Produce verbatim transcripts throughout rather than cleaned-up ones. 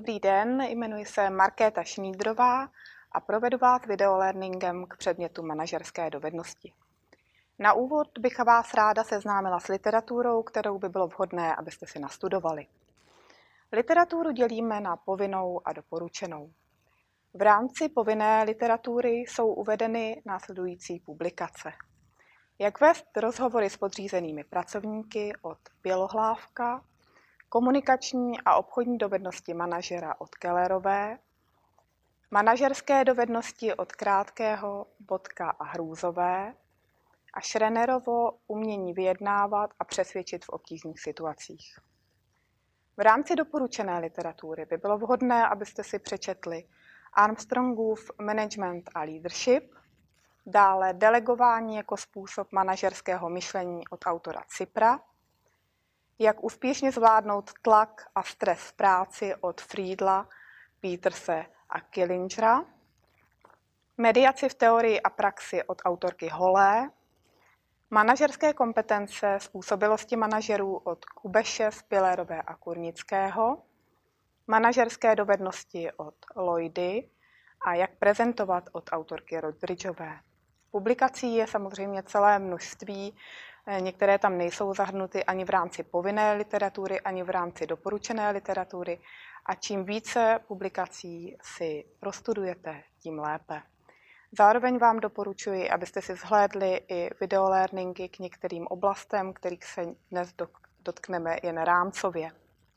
Dobrý den, jmenuji se Markéta Šnídrová a provedu vás videolearningem k předmětu manažerské dovednosti. Na úvod bych vás ráda seznámila s literaturou, kterou by bylo vhodné, abyste si nastudovali. Literaturu dělíme na povinnou a doporučenou. V rámci povinné literatury jsou uvedeny následující publikace. Jak vést rozhovory s podřízenými pracovníky od Bělohlávka, Komunikační a obchodní dovednosti manažera od Kellerové, Manažerské dovednosti od Krátkého, Bodka a Hrůzové a Schreinerovo Umění vyjednávat a přesvědčit v obtížných situacích. V rámci doporučené literatury by bylo vhodné, abyste si přečetli Armstrongův Management a Leadership, dále Delegování jako způsob manažerského myšlení od autora Cipra, Jak úspěšně zvládnout tlak a stres v práci od Friedla, Peterse a Killingera, Mediaci v teorii a praxi od autorky Holé, Manažerské kompetence, způsobilosti manažerů od Kubeše, Spillerové a Kurnického, Manažerské dovednosti od Lloydy a Jak prezentovat od autorky Rodbridgeové. Publikací je samozřejmě celé množství, některé tam nejsou zahrnuty ani v rámci povinné literatury, ani v rámci doporučené literatury a čím více publikací si prostudujete, tím lépe. Zároveň vám doporučuji, abyste si zhlédli i videolearningy k některým oblastem, kterých se dnes dotkneme jen rámcově.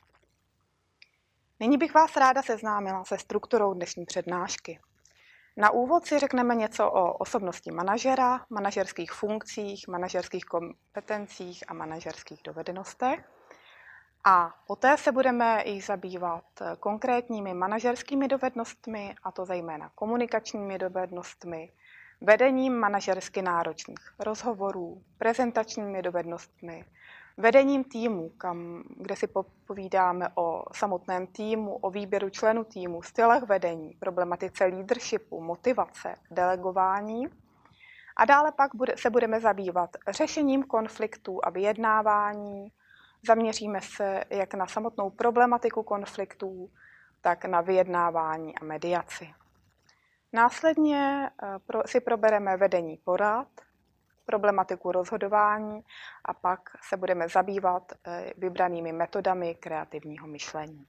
Nyní bych vás ráda seznámila se strukturou dnešní přednášky. Na úvod si řekneme něco o osobnosti manažera, manažerských funkcích, manažerských kompetencích a manažerských dovednostech. A poté se budeme již zabývat konkrétními manažerskými dovednostmi, a to zejména komunikačními dovednostmi, vedením manažersky náročných rozhovorů, prezentačními dovednostmi, vedením týmu, kam, kde si povídáme o samotném týmu, o výběru členů týmu, stylech vedení, problematice leadershipu, motivace, delegování. A dále pak bude, se budeme zabývat řešením konfliktů a vyjednávání. Zaměříme se jak na samotnou problematiku konfliktů, tak na vyjednávání a mediaci. Následně si probereme vedení porad, problematiku rozhodování a pak se budeme zabývat vybranými metodami kreativního myšlení.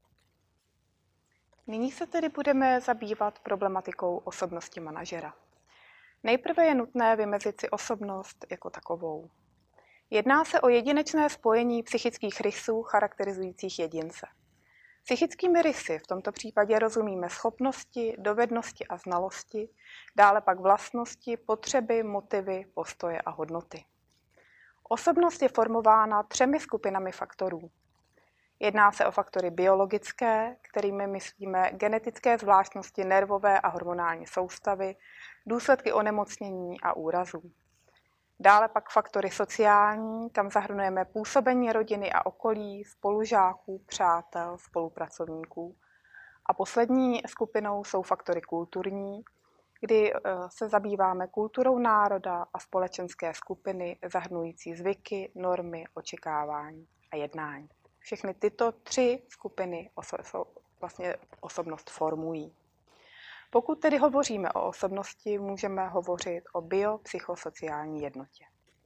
Nyní se tedy budeme zabývat problematikou osobnosti manažera. Nejprve je nutné vymezit si osobnost jako takovou. Jedná se o jedinečné spojení psychických rysů charakterizujících jedince. Psychickými rysy v tomto případě rozumíme schopnosti, dovednosti a znalosti, dále pak vlastnosti, potřeby, motivy, postoje a hodnoty. Osobnost je formována třemi skupinami faktorů. Jedná se o faktory biologické, kterými myslíme genetické zvláštnosti nervové a hormonální soustavy, důsledky onemocnění a úrazů. Dále pak faktory sociální, kam zahrnujeme působení rodiny a okolí, spolužáků, přátel, spolupracovníků. A poslední skupinou jsou faktory kulturní, kdy se zabýváme kulturou národa a společenské skupiny zahrnující zvyky, normy, očekávání a jednání. Všechny tyto tři skupiny oso- vlastně osobnost formují. Pokud tedy hovoříme o osobnosti, můžeme hovořit o biopsychosociální jednotě.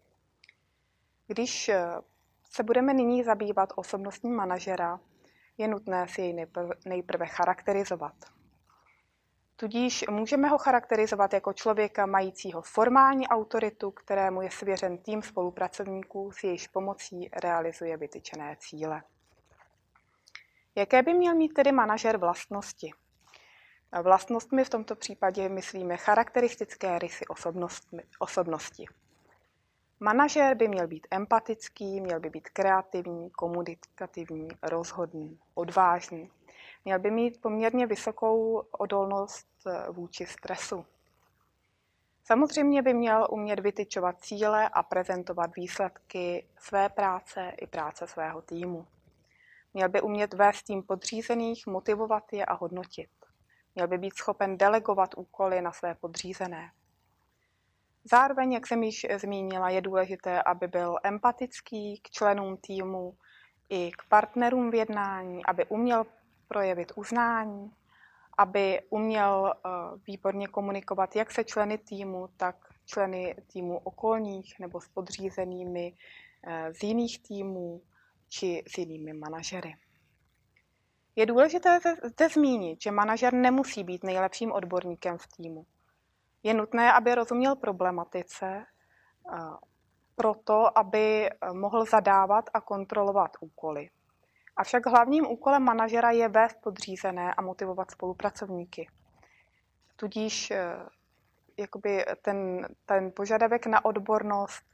Když se budeme nyní zabývat osobností manažera, je nutné si jej nejprve charakterizovat. Tudíž můžeme ho charakterizovat jako člověka majícího formální autoritu, kterému je svěřen tým spolupracovníků, s jejichž pomocí realizuje vytyčené cíle. Jaké by měl mít tedy manažer vlastnosti? Vlastnostmi v tomto případě myslíme charakteristické rysy osobnosti. Manažer by měl být empatický, měl by být kreativní, komunikativní, rozhodný, odvážný. Měl by mít poměrně vysokou odolnost vůči stresu. Samozřejmě by měl umět vytyčovat cíle a prezentovat výsledky své práce i práce svého týmu. Měl by umět vést tým podřízených, motivovat je a hodnotit. Měl by být schopen delegovat úkoly na své podřízené. Zároveň, jak jsem již zmínila, je důležité, aby byl empatický k členům týmu i k partnerům v jednání, aby uměl projevit uznání, aby uměl výborně komunikovat jak se členy týmu, tak členy týmu okolních nebo s podřízenými z jiných týmů či s jinými manažery. Je důležité zde zmínit, že manažer nemusí být nejlepším odborníkem v týmu. Je nutné, aby rozuměl problematice, proto, aby mohl zadávat a kontrolovat úkoly. Avšak hlavním úkolem manažera je vést podřízené a motivovat spolupracovníky. Tudíž jakoby ten, ten požadavek na odbornost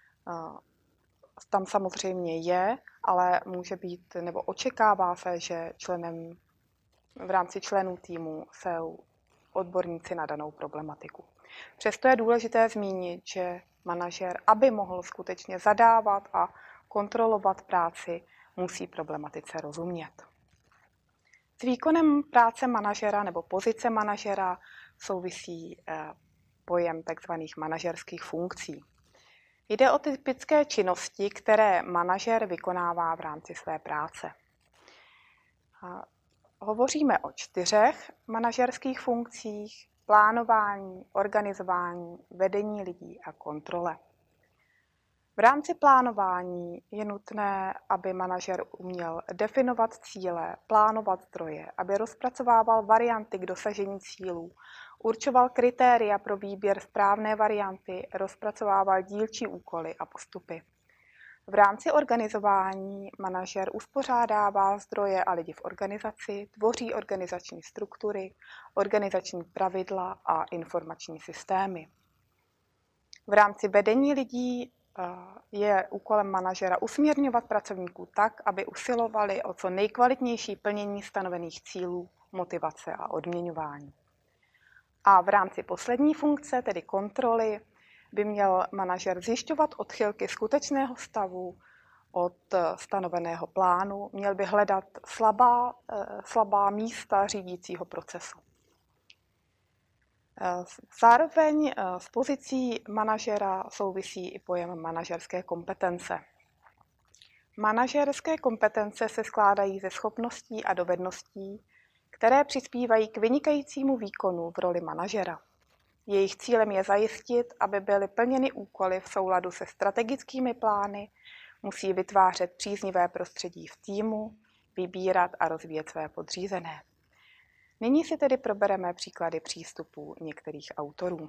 tam samozřejmě je, ale může být, nebo očekává se, že členem, v rámci členů týmu jsou odborníci na danou problematiku. Přesto je důležité zmínit, že manažer, aby mohl skutečně zadávat a kontrolovat práci, musí problematice rozumět. S výkonem práce manažera nebo pozice manažera souvisí pojem tzv. Manažerských funkcí. Jde o typické činnosti, které manažer vykonává v rámci své práce. Hovoříme o čtyřech manažerských funkcích: plánování, organizování, vedení lidí a kontrole. V rámci plánování je nutné, aby manažer uměl definovat cíle, plánovat zdroje, aby rozpracovával varianty k dosažení cílů, určoval kritéria pro výběr správné varianty, rozpracovával dílčí úkoly a postupy. V rámci organizování manažer uspořádává zdroje a lidi v organizaci, tvoří organizační struktury, organizační pravidla a informační systémy. V rámci vedení lidí je úkolem manažera usměrňovat pracovníků tak, aby usilovali o co nejkvalitnější plnění stanovených cílů, motivace a odměňování. A v rámci poslední funkce, tedy kontroly, by měl manažer zjišťovat odchylky skutečného stavu od stanoveného plánu, měl by hledat slabá, slabá místa řídícího procesu. Zároveň s pozicí manažera souvisí i pojem manažerské kompetence. Manažerské kompetence se skládají ze schopností a dovedností, které přispívají k vynikajícímu výkonu v roli manažera. Jejich cílem je zajistit, aby byly plněny úkoly v souladu se strategickými plány, musí vytvářet příznivé prostředí v týmu, vybírat a rozvíjet své podřízené. Nyní si tedy probereme příklady přístupů některých autorů.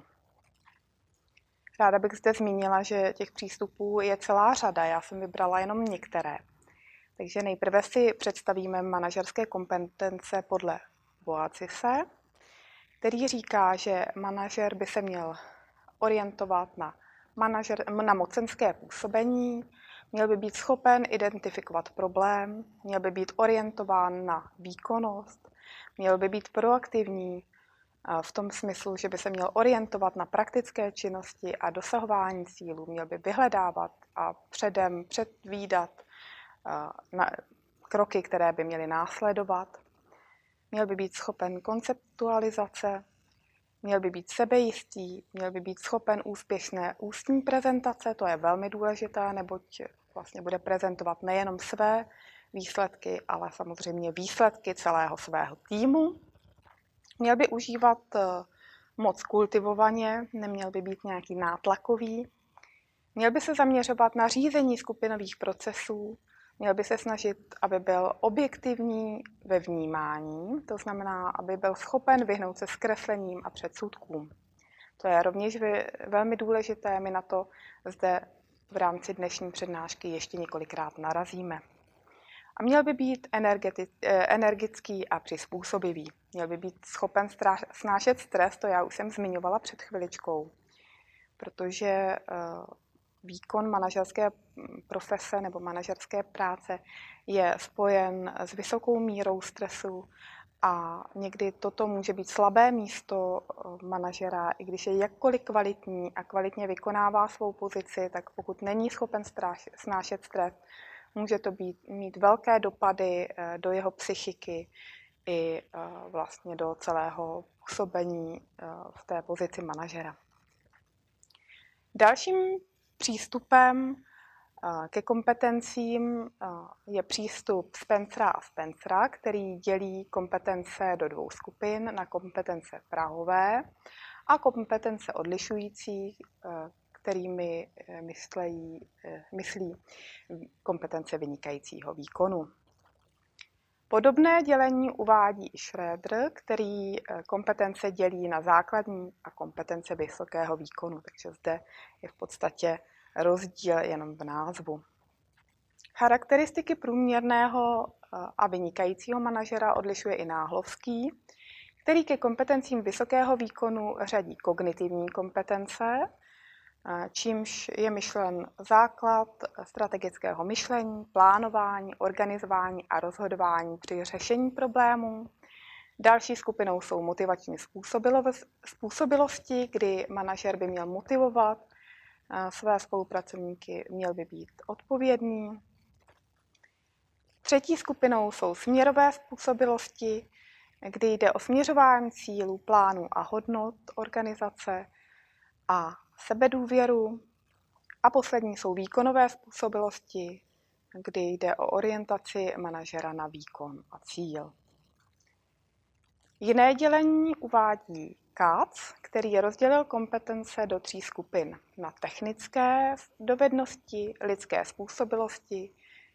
Ráda bych zde zmínila, že těch přístupů je celá řada, já jsem vybrala jenom některé. Takže nejprve si představíme manažerské kompetence podle Boacise, který říká, že manažer by se měl orientovat na, manažer, na mocenské působení, měl by být schopen identifikovat problém, měl by být orientován na výkonnost, měl by být proaktivní v tom smyslu, že by se měl orientovat na praktické činnosti a dosahování cílů, měl by vyhledávat a předem předvídat na kroky, které by měly následovat, měl by být schopen konceptualizace, měl by být sebejistý, měl by být schopen úspěšné ústní prezentace, to je velmi důležité, neboť vlastně bude prezentovat nejenom své výsledky, ale samozřejmě výsledky celého svého týmu. Měl by užívat moc kultivovaně, neměl by být nějaký nátlakový, měl by se zaměřovat na řízení skupinových procesů, měl by se snažit, aby byl objektivní ve vnímání, to znamená, aby byl schopen vyhnout se zkreslením a předsudkům. To je rovněž velmi důležité, my na to zde v rámci dnešní přednášky ještě několikrát narazíme. A měl by být energický a přizpůsobivý. Měl by být schopen snášet stres, to já už jsem zmiňovala před chviličkou, protože výkon manažerské profese nebo manažerské práce je spojen s vysokou mírou stresu a někdy toto může být slabé místo manažera, i když je jakkoliv kvalitní a kvalitně vykonává svou pozici, tak pokud není schopen snášet stres, může to být, mít velké dopady do jeho psychiky i vlastně do celého působení v té pozici manažera. Dalším přístupem Ke kompetencím je přístup Spencera a Spencera, který dělí kompetence do dvou skupin, na kompetence prahové a kompetence odlišující, kterými myslejí, myslí kompetence vynikajícího výkonu. Podobné dělení uvádí i Schroeder, který kompetence dělí na základní a kompetence vysokého výkonu, takže zde je v podstatě rozdíl jenom v názvu. Charakteristiky průměrného a vynikajícího manažera odlišuje i Náhlovský, který ke kompetencím vysokého výkonu řadí kognitivní kompetence, čímž je myšlen základ strategického myšlení, plánování, organizování a rozhodování při řešení problémů. Další skupinou jsou motivační způsobilosti, kdy manažer by měl motivovat své spolupracovníky, měl by být odpovědný. Třetí skupinou jsou směrové způsobilosti, kdy jde o směřování cílů, plánů a hodnot organizace a sebedůvěru. A poslední jsou výkonové způsobilosti, kdy jde o orientaci manažera na výkon a cíl. Jiné dělení uvádí Katz, který rozdělil kompetence do tří skupin na technické dovednosti, lidské způsobilosti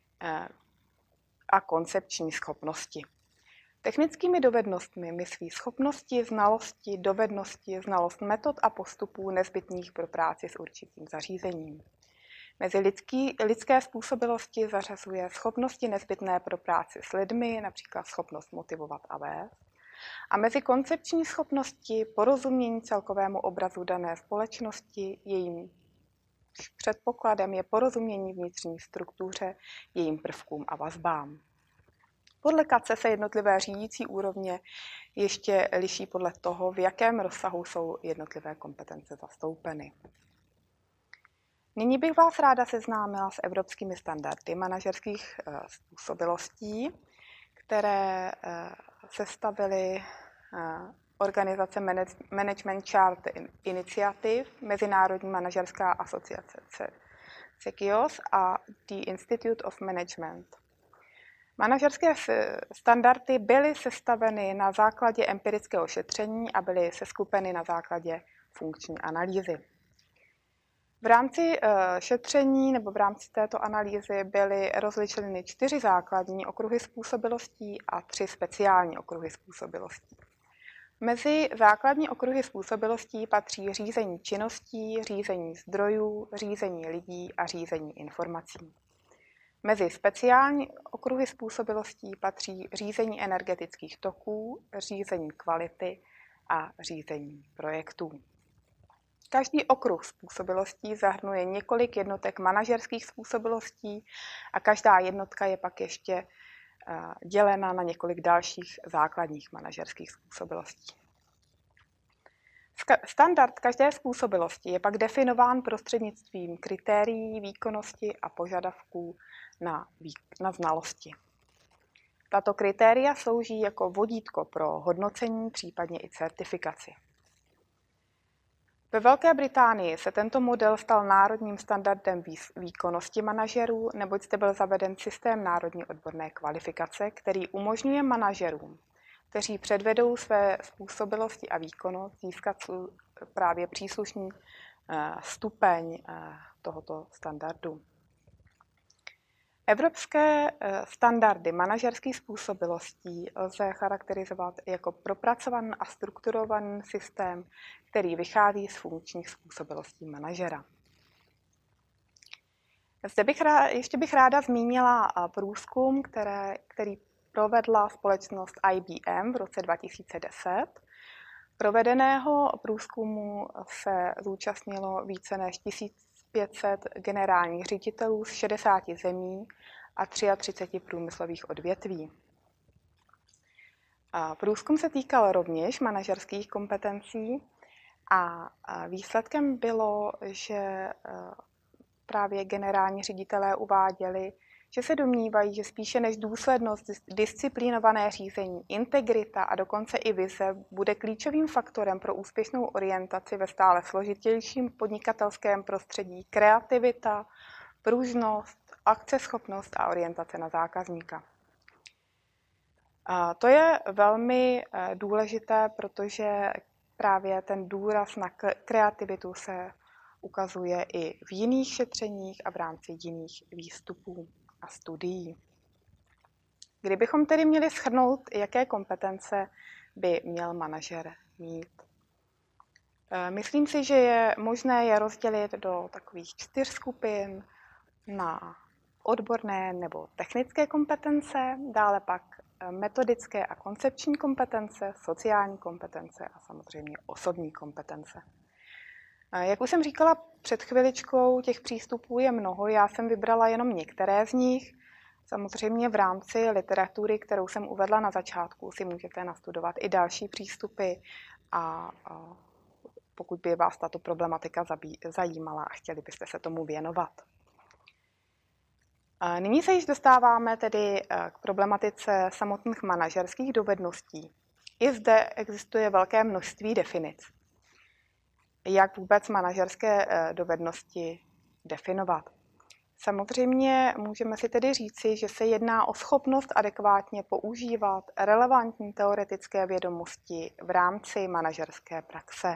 a koncepční schopnosti. Technickými dovednostmi myslí schopnosti, znalosti, dovednosti, znalost metod a postupů nezbytných pro práci s určitým zařízením. Mezi lidský, lidské způsobilosti zařazuje schopnosti nezbytné pro práci s lidmi, například schopnost motivovat a vést. A mezi koncepční schopnosti porozumění celkovému obrazu dané společnosti, jejím předpokladem je porozumění vnitřní struktuře, jejím prvkům a vazbám. Podle Katze se jednotlivé řídící úrovně ještě liší podle toho, v jakém rozsahu jsou jednotlivé kompetence zastoupeny. Nyní bych vás ráda seznámila s evropskými standardy manažerských způsobilostí, které sestavily organizace Management Chart Initiative, Mezinárodní manažerská asociace C E I O S a The Institute of Management. Manažerské standardy byly sestaveny na základě empirického šetření a byly seskupeny na základě funkční analýzy. V rámci šetření nebo v rámci této analýzy byly rozlišeny čtyři základní okruhy způsobilostí a tři speciální okruhy způsobilostí. Mezi základní okruhy způsobilostí patří řízení činností, řízení zdrojů, řízení lidí a řízení informací. Mezi speciální okruhy způsobilostí patří řízení energetických toků, řízení kvality a řízení projektů. Každý okruh způsobilostí zahrnuje několik jednotek manažerských způsobilostí a každá jednotka je pak ještě dělena na několik dalších základních manažerských způsobilostí. Standard každé způsobilosti je pak definován prostřednictvím kritérií výkonnosti a požadavků na, na znalosti. Tato kritéria slouží jako vodítko pro hodnocení, případně i certifikaci. Ve Velké Británii se tento model stal národním standardem výkonnosti manažerů, neboť zde byl zaveden systém národní odborné kvalifikace, který umožňuje manažerům, kteří předvedou své způsobilosti a výkonnost, získat právě příslušný stupeň tohoto standardu. Evropské standardy manažerských způsobilostí lze charakterizovat jako propracovaný a strukturovaný systém, který vychází z funkčních způsobilostí manažera. Zde bych ráda, ještě bych ráda zmínila průzkum, které, který provedla společnost I B M v roce dva tisíce deset. Provedeného průzkumu se zúčastnilo více než tisíc pět set generálních ředitelů z šedesáti zemí a třiatřiceti průmyslových odvětví. Průzkum se týkal rovněž manažerských kompetencí a výsledkem bylo, že právě generální ředitelé uváděli, že se domnívají, že spíše než důslednost, disciplinované řízení, integrita a dokonce i vize bude klíčovým faktorem pro úspěšnou orientaci ve stále složitějším podnikatelském prostředí kreativita, pružnost, akceschopnost a orientace na zákazníka. A to je velmi důležité, protože právě ten důraz na kreativitu se ukazuje i v jiných šetřeních a v rámci jiných výstupů a studií. Kdybychom tedy měli shrnout, jaké kompetence by měl manažer mít. Myslím si, že je možné je rozdělit do takových čtyř skupin na odborné nebo technické kompetence, dále pak metodické a koncepční kompetence, sociální kompetence a samozřejmě osobní kompetence. Jak už jsem říkala před chviličkou, těch přístupů je mnoho, já jsem vybrala jenom některé z nich. Samozřejmě v rámci literatury, kterou jsem uvedla na začátku, si můžete nastudovat i další přístupy a pokud by vás tato problematika zajímala a chtěli byste se tomu věnovat. Nyní se již dostáváme tedy k problematice samotných manažerských dovedností. I zde existuje velké množství definic. Jak vůbec manažerské dovednosti definovat? Samozřejmě můžeme si tedy říci, že se jedná o schopnost adekvátně používat relevantní teoretické vědomosti v rámci manažerské praxe.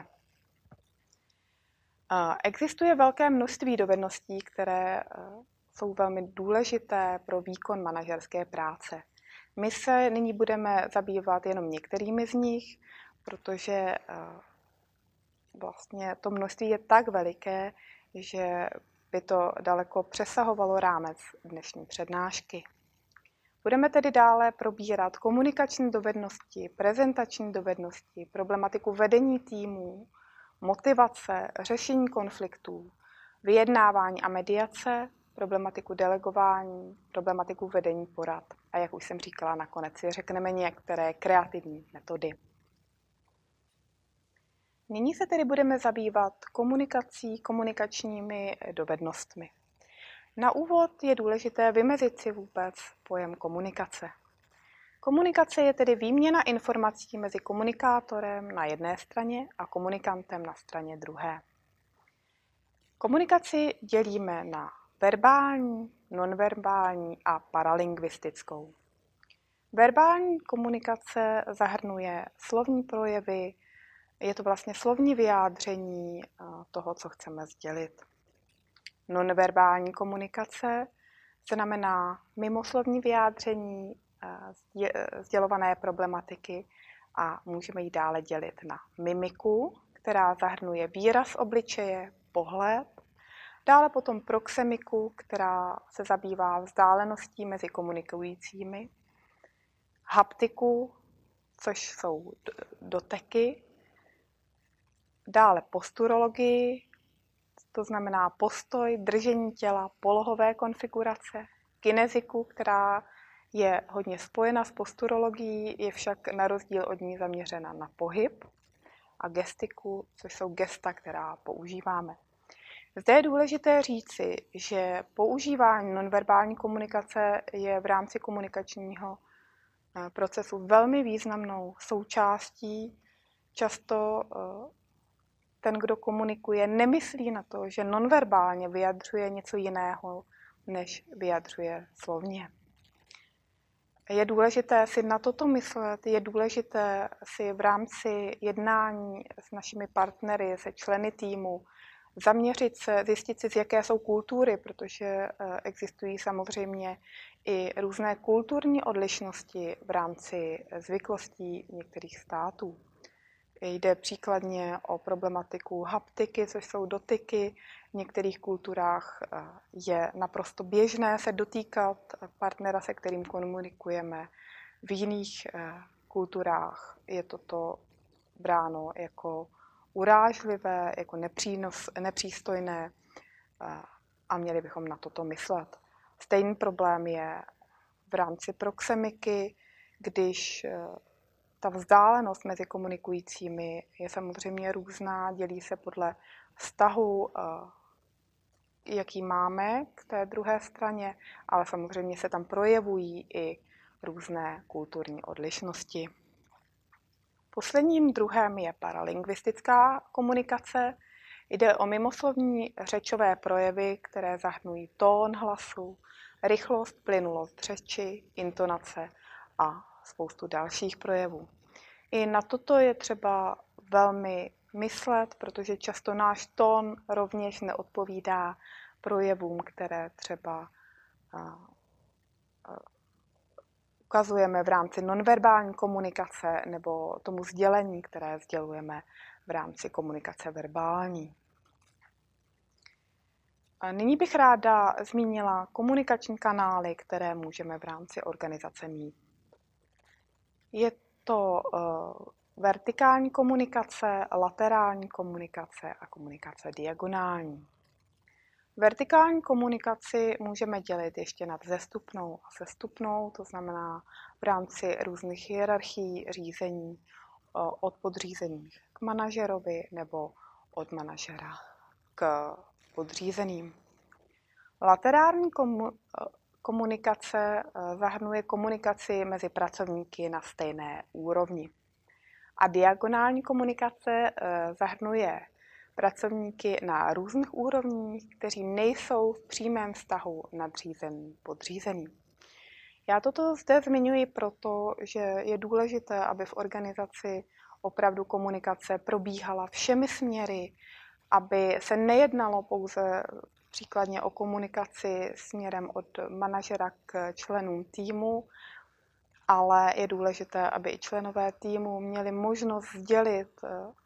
Existuje velké množství dovedností, které jsou velmi důležité pro výkon manažerské práce. My se nyní budeme zabývat jenom některými z nich, protože vlastně to množství je tak veliké, že by to daleko přesahovalo rámec dnešní přednášky. Budeme tedy dále probírat komunikační dovednosti, prezentační dovednosti, problematiku vedení týmů, motivace, řešení konfliktů, vyjednávání a mediace, problematiku delegování, problematiku vedení porad. A jak už jsem říkala, nakonec si řekneme některé kreativní metody. Nyní se tedy budeme zabývat komunikací, komunikačními dovednostmi. Na úvod je důležité vymezit si vůbec pojem komunikace. Komunikace je tedy výměna informací mezi komunikátorem na jedné straně a komunikantem na straně druhé. Komunikaci dělíme na verbální, nonverbální a paralingvistickou. Verbální komunikace zahrnuje slovní projevy, je to vlastně slovní vyjádření toho, co chceme sdělit. Nonverbální komunikace znamená mimoslovní vyjádření sdělované problematiky a můžeme ji dále dělit na mimiku, která zahrnuje výraz obličeje, pohled, dále potom proxemiku, která se zabývá vzdáleností mezi komunikujícími, haptiku, což jsou doteky, dále posturologii, to znamená postoj, držení těla, polohové konfigurace, kineziku, která je hodně spojena s posturologií, je však na rozdíl od ní zaměřena na pohyb, a gestiku, což jsou gesta, která používáme. Zde je důležité říci, že používání nonverbální komunikace je v rámci komunikačního procesu velmi významnou součástí. Často ten, kdo komunikuje, nemyslí na to, že nonverbálně vyjadřuje něco jiného, než vyjadřuje slovně. Je důležité si na toto myslet, je důležité si v rámci jednání s našimi partnery, se členy týmu, zaměřit se, zjistit si, z jaké jsou kultury, protože existují samozřejmě i různé kulturní odlišnosti v rámci zvyklostí některých států. Jde příkladně o problematiku haptiky, což jsou dotyky. V některých kulturách je naprosto běžné se dotýkat partnera, se kterým komunikujeme. V jiných kulturách je toto bráno jako urážlivé, jako nepřínos, nepřístojné a měli bychom na toto myslet. Stejný problém je v rámci proxemiky, když ta vzdálenost mezi komunikujícími je samozřejmě různá, dělí se podle vztahu, jaký máme k té druhé straně, ale samozřejmě se tam projevují i různé kulturní odlišnosti. Posledním druhem je paralingvistická komunikace, Jde o mimoslovní řečové projevy, které zahrnují tón hlasu, rychlost, plynulost řeči, intonace a spoustu dalších projevů. I na toto je třeba velmi myslet, protože často náš tón rovněž neodpovídá projevům, které třeba ukazujeme v rámci nonverbální komunikace nebo tomu sdělení, které sdělujeme v rámci komunikace verbální. A nyní bych ráda zmínila komunikační kanály, které můžeme v rámci organizace mít. Je to uh, vertikální komunikace, laterální komunikace a komunikace diagonální. Vertikální komunikaci můžeme dělit ještě na vzestupnou a sestupnou, to znamená v rámci různých hierarchií řízení od podřízených k manažerovi nebo od manažera k podřízeným. Laterální komunikace zahrnuje komunikaci mezi pracovníky na stejné úrovni. A diagonální komunikace zahrnuje pracovníky na různých úrovních, kteří nejsou v přímém vztahu nadřízený podřízený. Já toto zde zmiňuji proto, že je důležité, aby v organizaci opravdu komunikace probíhala všemi směry, aby se nejednalo pouze příkladně o komunikaci směrem od manažera k členům týmu, ale je důležité, aby i členové týmu měli možnost sdělit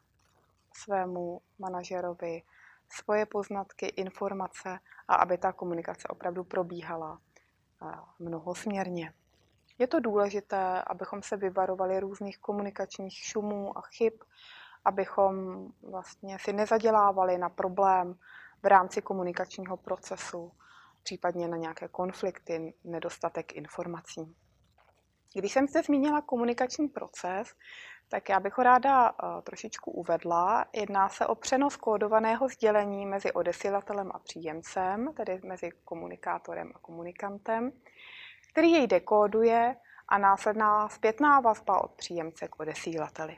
svému manažerovi svoje poznatky, informace a aby ta komunikace opravdu probíhala mnohosměrně. Je to důležité, abychom se vyvarovali různých komunikačních šumů a chyb, abychom vlastně si nezadělávali na problém v rámci komunikačního procesu, případně na nějaké konflikty, nedostatek informací. Když jsem zde zmínila komunikační proces, tak já bych ho ráda trošičku uvedla. Jedná se o přenos kódovaného sdělení mezi odesílatelem a příjemcem, tedy mezi komunikátorem a komunikantem, který jej dekóduje a následná zpětná vazba od příjemce k odesílateli.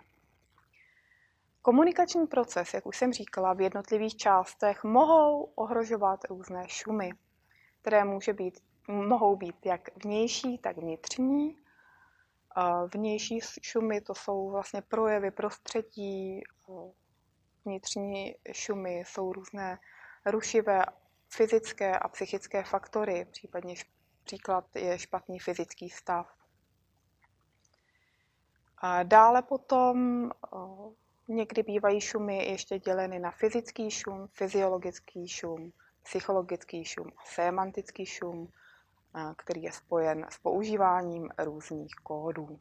Komunikační proces, jak už jsem říkala, v jednotlivých částech mohou ohrožovat různé šumy, které může být, mohou být jak vnější, tak vnitřní. Vnější šumy to jsou vlastně projevy prostředí, vnitřní šumy jsou různé rušivé fyzické a psychické faktory, případně příklad je špatný fyzický stav. A dále potom někdy bývají šumy ještě děleny na fyzický šum, fyziologický šum, psychologický šum a sémantický šum, který je spojen s používáním různých kódů.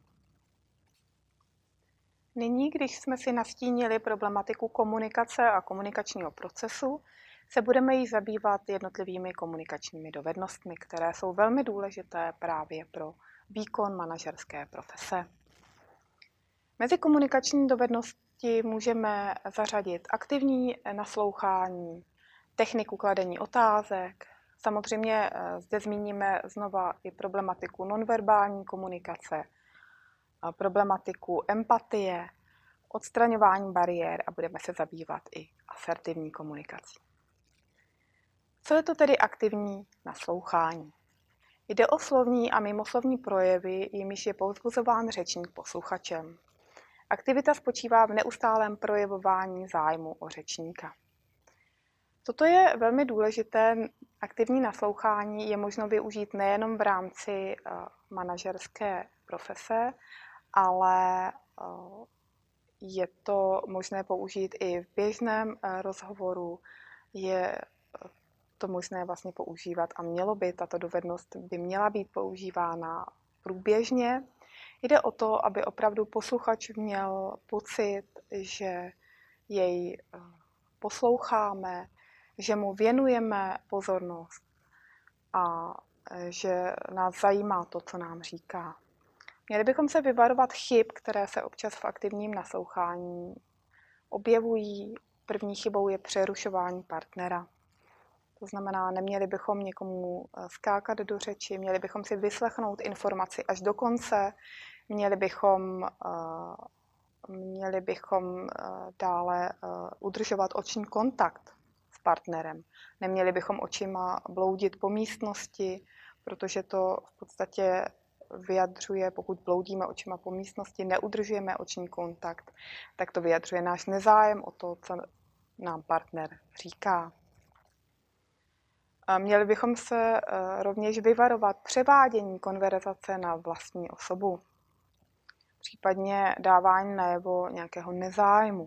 Nyní, když jsme si nastínili problematiku komunikace a komunikačního procesu, se budeme jí zabývat jednotlivými komunikačními dovednostmi, které jsou velmi důležité právě pro výkon manažerské profese. Mezi komunikační dovednosti můžeme zařadit aktivní naslouchání, techniku kladení otázek. Samozřejmě zde zmíníme znova i problematiku nonverbální komunikace, problematiku empatie, odstraňování bariér a budeme se zabývat i asertivní komunikací. Co je to tedy aktivní naslouchání? Jde o slovní a mimoslovní projevy, jimiž je povzbuzován řečník posluchačem. Aktivita spočívá v neustálém projevování zájmu o řečníka. Toto je velmi důležité. Aktivní naslouchání je možno využít nejenom v rámci manažerské profese, ale je to možné použít i v běžném rozhovoru. Je to možné vlastně používat a mělo by, tato dovednost by měla být používána průběžně. Jde o to, aby opravdu posluchač měl pocit, že jej posloucháme, že mu věnujeme pozornost a že nás zajímá to, co nám říká. Měli bychom se vyvarovat chyb, které se občas v aktivním naslouchání objevují. První chybou je přerušování partnera. To znamená, neměli bychom někomu skákat do řeči, měli bychom si vyslechnout informaci až do konce, měli bychom měli bychom dále udržovat oční kontakt s partnerem. Neměli bychom očima bloudit po místnosti, protože to v podstatě vyjadřuje, pokud bloudíme očima po místnosti, neudržujeme oční kontakt, tak to vyjadřuje náš nezájem o to, co nám partner říká. Měli bychom se rovněž vyvarovat převádění konverzace na vlastní osobu, případně dávání najevo nějakého nezájmu.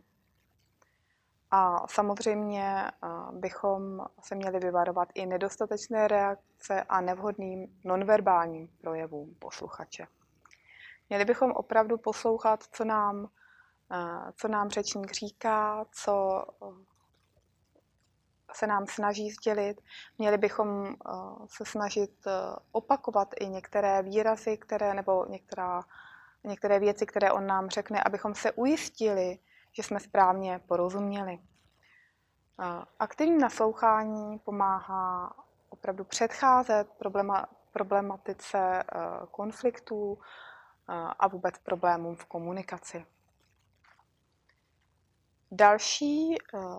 A samozřejmě bychom se měli vyvarovat i nedostatečné reakce a nevhodným nonverbálním projevům posluchače. Měli bychom opravdu poslouchat, co nám, co nám řečník říká, co se nám snaží sdělit. Měli bychom se snažit opakovat i některé výrazy, které, nebo některá, některé věci, které on nám řekne, abychom se ujistili, že jsme správně porozuměli. Aktivní naslouchání pomáhá opravdu předcházet problema, problematice konfliktů a vůbec problémům v komunikaci. Další,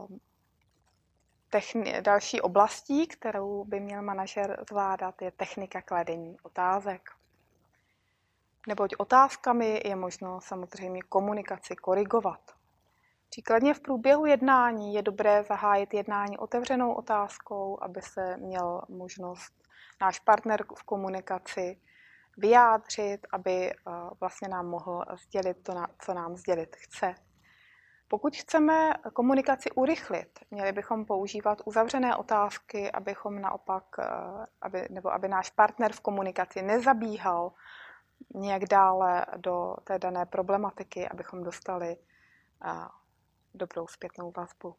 techni, další oblastí, kterou by měl manažer zvládat, je technika kladení otázek. Neboť otázkami je možno samozřejmě komunikaci korigovat. Příkladně v průběhu jednání je dobré zahájit jednání otevřenou otázkou, aby se měl možnost náš partner v komunikaci vyjádřit, aby vlastně nám mohl sdělit to, co nám sdělit chce. Pokud chceme komunikaci urychlit, měli bychom používat uzavřené otázky, abychom naopak, aby, nebo aby náš partner v komunikaci nezabíhal nějak dále do té dané problematiky, abychom dostali dobrou zpětnou vazbu.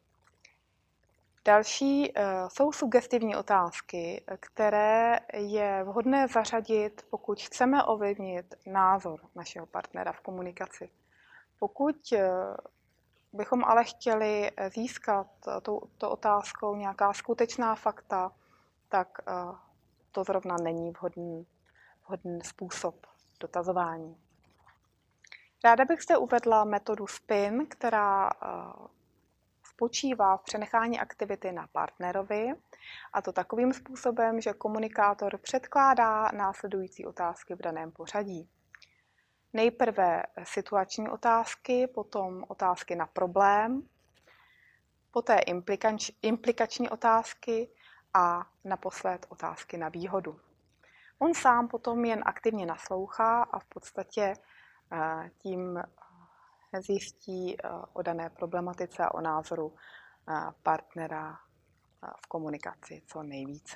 Další jsou sugestivní otázky, které je vhodné zařadit, pokud chceme ovlivnit názor našeho partnera v komunikaci. Pokud bychom ale chtěli získat touto otázkou nějaká skutečná fakta, tak to zrovna není vhodný, vhodný způsob dotazování. Ráda bych zde uvedla metodu SPIN, která spočívá v přenechání aktivity na partnerovi, a to takovým způsobem, že komunikátor předkládá následující otázky v daném pořadí. Nejprve situační otázky, potom otázky na problém, poté implikač, implikační otázky a naposled otázky na výhodu. On sám potom jen aktivně naslouchá a v podstatě tím zjistí o dané problematice a o názoru partnera v komunikaci co nejvíce.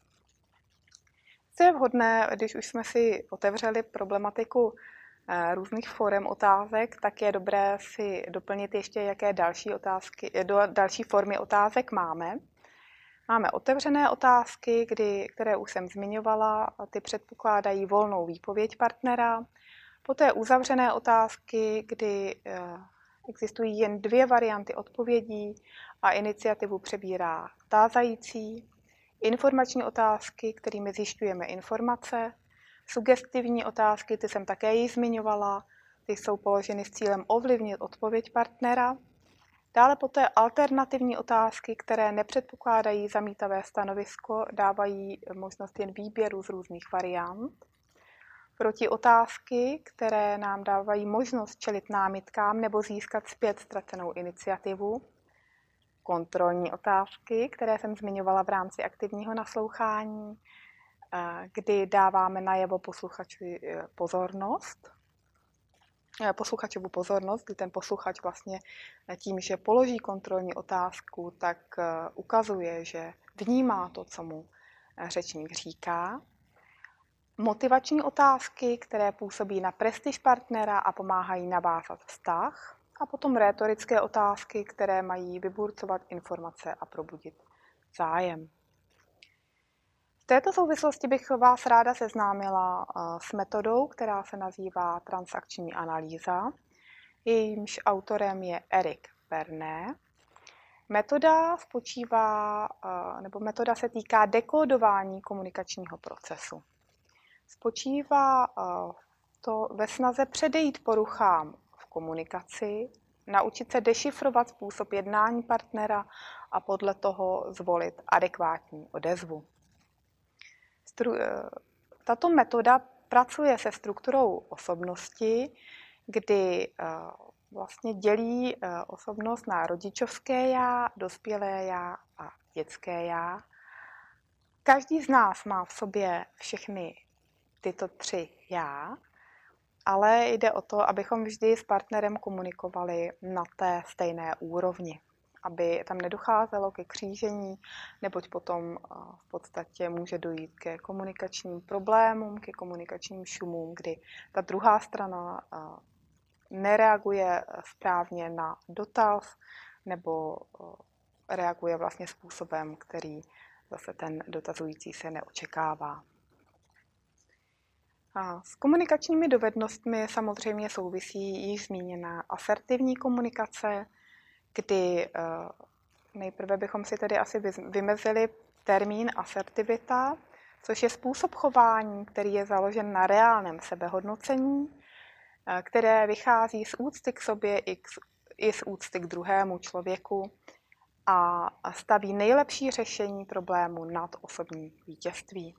Co je vhodné, když už jsme si otevřeli problematiku různých forem otázek, tak je dobré si doplnit ještě, jaké další, otázky, další formy otázek máme. Máme otevřené otázky, kdy, které už jsem zmiňovala, ty předpokládají volnou výpověď partnera. Poté uzavřené otázky, kdy existují jen dvě varianty odpovědí a iniciativu přebírá tázající. Informační otázky, kterými zjišťujeme informace. Sugestivní otázky, ty jsem také již zmiňovala, ty jsou položeny s cílem ovlivnit odpověď partnera. Dále poté alternativní otázky, které nepředpokládají zamítavé stanovisko, dávají možnost jen výběru z různých variant. Proti otázky, které nám dávají možnost čelit námitkám nebo získat zpět ztracenou iniciativu. Kontrolní otázky, které jsem zmiňovala v rámci aktivního naslouchání, kdy dáváme najevo posluchači pozornost. posluchačovu pozornost, kdy ten posluchač vlastně tím, že položí kontrolní otázku, tak ukazuje, že vnímá to, co mu řečník říká. Motivační otázky, které působí na prestiž partnera a pomáhají navázat vztah. A potom rétorické otázky, které mají vyburcovat informace a probudit zájem. V této souvislosti bych vás ráda seznámila s metodou, která se nazývá transakční analýza. Jejímž autorem je Eric Berne. Metoda spočívá, nebo metoda se týká dekódování komunikačního procesu. Spočívá to ve snaze předejít poruchám v komunikaci, naučit se dešifrovat způsob jednání partnera a podle toho zvolit adekvátní odezvu. Tato metoda pracuje se strukturou osobnosti, kdy vlastně dělí osobnost na rodičovské já, dospělé já a dětské já. Každý z nás má v sobě všechny tyto tři já, ale jde o to, abychom vždy s partnerem komunikovali na té stejné úrovni, aby tam nedocházelo ke křížení, neboť potom v podstatě může dojít ke komunikačním problémům, ke komunikačním šumům, kdy ta druhá strana nereaguje správně na dotaz nebo reaguje vlastně způsobem, který zase ten dotazující se neočekává. A s komunikačními dovednostmi samozřejmě souvisí již zmíněná asertivní komunikace, kdy nejprve bychom si tedy asi vymezili termín asertivita, což je způsob chování, který je založen na reálném sebehodnocení, které vychází z úcty k sobě i z úcty k druhému člověku a staví nejlepší řešení problému nad osobní vítězství.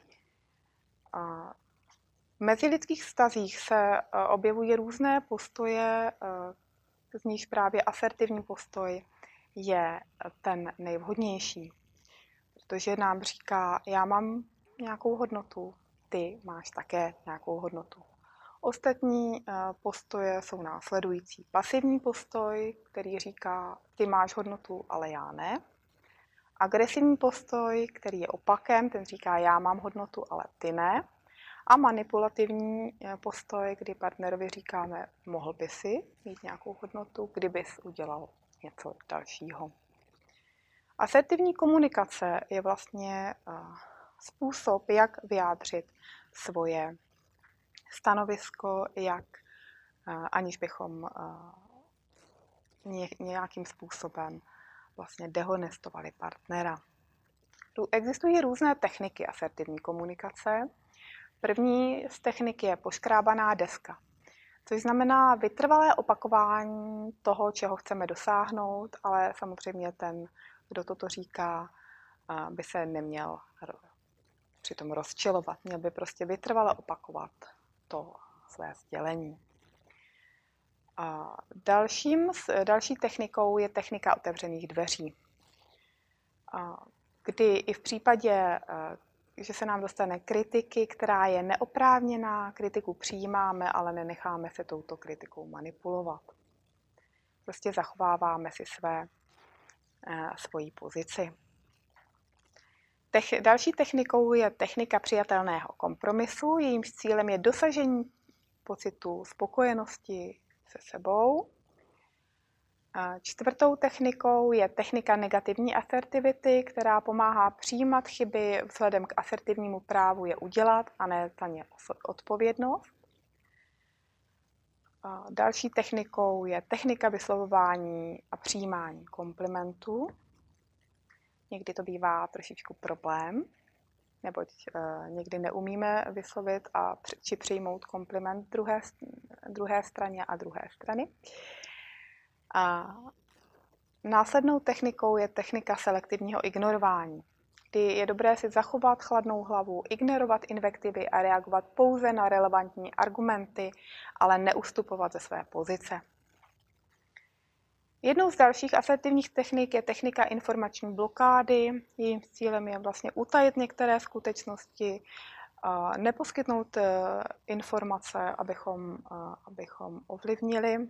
V mezilidských vztazích se objevují různé postoje, z nichž právě asertivní postoj je ten nejvhodnější, protože nám říká, já mám nějakou hodnotu, ty máš také nějakou hodnotu. Ostatní postoje jsou následující. Pasivní postoj, který říká, ty máš hodnotu, ale já ne. Agresivní postoj, který je opakem, ten říká, já mám hodnotu, ale ty ne. A manipulativní postoj, kdy partnerovi říkáme, mohl by si mít nějakou hodnotu, kdybys udělal něco dalšího. Asertivní komunikace je vlastně způsob, jak vyjádřit svoje stanovisko, jak aniž bychom nějakým způsobem vlastně dehonestovali partnera. Tu existují různé techniky asertivní komunikace. První z technik je poškrábaná deska, což znamená vytrvalé opakování toho, čeho chceme dosáhnout, ale samozřejmě ten, kdo toto říká, by se neměl přitom rozčilovat. Měl by prostě vytrvale opakovat to své sdělení. A dalším, další technikou je technika otevřených dveří, kdy i v případě, že se nám dostane kritiky, která je neoprávněná, kritiku přijímáme, ale nenecháme se touto kritikou manipulovat. Prostě zachováváme si své, svoji pozici. Tech, další technikou je technika přijatelného kompromisu, jejímž cílem je dosažení pocitu spokojenosti se sebou. A čtvrtou technikou je technika negativní asertivity, která pomáhá přijímat chyby vzhledem k asertivnímu právu je udělat a ne za ně odpovědnost. A další technikou je technika vyslovování a přijímání komplimentů. Někdy to bývá trošičku problém, neboť e, někdy neumíme vyslovit a či přijmout kompliment druhé, druhé straně a druhé strany. A následnou technikou je technika selektivního ignorování, kdy je dobré si zachovat chladnou hlavu, ignorovat invektivy a reagovat pouze na relevantní argumenty, ale neustupovat ze své pozice. Jednou z dalších asertivních technik je technika informační blokády. Jejím cílem je vlastně utajit některé skutečnosti, neposkytnout informace, abychom, abychom ovlivnili,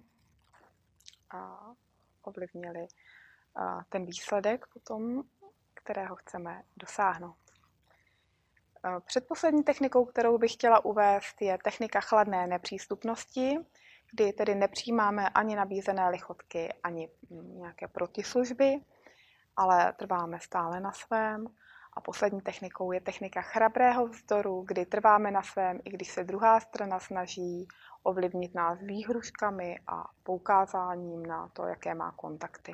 ovlivnili ten výsledek potom, kterého chceme dosáhnout. Předposlední technikou, kterou bych chtěla uvést, je technika chladné nepřístupnosti, kdy tedy nepřijímáme ani nabízené lichotky, ani nějaké protislužby, ale trváme stále na svém. A poslední technikou je technika chrabrého vzdoru, kdy trváme na svém, i když se druhá strana snaží ovlivnit nás výhruškami a poukázáním na to, jaké má kontakty.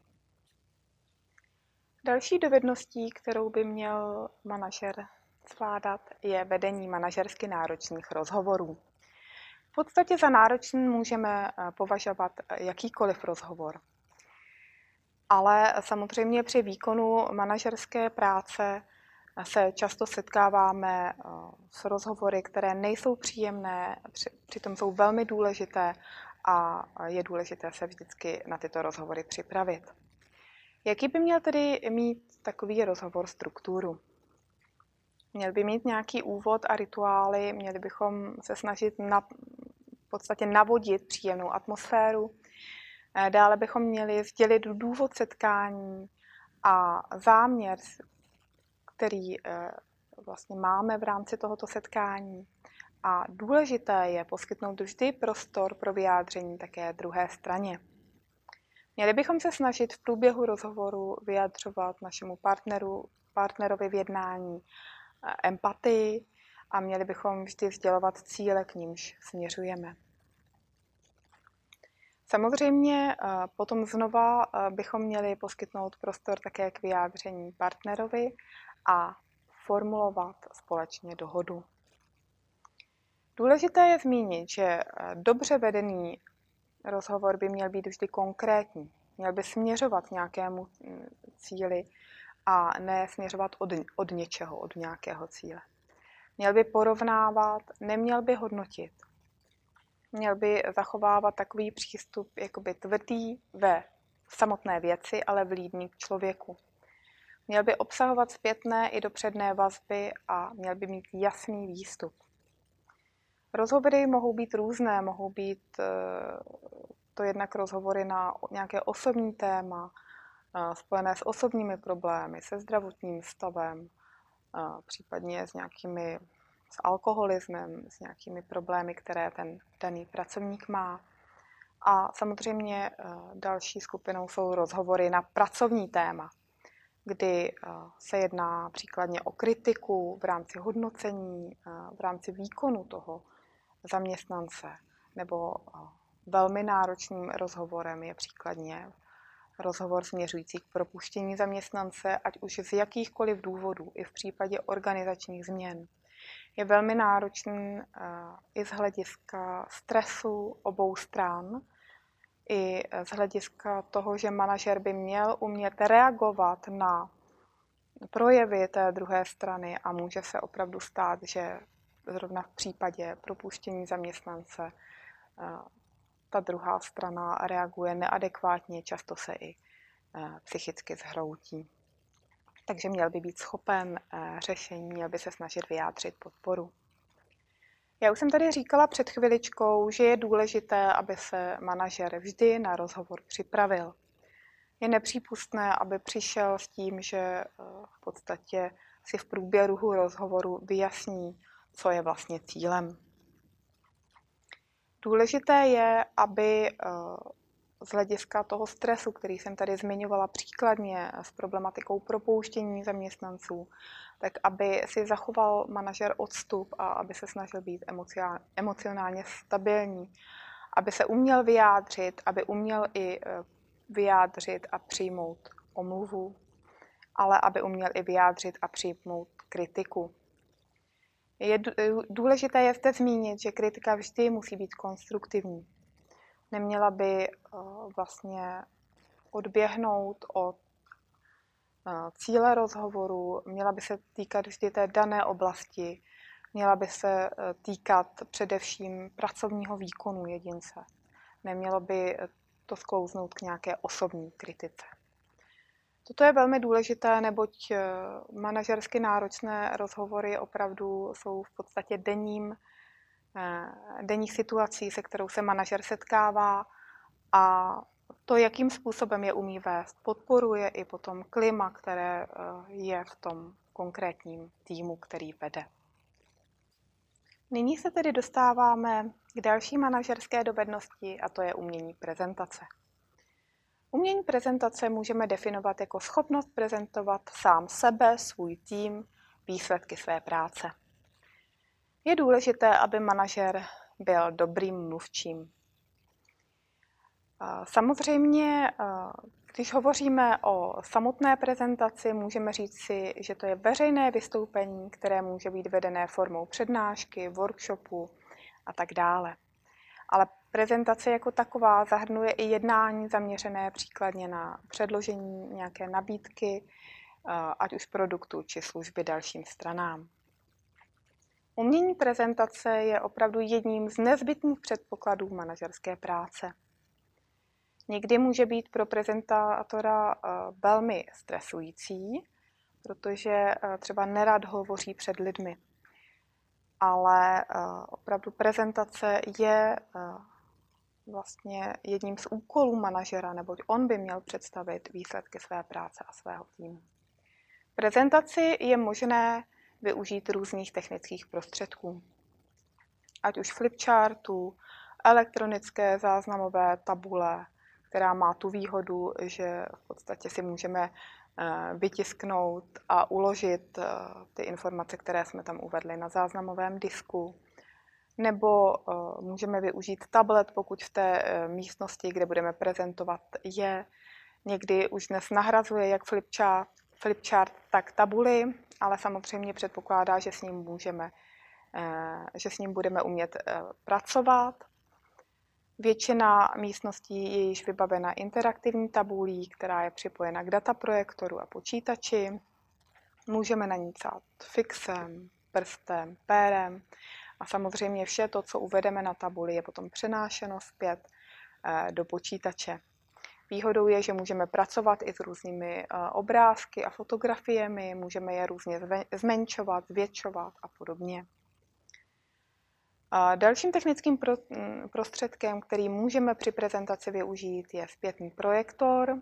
Další dovedností, kterou by měl manažer zvládat, je vedení manažersky náročných rozhovorů. V podstatě za náročný můžeme považovat jakýkoliv rozhovor. Ale samozřejmě při výkonu manažerské práce se často setkáváme s rozhovory, které nejsou příjemné, přitom jsou velmi důležité a je důležité se vždycky na tyto rozhovory připravit. Jaký by měl tedy mít takový rozhovor strukturu? Měl by mít nějaký úvod a rituály, měli bychom se snažit na, v podstatě navodit příjemnou atmosféru. Dále bychom měli sdělit důvod setkání a záměr, který vlastně máme v rámci tohoto setkání. A důležité je poskytnout vždy prostor pro vyjádření také druhé straně. Měli bychom se snažit v průběhu rozhovoru vyjadřovat našemu partneru, partnerovi v jednání empatii a měli bychom vždy sdělovat cíle, k nímž směřujeme. Samozřejmě potom znova bychom měli poskytnout prostor také k vyjádření partnerovi a formulovat společně dohodu. Důležité je zmínit, že dobře vedený rozhovor by měl být vždy konkrétní. Měl by směřovat k nějakému cíli a ne směřovat od, od něčeho, od nějakého cíle. Měl by porovnávat, neměl by hodnotit. Měl by zachovávat takový přístup jakoby tvrdý ve samotné věci, ale vlídný k člověku. Měl by obsahovat zpětné i dopředné vazby a měl by mít jasný výstup. Rozhovory mohou být různé, mohou být to jednak rozhovory na nějaké osobní téma, spojené s osobními problémy, se zdravotním stavem, případně s nějakými s alkoholismem, s nějakými problémy, které ten daný pracovník má. A samozřejmě další skupinou jsou rozhovory na pracovní téma, kdy se jedná příkladně o kritiku v rámci hodnocení, v rámci výkonu toho zaměstnance, nebo velmi náročným rozhovorem je příkladně rozhovor směřující k propuštění zaměstnance, ať už z jakýchkoliv důvodů, i v případě organizačních změn. Je velmi náročný i z hlediska stresu obou stran, i z hlediska toho, že manažer by měl umět reagovat na projevy té druhé strany a může se opravdu stát, že zrovna v případě propuštění zaměstnance ta druhá strana reaguje neadekvátně, často se i psychicky zhroutí. Takže měl by být schopen řešení, měl by se snažit vyjádřit podporu. Já už jsem tady říkala před chviličkou, že je důležité, aby se manažer vždy na rozhovor připravil. Je nepřípustné, aby přišel s tím, že v podstatě si v průběhu rozhovoru vyjasní, co je vlastně cílem. Důležité je, aby z hlediska toho stresu, který jsem tady zmiňovala příkladně s problematikou propouštění zaměstnanců, tak aby si zachoval manažer odstup a aby se snažil být emocionálně stabilní, aby se uměl vyjádřit, aby uměl i vyjádřit a přijmout omluvu, ale aby uměl i vyjádřit a přijmout kritiku. Je důležité je zde zmínit, že kritika vždy musí být konstruktivní. Neměla by vlastně odběhnout od cíle rozhovoru, měla by se týkat vždy té dané oblasti, měla by se týkat především pracovního výkonu jedince. Nemělo by to sklouznout k nějaké osobní kritice. Toto je velmi důležité, neboť manažersky náročné rozhovory opravdu jsou v podstatě denním, denní situací, se kterou se manažer setkává a to, jakým způsobem je umí vést, podporuje i potom klima, které je v tom konkrétním týmu, který vede. Nyní se tedy dostáváme k další manažerské dovednosti a to je umění prezentace. Umění prezentace můžeme definovat jako schopnost prezentovat sám sebe, svůj tým, výsledky své práce. Je důležité, aby manažer byl dobrým mluvčím. Samozřejmě, když hovoříme o samotné prezentaci, můžeme říct si, že to je veřejné vystoupení, které může být vedené formou přednášky, workshopu a tak dále. ale prezentace jako taková zahrnuje i jednání zaměřené příkladně na předložení nějaké nabídky, ať už produktu či služby dalším stranám. Umění prezentace je opravdu jedním z nezbytných předpokladů manažerské práce. Někdy může být pro prezentátora velmi stresující, protože třeba nerad hovoří před lidmi. Ale opravdu prezentace je vlastně jedním z úkolů manažera, neboť on by měl představit výsledky své práce a svého týmu. Prezentaci je možné využít různých technických prostředků, ať už flipchartů, elektronické záznamové tabule, která má tu výhodu, že v podstatě si můžeme vytisknout a uložit ty informace, které jsme tam uvedli na záznamovém disku, nebo můžeme využít tablet, pokud v té místnosti, kde budeme prezentovat, je. Někdy už dnes nahrazuje jak flipchart, flipchart tak tabuli, ale samozřejmě předpokládá, že s ním můžeme, že s ním budeme umět pracovat. Většina místností je již vybavena interaktivní tabulí, která je připojena k dataprojektoru a počítači. Můžeme na ní psát fixem, prstem, pérem a samozřejmě vše to, co uvedeme na tabuli, je potom přenášeno zpět do počítače. Výhodou je, že můžeme pracovat i s různými obrázky a fotografiemi, můžeme je různě zmenšovat, zvětšovat a podobně. Dalším technickým prostředkem, který můžeme při prezentaci využít, je zpětný projektor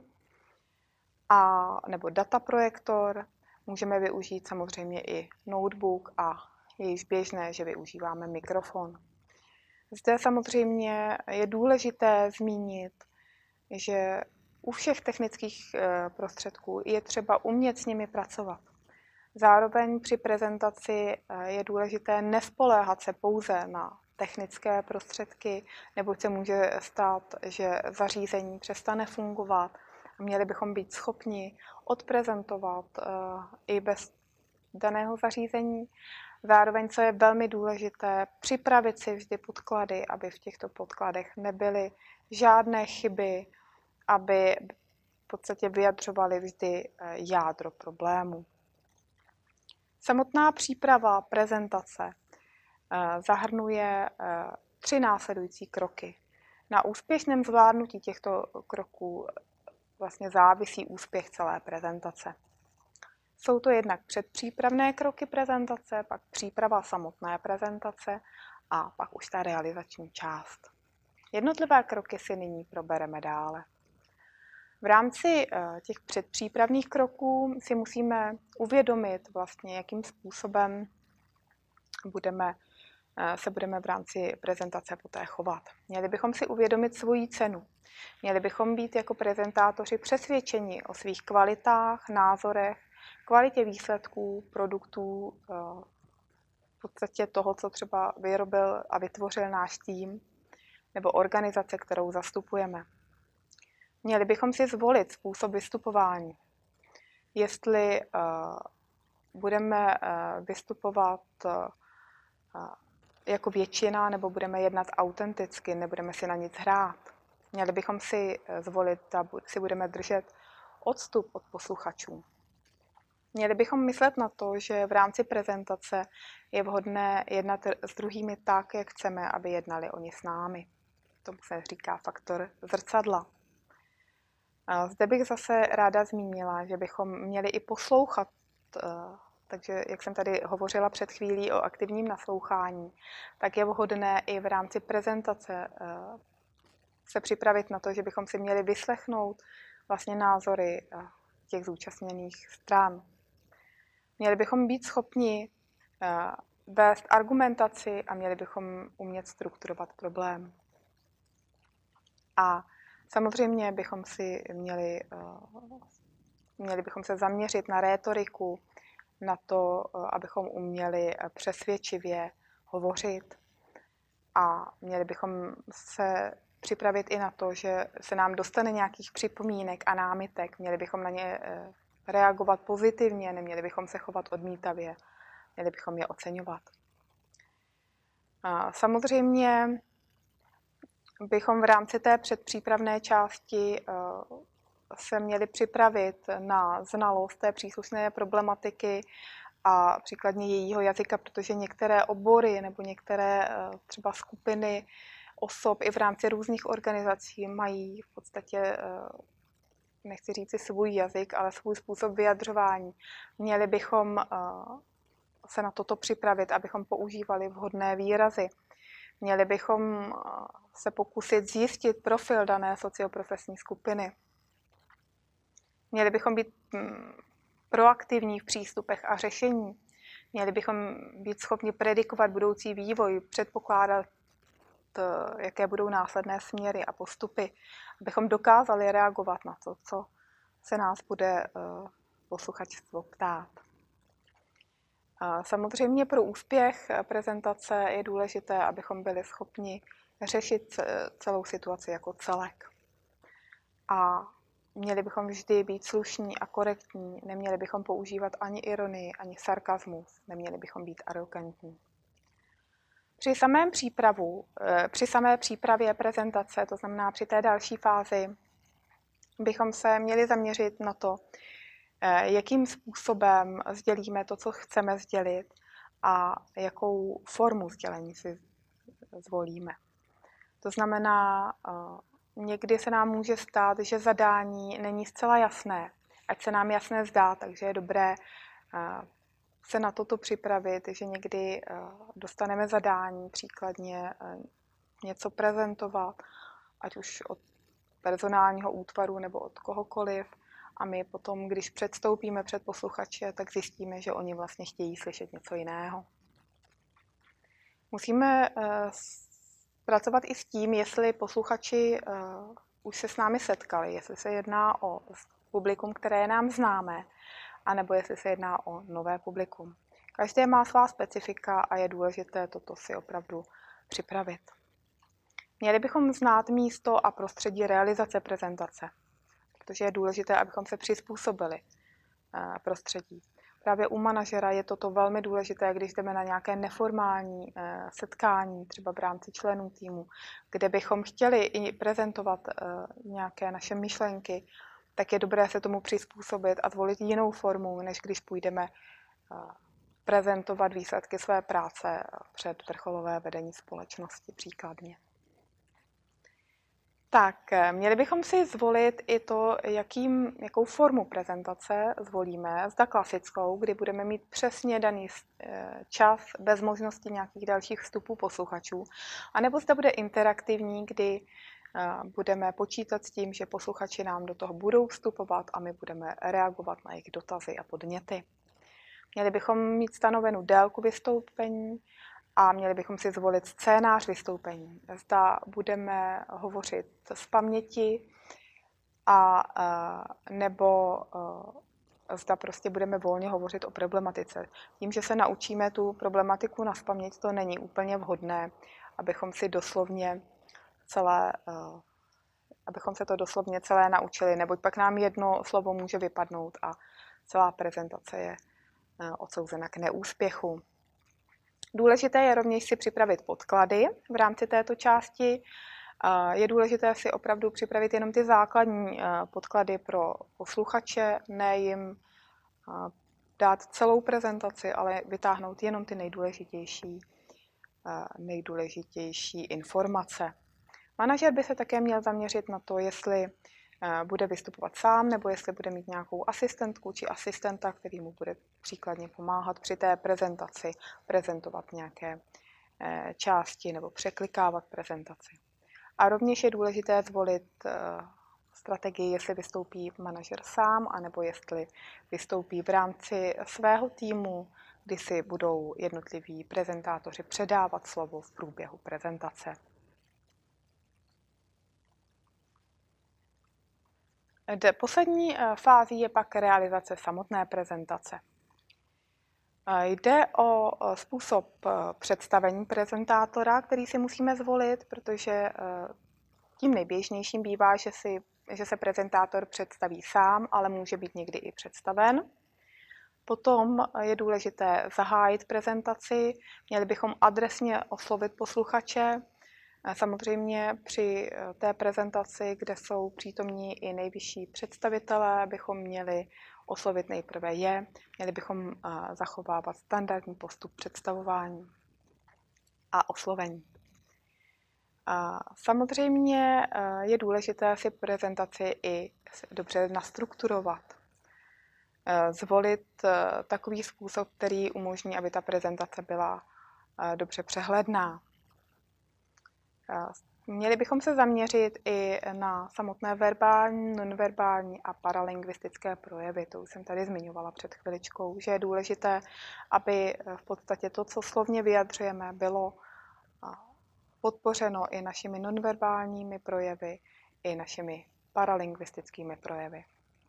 a, nebo dataprojektor. Můžeme využít samozřejmě i notebook a je již běžné, že využíváme mikrofon. Zde samozřejmě je důležité zmínit, že u všech technických prostředků je třeba umět s nimi pracovat. Zároveň při prezentaci je důležité nespoléhat se pouze na technické prostředky, neboť se může stát, že zařízení přestane fungovat. Měli bychom být schopni odprezentovat i bez daného zařízení. Zároveň, co je velmi důležité, připravit si vždy podklady, aby v těchto podkladech nebyly žádné chyby, aby v podstatě vyjadřovaly vždy jádro problému. Samotná příprava prezentace zahrnuje tři následující kroky. Na úspěšném zvládnutí těchto kroků vlastně závisí úspěch celé prezentace. Jsou to jednak předpřípravné kroky prezentace, pak příprava samotné prezentace a pak už ta realizační část. Jednotlivé kroky si nyní probereme dále. V rámci těch předpřípravných kroků si musíme uvědomit vlastně, jakým způsobem budeme, se budeme v rámci prezentace poté chovat. Měli bychom si uvědomit svoji cenu. Měli bychom být jako prezentátoři přesvědčeni o svých kvalitách, názorech, kvalitě výsledků, produktů, v podstatě toho, co třeba vyrobil a vytvořil náš tým nebo organizace, kterou zastupujeme. Měli bychom si zvolit způsob vystupování. Jestli uh, budeme uh, vystupovat uh, jako většina, nebo budeme jednat autenticky, nebudeme si na nic hrát. Měli bychom si zvolit a si budeme držet odstup od posluchačů. Měli bychom myslet na to, že v rámci prezentace je vhodné jednat s druhými tak, jak chceme, aby jednali oni s námi. Tomu se říká faktor zrcadla. Zde bych zase ráda zmínila, že bychom měli i poslouchat, takže jak jsem tady hovořila před chvílí o aktivním naslouchání, tak je vhodné i v rámci prezentace se připravit na to, že bychom si měli vyslechnout vlastně názory těch zúčastněných stran. Měli bychom být schopni vést argumentaci a měli bychom umět strukturovat problém. A samozřejmě bychom si měli, měli bychom se zaměřit na rétoriku, na to, abychom uměli přesvědčivě hovořit a měli bychom se připravit i na to, že se nám dostane nějakých připomínek a námitek. Měli bychom na ně reagovat pozitivně, neměli bychom se chovat odmítavě, měli bychom je oceňovat. A samozřejmě bychom v rámci té předpřípravné části se měli připravit na znalost té příslušné problematiky a příkladně jejího jazyka, protože některé obory nebo některé třeba skupiny osob i v rámci různých organizací mají v podstatě, nechci říct si svůj jazyk, ale svůj způsob vyjadřování. Měli bychom se na toto připravit, abychom používali vhodné výrazy. Měli bychom se pokusit zjistit profil dané socioprofesní skupiny. Měli bychom být proaktivní v přístupech a řešení. Měli bychom být schopni predikovat budoucí vývoj, předpokládat, jaké budou následné směry a postupy, abychom dokázali reagovat na to, co se nás bude posluchačstvo ptát. Samozřejmě pro úspěch prezentace je důležité, abychom byli schopni řešit celou situaci jako celek. A měli bychom vždy být slušní a korektní, neměli bychom používat ani ironii, ani sarkazmus, neměli bychom být arrogantní. Při samém přípravu, při samé přípravě prezentace, to znamená při té další fázi, bychom se měli zaměřit na to, jakým způsobem sdělíme to, co chceme sdělit a jakou formu sdělení si zvolíme. To znamená, někdy se nám může stát, že zadání není zcela jasné, ať se nám jasné zdá, takže je dobré se na toto připravit, že někdy dostaneme zadání, příkladně něco prezentovat, ať už od personálního útvaru nebo od kohokoliv, a my potom, když předstoupíme před posluchače, tak zjistíme, že oni vlastně chtějí slyšet něco jiného. Musíme pracovat i s tím, jestli posluchači už se s námi setkali, jestli se jedná o publikum, které je nám známé, anebo jestli se jedná o nové publikum. Každé má svá specifika a je důležité toto si opravdu připravit. Měli bychom znát místo a prostředí realizace prezentace, protože je důležité, abychom se přizpůsobili prostředí. Právě u manažera je toto velmi důležité, když jdeme na nějaké neformální setkání, třeba v rámci členů týmu, kde bychom chtěli i prezentovat nějaké naše myšlenky, tak je dobré se tomu přizpůsobit a zvolit jinou formu, než když půjdeme prezentovat výsledky své práce před vrcholové vedení společnosti příkladně. Tak, měli bychom si zvolit i to, jakým, jakou formu prezentace zvolíme. Zda klasickou, kdy budeme mít přesně daný čas bez možnosti nějakých dalších vstupů posluchačů, anebo zda bude interaktivní, kdy budeme počítat s tím, že posluchači nám do toho budou vstupovat a my budeme reagovat na jejich dotazy a podněty. Měli bychom mít stanovenou délku vystoupení a měli bychom si zvolit scénář vystoupení. Zda budeme hovořit z paměti a nebo zda prostě budeme volně hovořit o problematice. Tím, že se naučíme tu problematiku nazpaměť, to není úplně vhodné, abychom si doslovně celé, abychom se to doslovně celé naučili, neboť pak nám jedno slovo může vypadnout a celá prezentace je odsouzena k neúspěchu. Důležité je rovněž si připravit podklady v rámci této části. Je důležité si opravdu připravit jenom ty základní podklady pro posluchače, ne jim dát celou prezentaci, ale vytáhnout jenom ty nejdůležitější, nejdůležitější informace. Manažer by se také měl zaměřit na to, jestli bude vystupovat sám, nebo jestli bude mít nějakou asistentku či asistenta, který mu bude příkladně pomáhat při té prezentaci, prezentovat nějaké části nebo překlikávat prezentaci. A rovněž je důležité zvolit strategii, jestli vystoupí manažer sám, anebo jestli vystoupí v rámci svého týmu, kdy si budou jednotliví prezentátoři předávat slovo v průběhu prezentace. Poslední fází je pak realizace samotné prezentace. Jde o způsob představení prezentátora, který si musíme zvolit, protože tím nejběžnějším bývá, že, si, že se prezentátor představí sám, ale může být někdy i představen. Potom je důležité zahájit prezentaci, měli bychom adresně oslovit posluchače, Samozřejmě při té prezentaci, kde jsou přítomní i nejvyšší představitelé, bychom měli oslovit nejprve je, měli bychom zachovávat standardní postup představování a oslovení. Samozřejmě je důležité si prezentaci i dobře nastrukturovat. Zvolit takový způsob, který umožní, aby ta prezentace byla dobře přehledná. Měli bychom se zaměřit i na samotné verbální, nonverbální a paralingvistické projevy. To už jsem tady zmiňovala před chviličkou, že je důležité, aby v podstatě to, co slovně vyjadřujeme, bylo podpořeno i našimi nonverbálními projevy, i našimi paralingvistickými projevy.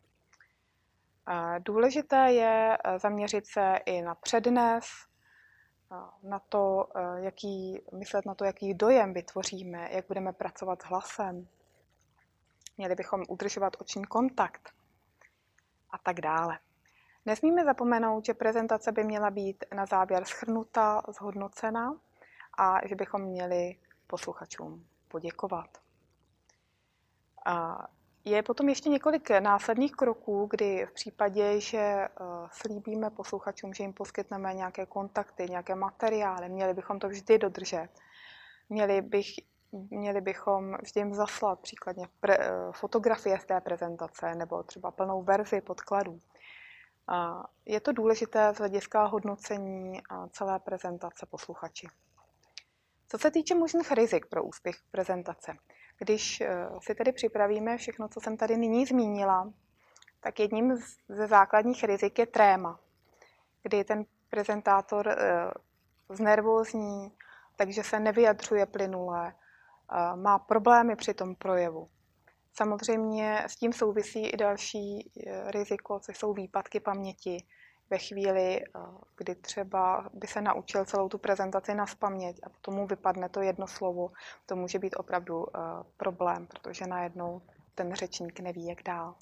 Důležité je zaměřit se i na přednes, na to, jaký, myslet na to, jaký dojem vytvoříme, jak budeme pracovat s hlasem. Měli bychom udržovat oční kontakt a tak dále. Nesmíme zapomenout, že prezentace by měla být na závěr shrnuta, zhodnocena a že bychom měli posluchačům poděkovat. A je potom ještě několik následných kroků, kdy v případě, že slíbíme posluchačům, že jim poskytneme nějaké kontakty, nějaké materiály, měli bychom to vždy dodržet. Měli, bych, měli bychom vždy jim zaslat příkladně pre, fotografie z té prezentace nebo třeba plnou verzi podkladů. Je to důležité z hlediska hodnocení celé prezentace posluchači. Co se týče možných rizik pro úspěch prezentace, když si tedy připravíme všechno, co jsem tady nyní zmínila, tak jedním ze základních rizik je tréma, kdy ten prezentátor znervózní, takže se nevyjadřuje plynule, má problémy při tom projevu. Samozřejmě s tím souvisí i další riziko, což jsou výpadky paměti. Ve chvíli, kdy třeba by se naučil celou tu prezentaci nazpaměť a tomu vypadne to jedno slovo, to může být opravdu problém, protože najednou ten řečník neví, jak dál.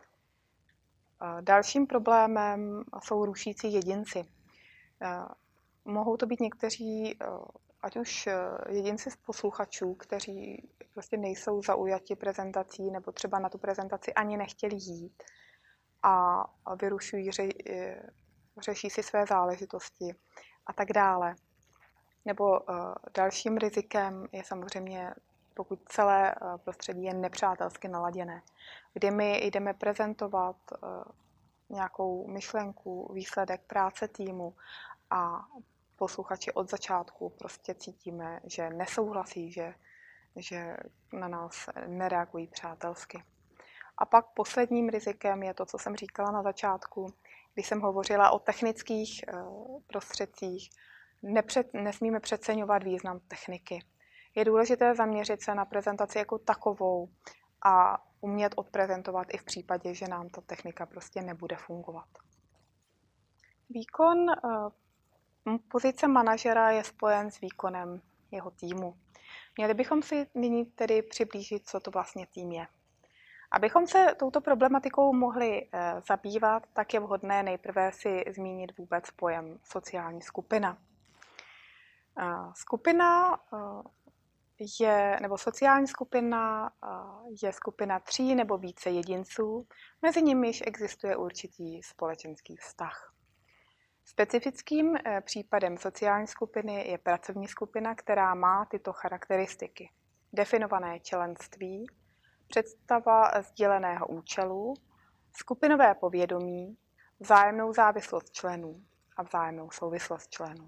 Dalším problémem jsou rušící jedinci. Mohou to být někteří, ať už jedinci z posluchačů, kteří prostě nejsou zaujati prezentací nebo třeba na tu prezentaci ani nechtěli jít a vyrušují, řeší si své záležitosti a tak dále. Nebo dalším rizikem je samozřejmě, pokud celé prostředí je nepřátelsky naladěné, kdy my jdeme prezentovat nějakou myšlenku, výsledek práce týmu a posluchači od začátku prostě cítíme, že nesouhlasí, že, že na nás nereagují přátelsky. A pak posledním rizikem je to, co jsem říkala na začátku, když jsem hovořila o technických prostředcích. Nepřed, nesmíme přeceňovat význam techniky. Je důležité zaměřit se na prezentaci jako takovou a umět odprezentovat i v případě, že nám ta technika prostě nebude fungovat. Výkon pozice manažera je spojen s výkonem jeho týmu. Měli bychom si nyní tedy přiblížit, co to vlastně tým je. Abychom se touto problematikou mohli zabývat, tak je vhodné nejprve si zmínit vůbec pojem sociální skupina. Skupina je, nebo sociální skupina je skupina tří nebo více jedinců, mezi nimiž existuje určitý společenský vztah. Specifickým případem sociální skupiny je pracovní skupina, která má tyto charakteristiky. Definované členství, představa sdíleného účelu, skupinové povědomí, vzájemnou závislost členů a vzájemnou souvislost členů.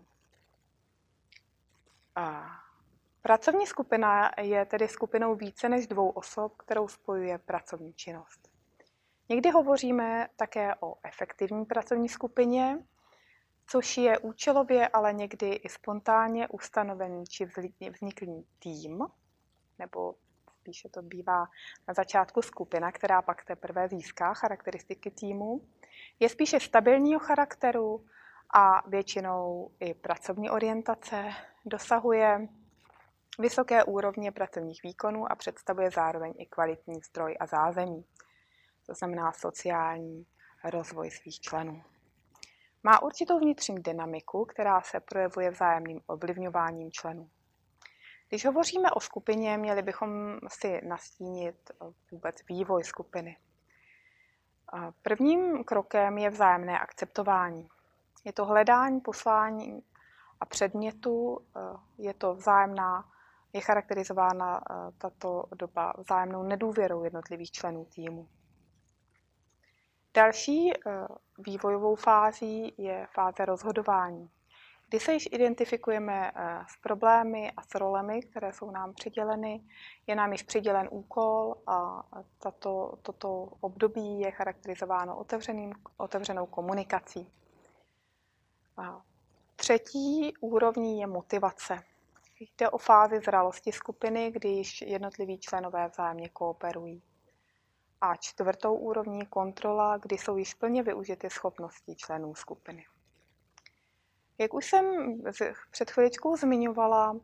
A pracovní skupina je tedy skupinou více než dvou osob, kterou spojuje pracovní činnost. Někdy hovoříme také o efektivní pracovní skupině, což je účelově, ale někdy i spontánně ustanovený či vzniklý tým, nebo spíše to bývá na začátku skupina, která pak teprve získá charakteristiky týmu, je spíše stabilního charakteru a většinou i pracovní orientace, dosahuje vysoké úrovně pracovních výkonů a představuje zároveň i kvalitní zdroj a zázemí, to znamená sociální rozvoj svých členů. Má určitou vnitřní dynamiku, která se projevuje vzájemným ovlivňováním členů. Když hovoříme o skupině, měli bychom si nastínit vůbec vývoj skupiny. Prvním krokem je vzájemné akceptování. Je to hledání poslání a předmětu, je to vzájemná, je charakterizována tato doba vzájemnou nedůvěrou jednotlivých členů týmu. Další vývojovou fází je fáze rozhodování, kdy se již identifikujeme s problémy a s rolemi, které jsou nám přiděleny. Je nám již přidělen úkol a tato, toto období je charakterizováno otevřeným, otevřenou komunikací. A třetí úrovní je motivace. Jde o fázi zralosti skupiny, kdy již jednotliví členové vzájemně kooperují. A čtvrtou úrovní kontrola, kdy jsou již plně využity schopnosti členů skupiny. Jak už jsem před chviličkou zmiňovala,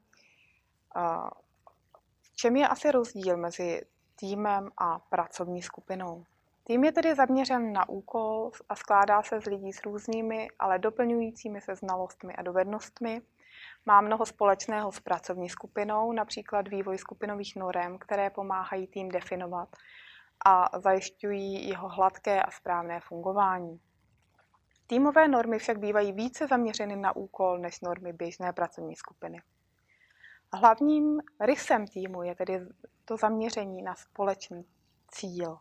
v čem je asi rozdíl mezi týmem a pracovní skupinou. Tým je tedy zaměřen na úkol a skládá se z lidí s různými, ale doplňujícími se znalostmi a dovednostmi. Má mnoho společného s pracovní skupinou, například vývoj skupinových norem, které pomáhají tým definovat a zajišťují jeho hladké a správné fungování. Týmové normy však bývají více zaměřeny na úkol než normy běžné pracovní skupiny. Hlavním rysem týmu je tedy to zaměření na společný cíl.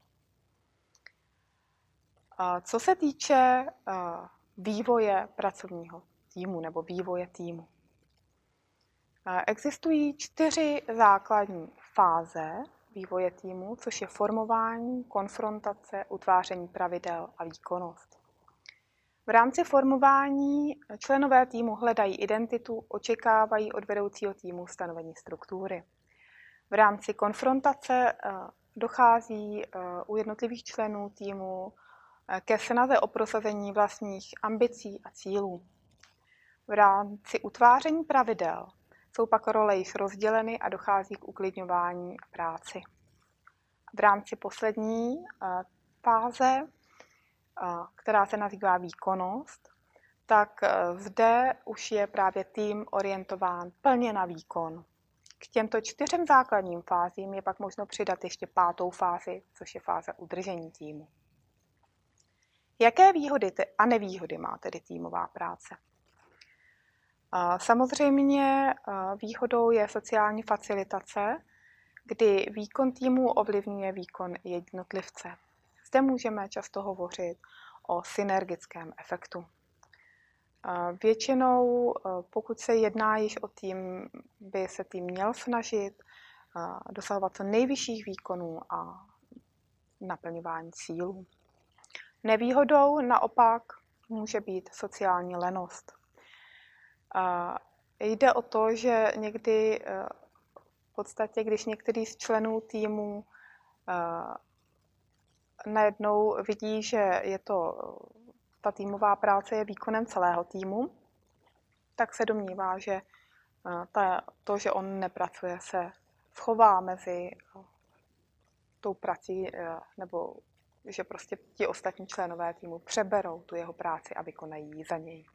Co se týče vývoje pracovního týmu nebo vývoje týmu, existují čtyři základní fáze vývoje týmu, což je formování, konfrontace, utváření pravidel a výkonnost. V rámci formování členové týmu hledají identitu, očekávají od vedoucího týmu stanovení struktury. V rámci konfrontace dochází u jednotlivých členů týmu ke snaze o prosazení vlastních ambicí a cílů. V rámci utváření pravidel jsou pak role již rozděleny a dochází k uklidňování a práci. V rámci poslední fáze, která se nazývá výkonnost, tak zde už je právě tým orientován plně na výkon. K těmto čtyřem základním fázím je pak možno přidat ještě pátou fázi, což je fáze udržení týmu. Jaké výhody a nevýhody má tedy týmová práce? Samozřejmě výhodou je sociální facilitace, kdy výkon týmu ovlivňuje výkon jednotlivce. Zde můžeme často hovořit o synergickém efektu. Většinou, pokud se jedná již o tým, by se tým měl snažit dosahovat co nejvyšších výkonů a naplňování cílů. Nevýhodou naopak může být sociální lenost. Jde o to, že někdy v podstatě, když některý z členů týmu najednou vidí, že je to, ta týmová práce je výkonem celého týmu, tak se domnívá, že ta, to, že on nepracuje, se schová mezi tou prací, nebo že prostě ti ostatní členové týmu přeberou tu jeho práci a vykonají ji za něj.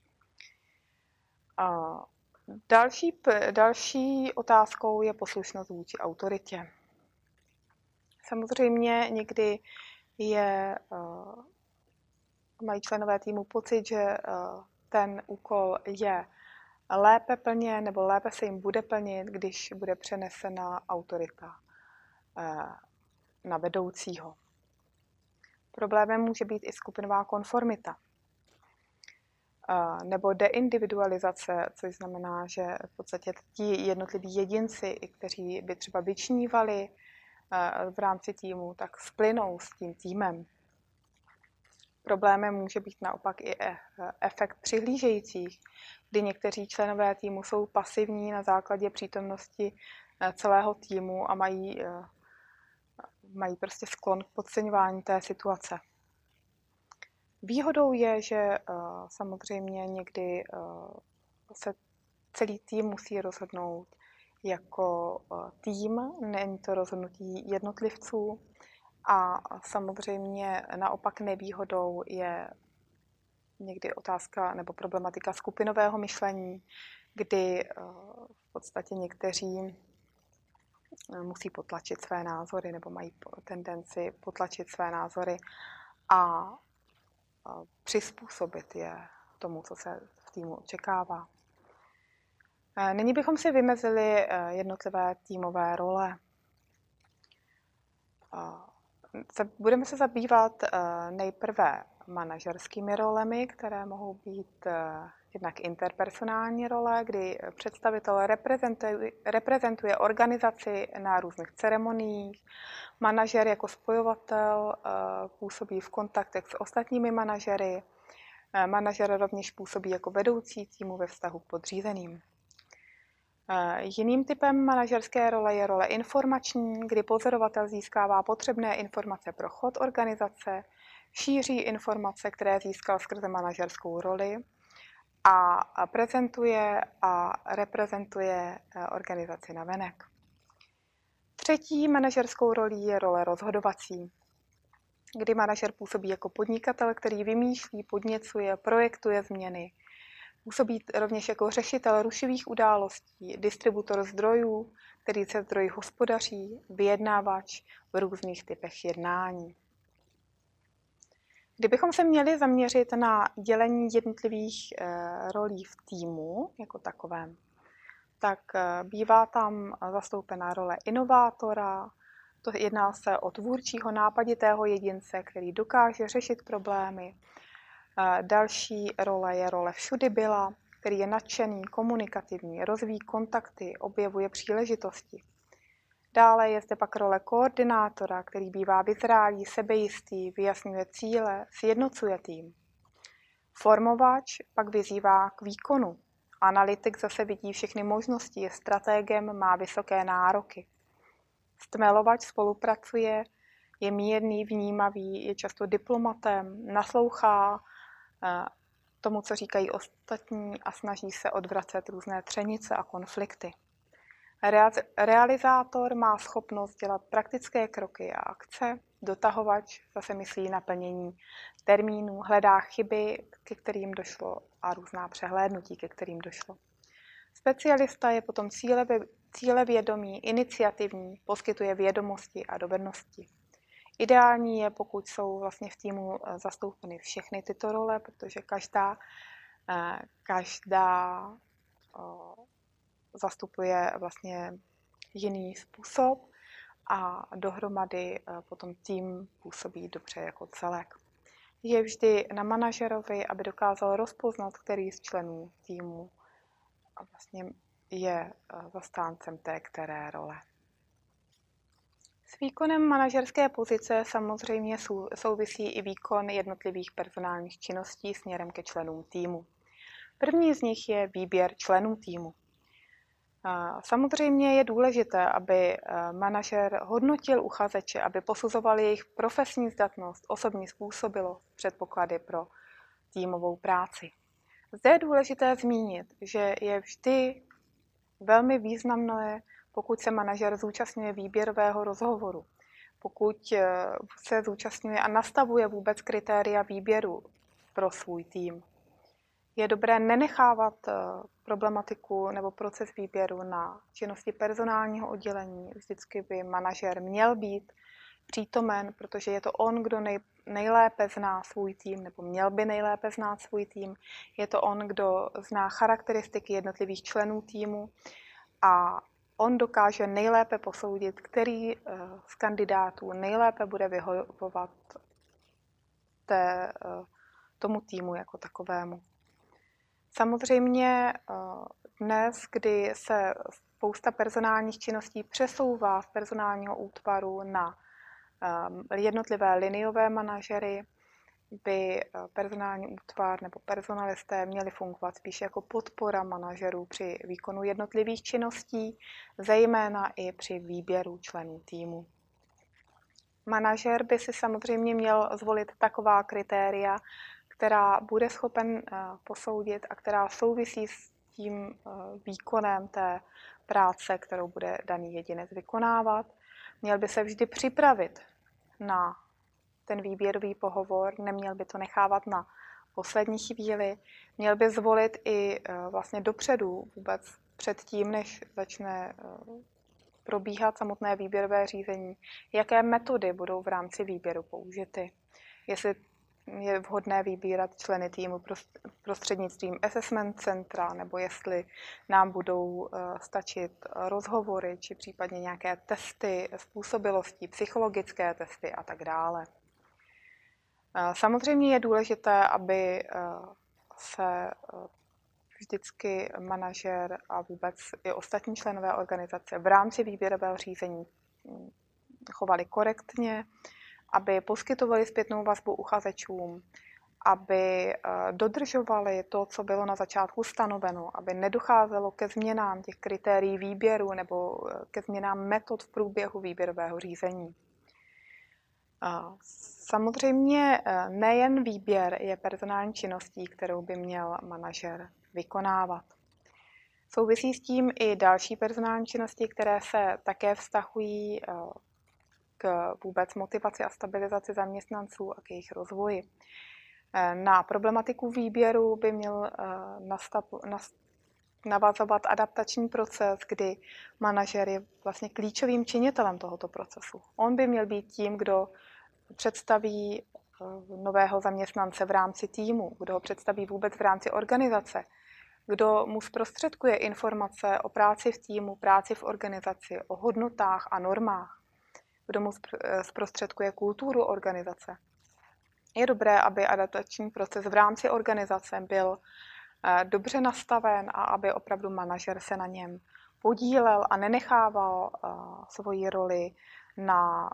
Další, další otázkou je poslušnost vůči autoritě. Samozřejmě někdy je, mají členové týmu pocit, že ten úkol je lépe plněn nebo lépe se jim bude plnit, když bude přenesena autorita na vedoucího. Problémem může být i skupinová konformita nebo deindividualizace, což znamená, že v podstatě ti jednotliví jedinci, kteří by třeba vyčnívali v rámci týmu, tak splynou s tím týmem. Problémem může být naopak i efekt přihlížejících, kdy někteří členové týmu jsou pasivní na základě přítomnosti celého týmu a mají, mají prostě sklon k podceňování té situace. Výhodou je, že samozřejmě někdy se celý tým musí rozhodnout jako tým, není to rozhodnutí jednotlivců. A samozřejmě naopak nevýhodou je někdy otázka nebo problematika skupinového myšlení, kdy v podstatě někteří musí potlačit své názory nebo mají tendenci potlačit své názory a přizpůsobit je tomu, co se v týmu očekává. Nyní bychom si vymezili jednotlivé týmové role. Budeme se zabývat nejprve manažerskými rolemi, které mohou být jednak interpersonální role, kdy představitel reprezentuje, reprezentuje organizaci na různých ceremoniích. Manažer jako spojovatel působí v kontaktech s ostatními manažery. Manažer rovněž působí jako vedoucí týmu ve vztahu k podřízeným. Jiným typem manažerské role je role informační, kdy pozorovatel získává potřebné informace pro chod organizace, šíří informace, které získal skrze manažerskou roli a prezentuje a reprezentuje organizaci navenek. Třetí manažerskou rolí je role rozhodovací, kdy manažer působí jako podnikatel, který vymýšlí, podněcuje, projektuje změny. Působí rovněž jako řešitel rušivých událostí, distributor zdrojů, který se zdroji hospodaří, vyjednávač v různých typech jednání. Kdybychom se měli zaměřit na dělení jednotlivých rolí v týmu jako takovém, tak bývá tam zastoupená role inovátora, to jedná se o tvůrčího nápaditého jedince, který dokáže řešit problémy. Další role je role všudybyla, který je nadšený, komunikativní, rozvíjí kontakty, objevuje příležitosti. Dále je zde pak role koordinátora, který bývá vyzrálý, sebejistý, vyjasňuje cíle, sjednocuje tým. Formovač pak vyzývá k výkonu. Analytik zase vidí všechny možnosti, je stratégem, má vysoké nároky. Stmelovač spolupracuje, je mírný, vnímavý, je často diplomatem, naslouchá tomu, co říkají ostatní a snaží se odvracet různé třenice a konflikty. Realizátor má schopnost dělat praktické kroky a akce, dotahovač zase myslí na plnění termínů, hledá chyby, ke kterým došlo a různá přehlédnutí, ke kterým došlo. Specialista je potom cílevědomý, iniciativní, poskytuje vědomosti a dovednosti. Ideální je, pokud jsou vlastně v týmu zastoupeny všechny tyto role, protože každá, každá zastupuje vlastně jiný způsob a dohromady potom tým působí dobře jako celek. Je vždy na manažerovi, aby dokázal rozpoznat, který z členů týmu vlastně je zastáncem té které role. S výkonem manažerské pozice samozřejmě souvisí i výkon jednotlivých personálních činností směrem ke členům týmu. První z nich je výběr členů týmu. Samozřejmě je důležité, aby manažer hodnotil uchazeče, aby posuzoval jejich profesní zdatnost, osobní způsobilost, předpoklady pro týmovou práci. Zde je důležité zmínit, že je vždy velmi významné, pokud se manažer zúčastňuje výběrového rozhovoru, pokud se zúčastňuje a nastavuje vůbec kritéria výběru pro svůj tým. Je dobré nenechávat problematiku nebo proces výběru na činnosti personálního oddělení. Vždycky by manažer měl být přítomen, protože je to on, kdo nej, nejlépe zná svůj tým, nebo měl by nejlépe znát svůj tým. Je to on, kdo zná charakteristiky jednotlivých členů týmu a on dokáže nejlépe posoudit, který z kandidátů nejlépe bude vyhovovat té, tomu týmu jako takovému. Samozřejmě dnes, kdy se spousta personálních činností přesouvá z personálního útvaru na jednotlivé liniové manažery, by personální útvar nebo personalisté měli fungovat spíše jako podpora manažerů při výkonu jednotlivých činností, zejména i při výběru členů týmu. Manažer by si samozřejmě měl zvolit taková kritéria, která bude schopen posoudit a která souvisí s tím výkonem té práce, kterou bude daný jedinec vykonávat. Měl by se vždy připravit na ten výběrový pohovor, neměl by to nechávat na poslední chvíli. Měl by zvolit i vlastně dopředu, vůbec před tím, než začne probíhat samotné výběrové řízení, jaké metody budou v rámci výběru použity. Jestli je vhodné vybírat členy týmu prostřednictvím assessment centra, nebo jestli nám budou stačit rozhovory, či případně nějaké testy způsobilostí, psychologické testy a tak dále. Samozřejmě je důležité, aby se vždycky manažer a vůbec i ostatní členové organizace v rámci výběrového řízení chovali korektně, aby poskytovali zpětnou vazbu uchazečům, aby dodržovali to, co bylo na začátku stanoveno, aby nedocházelo ke změnám těch kritérií výběru nebo ke změnám metod v průběhu výběrového řízení. Samozřejmě nejen výběr je personální činností, kterou by měl manažer vykonávat. Souvisí s tím i další personální činnosti, které se také vztahují k vůbec motivaci a stabilizaci zaměstnanců a k jejich rozvoji. Na problematiku výběru by měl navazovat adaptační proces, kdy manažer je vlastně klíčovým činitelem tohoto procesu. On by měl být tím, kdo představí nového zaměstnance v rámci týmu, kdo ho představí vůbec v rámci organizace, kdo mu zprostředkuje informace o práci v týmu, práci v organizaci, o hodnotách a normách, kdo mu zprostředkuje kulturu organizace. Je dobré, aby adaptační proces v rámci organizace byl dobře nastaven a aby opravdu manažer se na něm podílel a nenechával svoji roli na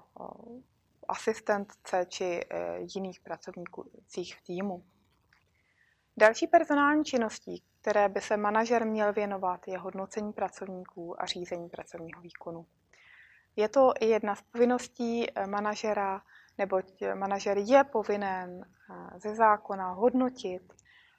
asistentce či jiných pracovnících v týmu. Další personální činností, které by se manažer měl věnovat, je hodnocení pracovníků a řízení pracovního výkonu. Je to i jedna z povinností manažera, neboť manažer je povinen ze zákona hodnotit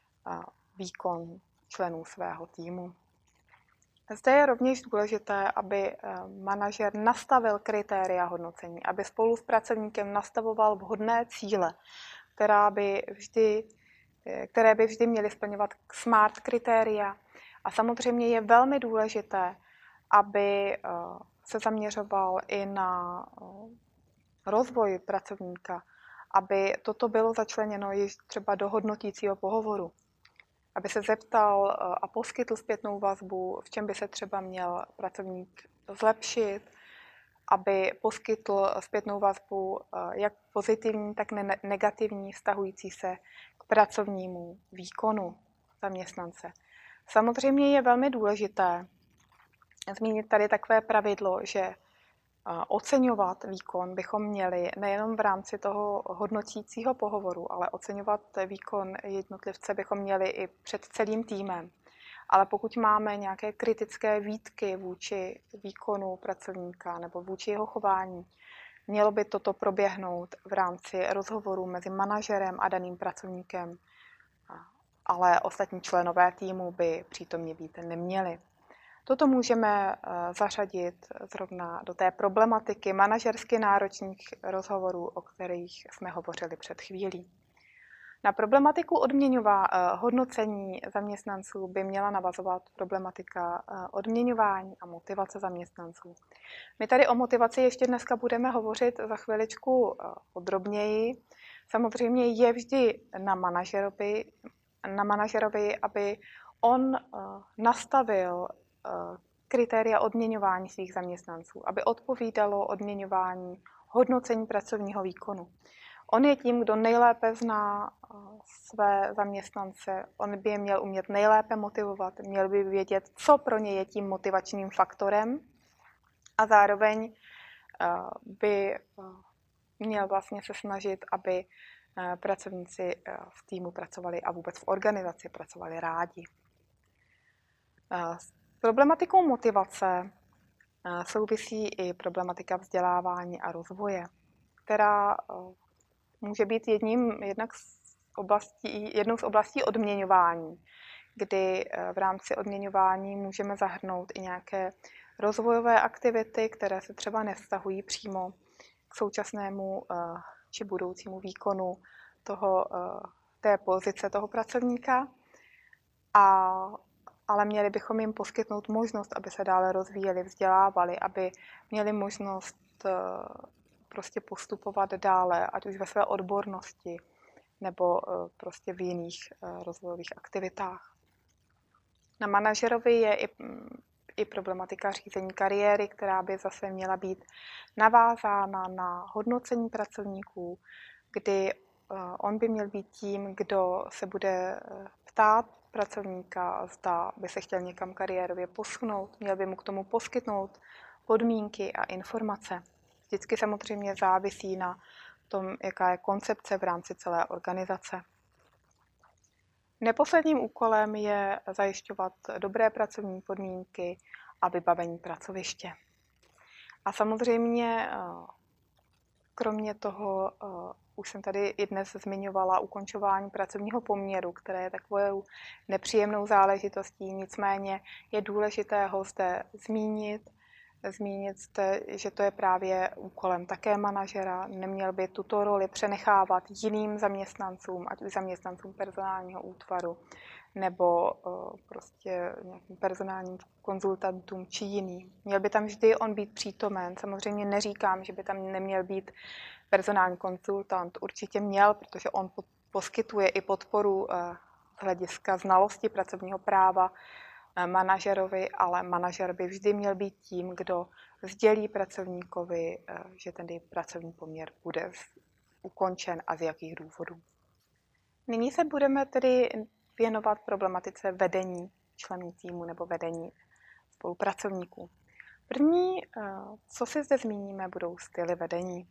výkon členů svého týmu. Zde je rovněž důležité, aby manažer nastavil kritéria hodnocení, aby spolu s pracovníkem nastavoval vhodné cíle, která by vždy, které by vždy měly splňovat SMART kritéria. A samozřejmě je velmi důležité, aby se zaměřoval i na rozvoj pracovníka, aby toto bylo začleněno již třeba do hodnotícího pohovoru, aby se zeptal a poskytl zpětnou vazbu, v čem by se třeba měl pracovník zlepšit, aby poskytl zpětnou vazbu jak pozitivní, tak negativní, vztahující se k pracovnímu výkonu zaměstnance. Samozřejmě je velmi důležité zmínit tady takové pravidlo, že oceňovat výkon bychom měli nejenom v rámci toho hodnotícího pohovoru, ale oceňovat výkon jednotlivce bychom měli i před celým týmem. Ale pokud máme nějaké kritické výtky vůči výkonu pracovníka nebo vůči jeho chování, mělo by toto proběhnout v rámci rozhovoru mezi manažerem a daným pracovníkem, ale ostatní členové týmu by přítomně být neměli. Toto můžeme zařadit zrovna do té problematiky manažersky náročných rozhovorů, o kterých jsme hovořili před chvílí. Na problematiku odměňová, hodnocení zaměstnanců by měla navazovat problematika odměňování a motivace zaměstnanců. My tady o motivaci ještě dneska budeme hovořit za chviličku podrobněji. Samozřejmě je vždy na manažerovi, na manažerovi, aby on nastavil kritéria odměňování svých zaměstnanců, aby odpovídalo odměňování hodnocení pracovního výkonu. On je tím, kdo nejlépe zná své zaměstnance, on by je měl umět nejlépe motivovat, měl by vědět, co pro ně je tím motivačním faktorem a zároveň by měl vlastně se snažit, aby pracovníci v týmu pracovali a vůbec v organizaci pracovali rádi. S problematikou motivace souvisí i problematika vzdělávání a rozvoje, která může být jedním, jednak z oblastí, jednou z oblastí odměňování, kdy v rámci odměňování můžeme zahrnout i nějaké rozvojové aktivity, které se třeba nevztahují přímo k současnému či budoucímu výkonu toho, té pozice toho pracovníka, a, ale měli bychom jim poskytnout možnost, aby se dále rozvíjeli, vzdělávali, aby měli možnost prostě postupovat dále, ať už ve své odbornosti nebo prostě v jiných rozvojových aktivitách. Na manažerovi je i, i problematika řízení kariéry, která by zase měla být navázána na hodnocení pracovníků, kdy on by měl být tím, kdo se bude ptát pracovníka, zda by se chtěl někam kariérově posunout, měl by mu k tomu poskytnout podmínky a informace. Vždycky samozřejmě závisí na tom, jaká je koncepce v rámci celé organizace. Neposledním úkolem je zajišťovat dobré pracovní podmínky a vybavení pracoviště. A samozřejmě, kromě toho, už jsem tady i dnes zmiňovala ukončování pracovního poměru, které je takovou nepříjemnou záležitostí, nicméně je důležité ho zde zmínit, zmínit zde, že to je právě úkolem také manažera, neměl by tuto roli přenechávat jiným zaměstnancům, ať už zaměstnancům personálního útvaru, nebo prostě nějakým personálním konzultantům či jiným. Měl by tam vždy on být přítomen. Samozřejmě neříkám, že by tam neměl být personální konzultant. Určitě měl, protože on poskytuje i podporu z hlediska znalosti pracovního práva manažerovi, ale manažer by vždy měl být tím, kdo sdělí pracovníkovi, že ten pracovní poměr bude ukončen a z jakých důvodů. Nyní se budeme tedy věnovat problematice vedení členů týmu nebo vedení spolupracovníků. První, co si zde zmíníme, budou styly vedení.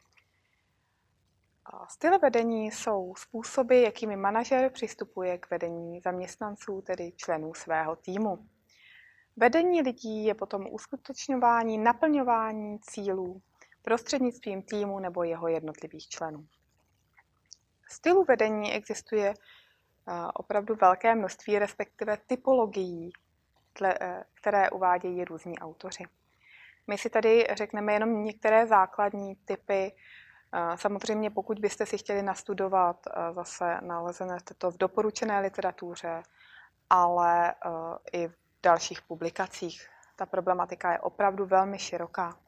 Styly vedení jsou způsoby, jakými manažer přistupuje k vedení zaměstnanců, tedy členů svého týmu. Vedení lidí je potom uskutečňování, naplňování cílů prostřednictvím týmu nebo jeho jednotlivých členů. Stylů vedení existuje opravdu velké množství, respektive typologií, které uvádějí různí autoři. My si tady řekneme jenom některé základní typy. Samozřejmě, pokud byste si chtěli nastudovat, zase naleznete to v doporučené literatuře, ale i v dalších publikacích. Ta problematika je opravdu velmi široká.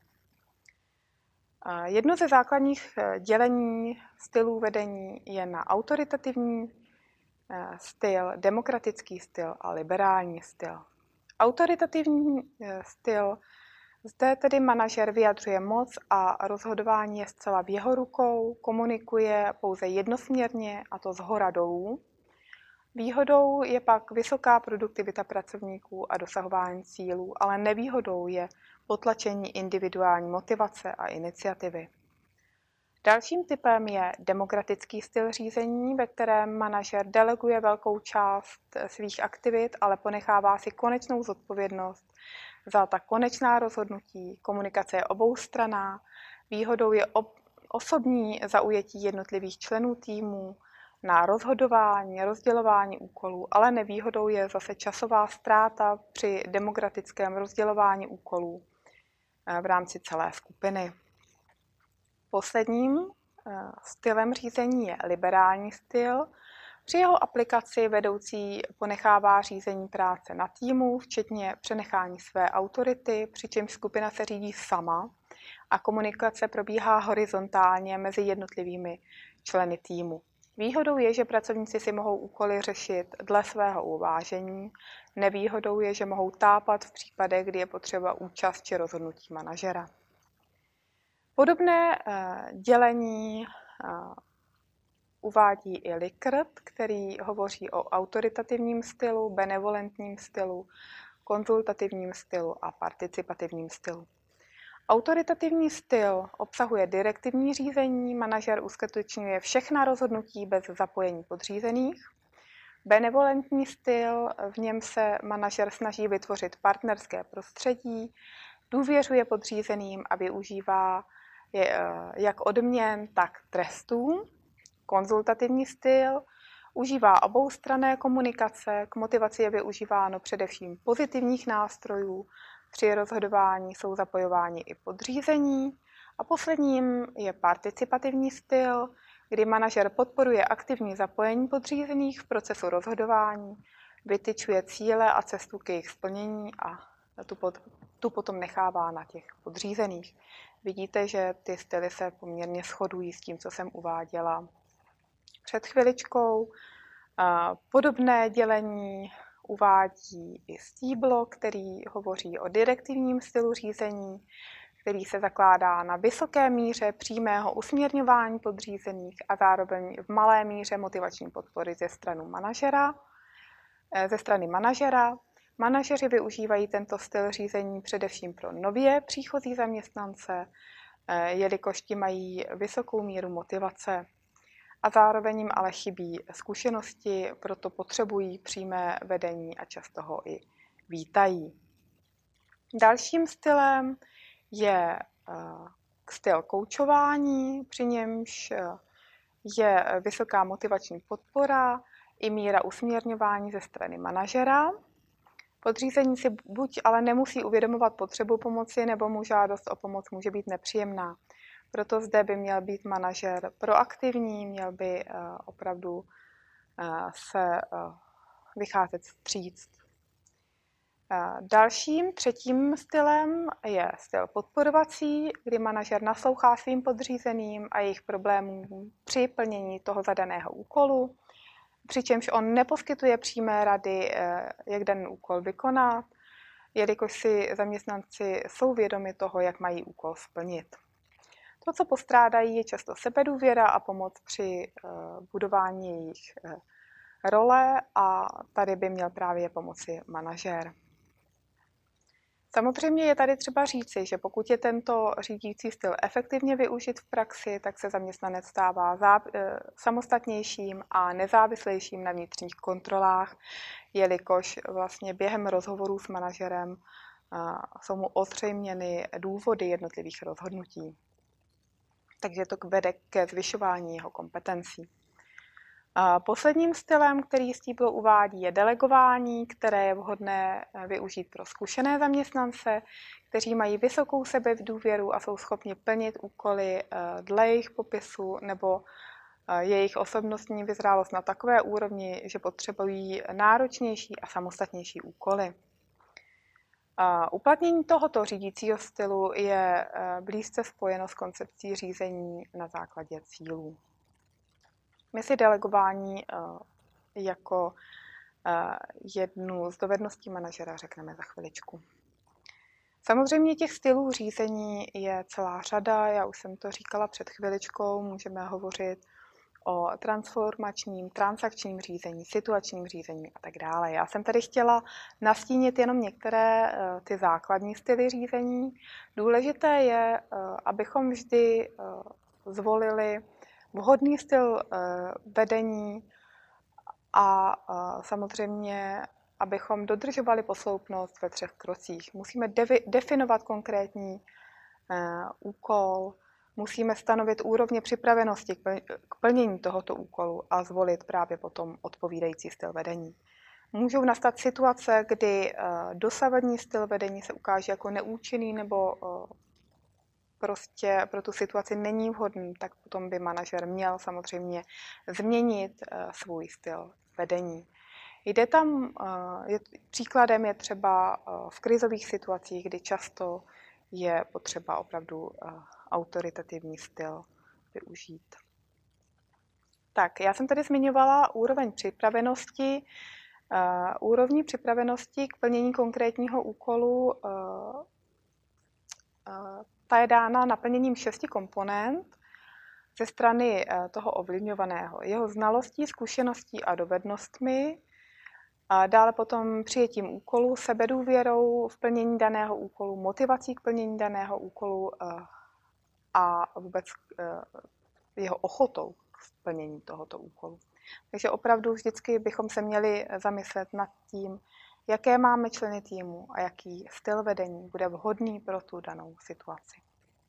Jedno ze základních dělení stylů vedení je na autoritativní styl, demokratický styl a liberální styl. Autoritativní styl, zde tedy manažer vyjadřuje moc a rozhodování je zcela v jeho rukou, komunikuje pouze jednosměrně, a to zhora dolů. Výhodou je pak vysoká produktivita pracovníků a dosahování cílů, ale nevýhodou je potlačení individuální motivace a iniciativy. Dalším typem je demokratický styl řízení, ve kterém manažer deleguje velkou část svých aktivit, ale ponechává si konečnou zodpovědnost za ta konečná rozhodnutí. Komunikace je oboustranná, výhodou je osobní zaujetí jednotlivých členů týmu na rozhodování, rozdělování úkolů, ale nevýhodou je zase časová ztráta při demokratickém rozdělování úkolů v rámci celé skupiny. Posledním stylem řízení je liberální styl. Při jeho aplikaci vedoucí ponechává řízení práce na týmu, včetně přenechání své autority, přičemž skupina se řídí sama a komunikace probíhá horizontálně mezi jednotlivými členy týmu. Výhodou je, že pracovníci si mohou úkoly řešit dle svého uvážení. Nevýhodou je, že mohou tápat v případech, kdy je potřeba účast či rozhodnutí manažera. Podobné dělení uvádí i Likert, který hovoří o autoritativním stylu, benevolentním stylu, konzultativním stylu a participativním stylu. Autoritativní styl obsahuje direktivní řízení, manažer uskutečňuje všechna rozhodnutí bez zapojení podřízených. Benevolentní styl, v něm se manažer snaží vytvořit partnerské prostředí, důvěřuje podřízeným a využívá je jak odměn, tak trestů. Konzultativní styl užívá oboustranné komunikace, k motivaci je využíváno především pozitivních nástrojů, při rozhodování jsou zapojováni i podřízení. A posledním je participativní styl, kdy manažer podporuje aktivní zapojení podřízených v procesu rozhodování, vytyčuje cíle a cestu k jejich splnění a tu, pod, tu potom nechává na těch podřízených. Vidíte, že ty styly se poměrně shodují s tím, co jsem uváděla před chviličkou. Podobné dělení uvádí i Stýblo, který hovoří o direktivním stylu řízení, který se zakládá na vysoké míře přímého usměrňování podřízených a zároveň v malé míře motivační podpory ze strany manažera. Ze strany manažera. Manažeři využívají tento styl řízení především pro nově příchozí zaměstnance, jelikož ti mají vysokou míru motivace a zároveň jim ale chybí zkušenosti, proto potřebují přímé vedení a často ho i vítají. Dalším stylem je styl koučování, při němž je vysoká motivační podpora i míra usměrňování ze strany manažera. Podřízení si buď ale nemusí uvědomovat potřebu pomoci, nebo mu žádost o pomoc může být nepříjemná. Proto zde by měl být manažer proaktivní, měl by opravdu se vycházet vstříc. Dalším, třetím stylem je styl podporovací, kdy manažer naslouchá svým podřízeným a jejich problémům při plnění toho zadaného úkolu, přičemž on neposkytuje přímé rady, jak daný úkol vykonat, jelikož si zaměstnanci jsou vědomi toho, jak mají úkol splnit. To, co postrádají, je často sebedůvěra a pomoc při budování jejich role a tady by měl právě pomoci manažer. Samozřejmě je tady třeba říci, že pokud je tento řídící styl efektivně využit v praxi, tak se zaměstnanec stává samostatnějším a nezávislejším na vnitřních kontrolách, jelikož vlastně během rozhovorů s manažerem jsou mu ozřejměny důvody jednotlivých rozhodnutí. Takže to vede ke zvyšování jeho kompetencí. Posledním stylem, který Stýblo uvádí, je delegování, které je vhodné využít pro zkušené zaměstnance, kteří mají vysokou sebedůvěru a jsou schopni plnit úkoly dle jejich popisu nebo jejich osobnostní vyzrálost na takové úrovni, že potřebují náročnější a samostatnější úkoly. Uplatnění tohoto řídícího stylu je blízce spojeno s koncepcí řízení na základě cílů. My si delegování jako jednu z dovedností manažera řekneme za chviličku. Samozřejmě těch stylů řízení je celá řada, já už jsem to říkala před chviličkou, můžeme hovořit o transformačním, transakčním řízení, situačním řízení a tak dále. Já jsem tady chtěla nastínit jenom některé ty základní styly řízení. Důležité je, abychom vždy zvolili vhodný styl vedení a samozřejmě, abychom dodržovali posloupnost ve třech krocích. Musíme definovat konkrétní úkol, musíme stanovit úrovně připravenosti k plnění tohoto úkolu a zvolit právě potom odpovídající styl vedení. Můžou nastat situace, kdy dosavadní styl vedení se ukáže jako neúčinný nebo prostě pro tu situaci není vhodný, tak potom by manažer měl samozřejmě změnit svůj styl vedení. Jde tam, je, příkladem je třeba v krizových situacích, kdy často je potřeba opravdu autoritativní styl využít. Tak, já jsem tady zmiňovala úroveň připravenosti. Úrovní připravenosti k plnění konkrétního úkolu ta je dána naplněním šesti komponent ze strany toho ovlivňovaného. Jeho znalostí, zkušeností a dovednostmi, a dále potom přijetím úkolu, sebedůvěrou v plnění daného úkolu, motivací k plnění daného úkolu a vůbec jeho ochotou k plnění tohoto úkolu. Takže opravdu vždycky bychom se měli zamyslet nad tím, jaké máme členy týmu a jaký styl vedení bude vhodný pro tu danou situaci.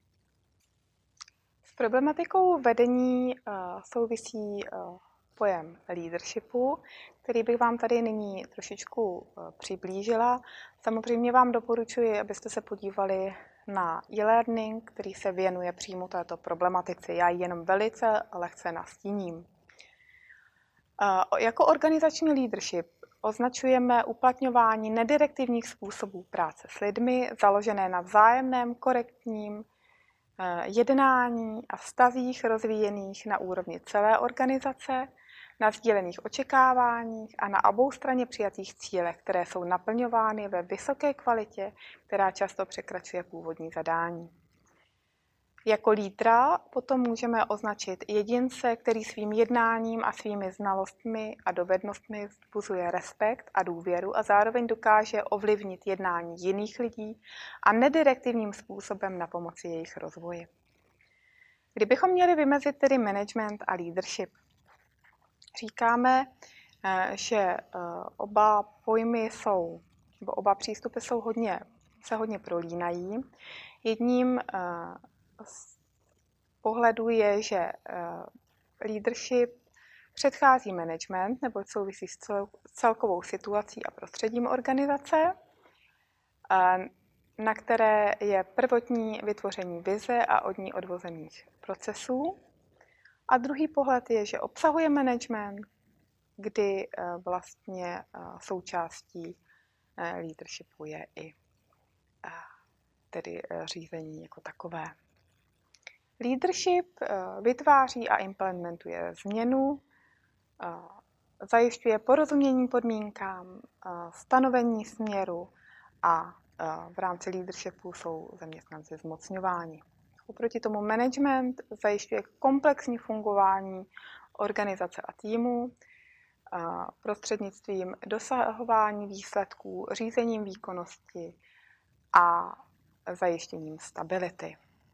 S problematikou vedení souvisí pojem leadershipu, který bych vám tady nyní trošičku přiblížila. Samozřejmě vám doporučuji, abyste se podívali na e-learning, který se věnuje přímo této problematice. Já ji jenom velice lehce nastíním. Jako organizační leadership označujeme uplatňování nedirektivních způsobů práce s lidmi, založené na vzájemném, korektním jednání a vztazích rozvíjených na úrovni celé organizace, na sdílených očekáváních a na obou straně přijatých cílech, které jsou naplňovány ve vysoké kvalitě, která často překračuje původní zadání. Jako lídra potom můžeme označit jedince, který svým jednáním a svými znalostmi a dovednostmi vzbuzuje respekt a důvěru a zároveň dokáže ovlivnit jednání jiných lidí a nedirektivním způsobem na pomoci jejich rozvoji. Kdybychom měli vymezit tedy management a leadership, říkáme, že oba pojmy jsou, nebo oba přístupy jsou hodně, se hodně prolínají. Jedním z pohledů je, že leadership předchází management, nebo souvisí s celkovou situací a prostředím organizace, na které je prvotní vytvoření vize a od ní odvozených procesů. A druhý pohled je, že obsahuje management, kdy vlastně součástí leadershipu je i tedy řízení jako takové. Leadership vytváří a implementuje změnu, zajišťuje porozumění podmínkám, stanovení směru a v rámci leadershipu jsou zaměstnanci zmocňováni. Oproti tomu management zajišťuje komplexní fungování organizace a týmu prostřednictvím dosahování výsledků, řízením výkonnosti a zajištěním stability.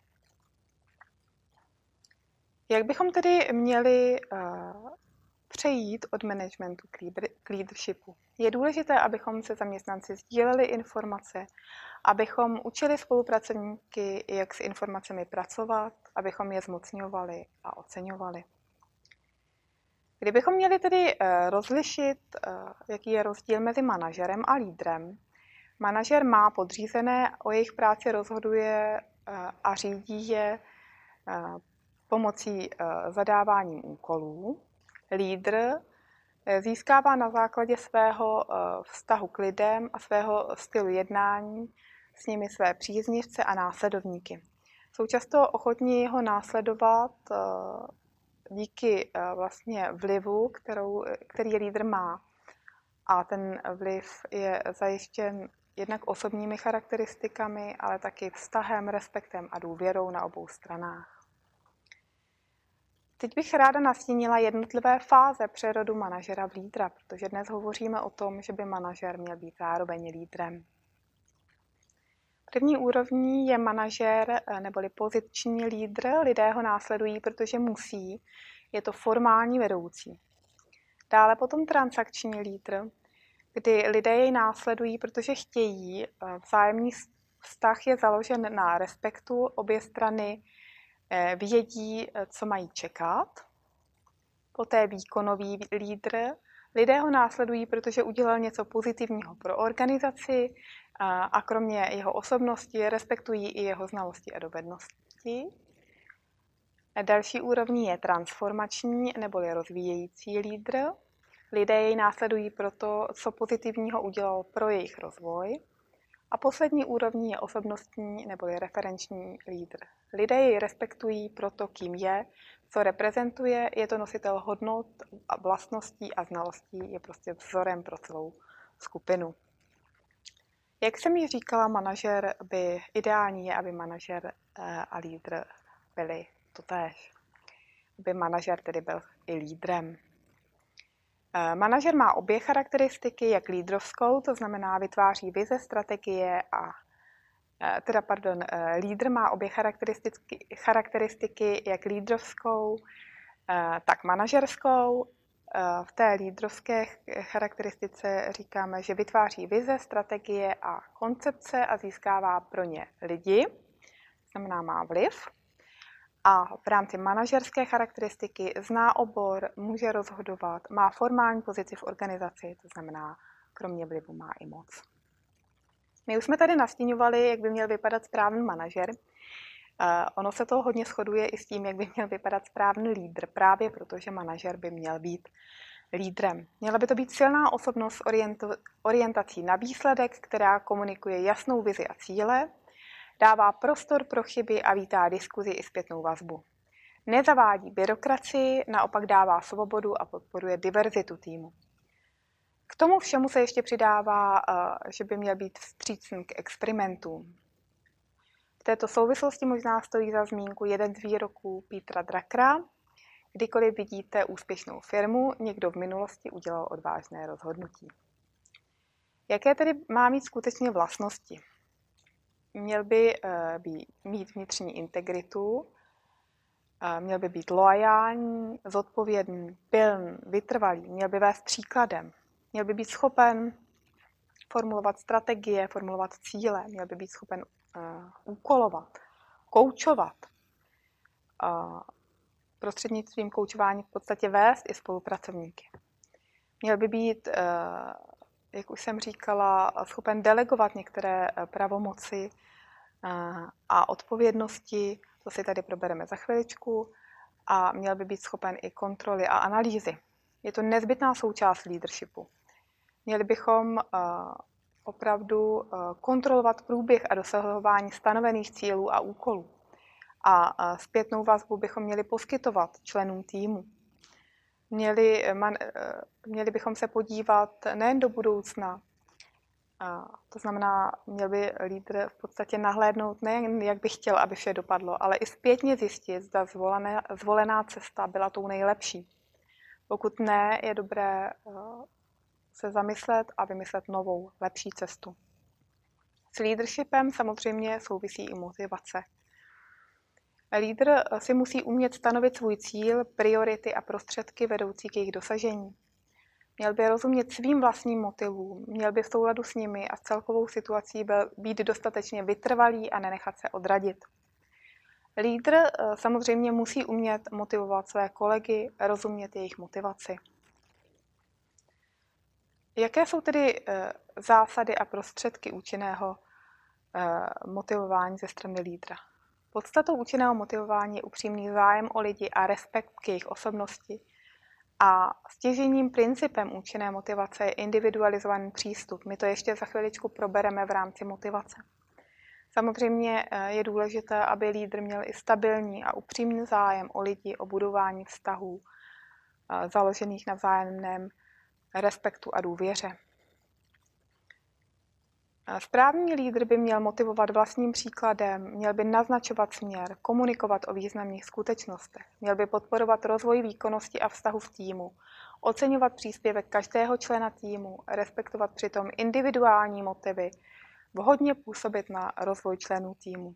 Jak bychom tedy měli přejít od managementu k leadershipu? Je důležité, abychom se zaměstnanci sdíleli informace, abychom učili spolupracovníky, jak s informacemi pracovat, abychom je zmocňovali a oceňovali. Kdybychom měli tedy rozlišit, jaký je rozdíl mezi manažerem a lídrem, manažer má podřízené, o jejich práci rozhoduje a řídí je pomocí zadáváním úkolů. Lídr získává na základě svého vztahu k lidem a svého stylu jednání s nimi své příznivce a následovníky. Jsou často ochotní ho následovat díky vlastně vlivu, kterou, který lídr má. A ten vliv je zajištěn jednak osobními charakteristikami, ale taky vztahem, respektem a důvěrou na obou stranách. Teď bych ráda nastínila jednotlivé fáze přerodu manažera v lídra, protože dnes hovoříme o tom, že by manažer měl být zároveň lídrem. První úrovní je manažer neboli poziční lídr. Lidé ho následují, protože musí. Je to formální vedoucí. Dále potom transakční lídr, kdy lidé jej následují, protože chtějí. Vzájemný vztah je založen na respektu. Obě strany vědí, co mají čekat. Poté výkonový lídr. Lidé ho následují, protože udělal něco pozitivního pro organizaci a kromě jeho osobnosti respektují i jeho znalosti a dovednosti. Další úrovní je transformační neboli rozvíjející lídr. Lidé jej následují proto, co pozitivního udělal pro jejich rozvoj. A poslední úrovní je osobnostní neboli referenční lídr. Lidé jej respektují proto, kým je, co reprezentuje, je to nositel hodnot, vlastností a znalostí, je prostě vzorem pro celou skupinu. Jak jsem ji říkala, manažer by, ideální je, aby manažer a lídr byli totéž. Aby manažer tedy byl i lídrem. Manažer má obě charakteristiky, jak lídrovskou, to znamená vytváří vize, strategie a teda pardon, lídr má obě charakteristiky, charakteristiky jak lídrovskou, tak manažerskou. V té lídrovské charakteristice říkáme, že vytváří vize, strategie a koncepce a získává pro ně lidi, to znamená má vliv. A v rámci manažerské charakteristiky zná obor, může rozhodovat, má formální pozici v organizaci, to znamená, kromě vlivu má i moc. My už jsme tady nastíňovali, jak by měl vypadat správný manažer. Ono se to hodně shoduje i s tím, jak by měl vypadat správný lídr, právě protože manažer by měl být lídrem. Měla by to být silná osobnost s orientací na výsledek, která komunikuje jasnou vizi a cíle, dává prostor pro chyby a vítá diskuzi i zpětnou vazbu. Nezavádí byrokracii, naopak dává svobodu a podporuje diverzitu týmu. K tomu všemu se ještě přidává, že by měl být vstřícný k experimentům. V této souvislosti možná stojí za zmínku jeden z výroků Petera Druckera. Kdykoliv vidíte úspěšnou firmu, někdo v minulosti udělal odvážné rozhodnutí. Jaké tedy má mít skutečně vlastnosti? Měl by mít vnitřní integritu, měl by být loajální, zodpovědný, pilný, vytrvalý, měl by vést příkladem, měl by být schopen formulovat strategie, formulovat cíle, měl by být schopen uh, úkolovat, koučovat, uh, prostřednictvím koučování v podstatě vést i spolupracovníky. Měl by být, uh, jak už jsem říkala, schopen delegovat některé pravomoci uh, a odpovědnosti, to si tady probereme za chviličku, a měl by být schopen i kontroly a analýzy. Je to nezbytná součást leadershipu. Měli bychom uh, opravdu uh, kontrolovat průběh a dosahování stanovených cílů a úkolů. A uh, zpětnou vazbu bychom měli poskytovat členům týmu. Měli, man, uh, měli bychom se podívat nejen do budoucna, uh, to znamená, měl by lídr v podstatě nahlédnout nejen, jak by chtěl, aby vše dopadlo, ale i zpětně zjistit, zda zvolené, zvolená cesta byla tou nejlepší. Pokud ne, je dobré uh, se zamyslet a vymyslet novou, lepší cestu. S leadershipem samozřejmě souvisí i motivace. Lídr si musí umět stanovit svůj cíl, priority a prostředky vedoucí k jejich dosažení. Měl by rozumět svým vlastním motivům, měl by v souladu s nimi a s celkovou situací být dostatečně vytrvalý a nenechat se odradit. Lídr samozřejmě musí umět motivovat své kolegy, rozumět jejich motivaci. Jaké jsou tedy zásady a prostředky účinného motivování ze strany lídra? Podstatou účinného motivování je upřímný zájem o lidi a respekt k jejich osobnosti. A stěžejním principem účinné motivace je individualizovaný přístup. My to ještě za chviličku probereme v rámci motivace. Samozřejmě je důležité, aby lídr měl i stabilní a upřímný zájem o lidi, o budování vztahů založených na vzájemném respektu a důvěře. Správný lídr by měl motivovat vlastním příkladem, měl by naznačovat směr, komunikovat o významných skutečnostech, měl by podporovat rozvoj výkonnosti a vztahu v týmu, oceňovat příspěvek každého člena týmu, respektovat přitom individuální motivy, vhodně působit na rozvoj členů týmu.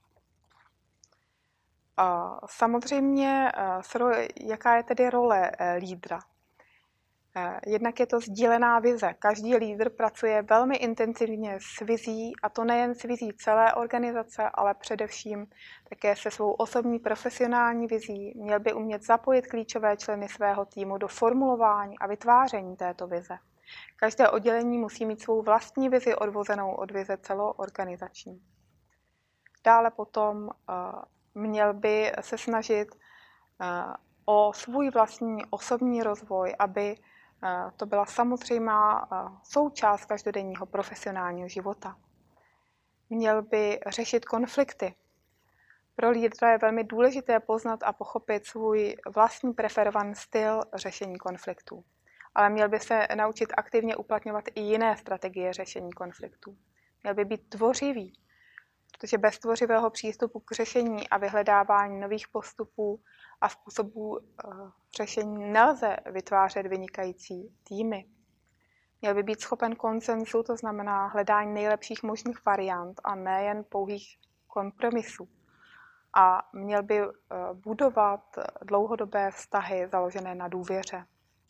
Samozřejmě, jaká je tedy role lídra? Jednak je to sdílená vize. Každý lídr pracuje velmi intenzivně s vizí, a to nejen s vizí celé organizace, ale především také se svou osobní profesionální vizí. Měl by umět zapojit klíčové členy svého týmu do formulování a vytváření této vize. Každé oddělení musí mít svou vlastní vizi odvozenou od vize celoorganizační. Dále potom měl by se snažit o svůj vlastní osobní rozvoj, aby to byla samozřejmá součást každodenního profesionálního života. Měl by řešit konflikty. Pro lídra je velmi důležité poznat a pochopit svůj vlastní preferovaný styl řešení konfliktů. Ale měl by se naučit aktivně uplatňovat i jiné strategie řešení konfliktů. Měl by být tvořivý, protože bez tvořivého přístupu k řešení a vyhledávání nových postupů a způsobů řešení nelze vytvářet vynikající týmy. Měl by být schopen konsenzu, to znamená hledání nejlepších možných variant a nejen pouhých kompromisů. A měl by budovat dlouhodobé vztahy založené na důvěře.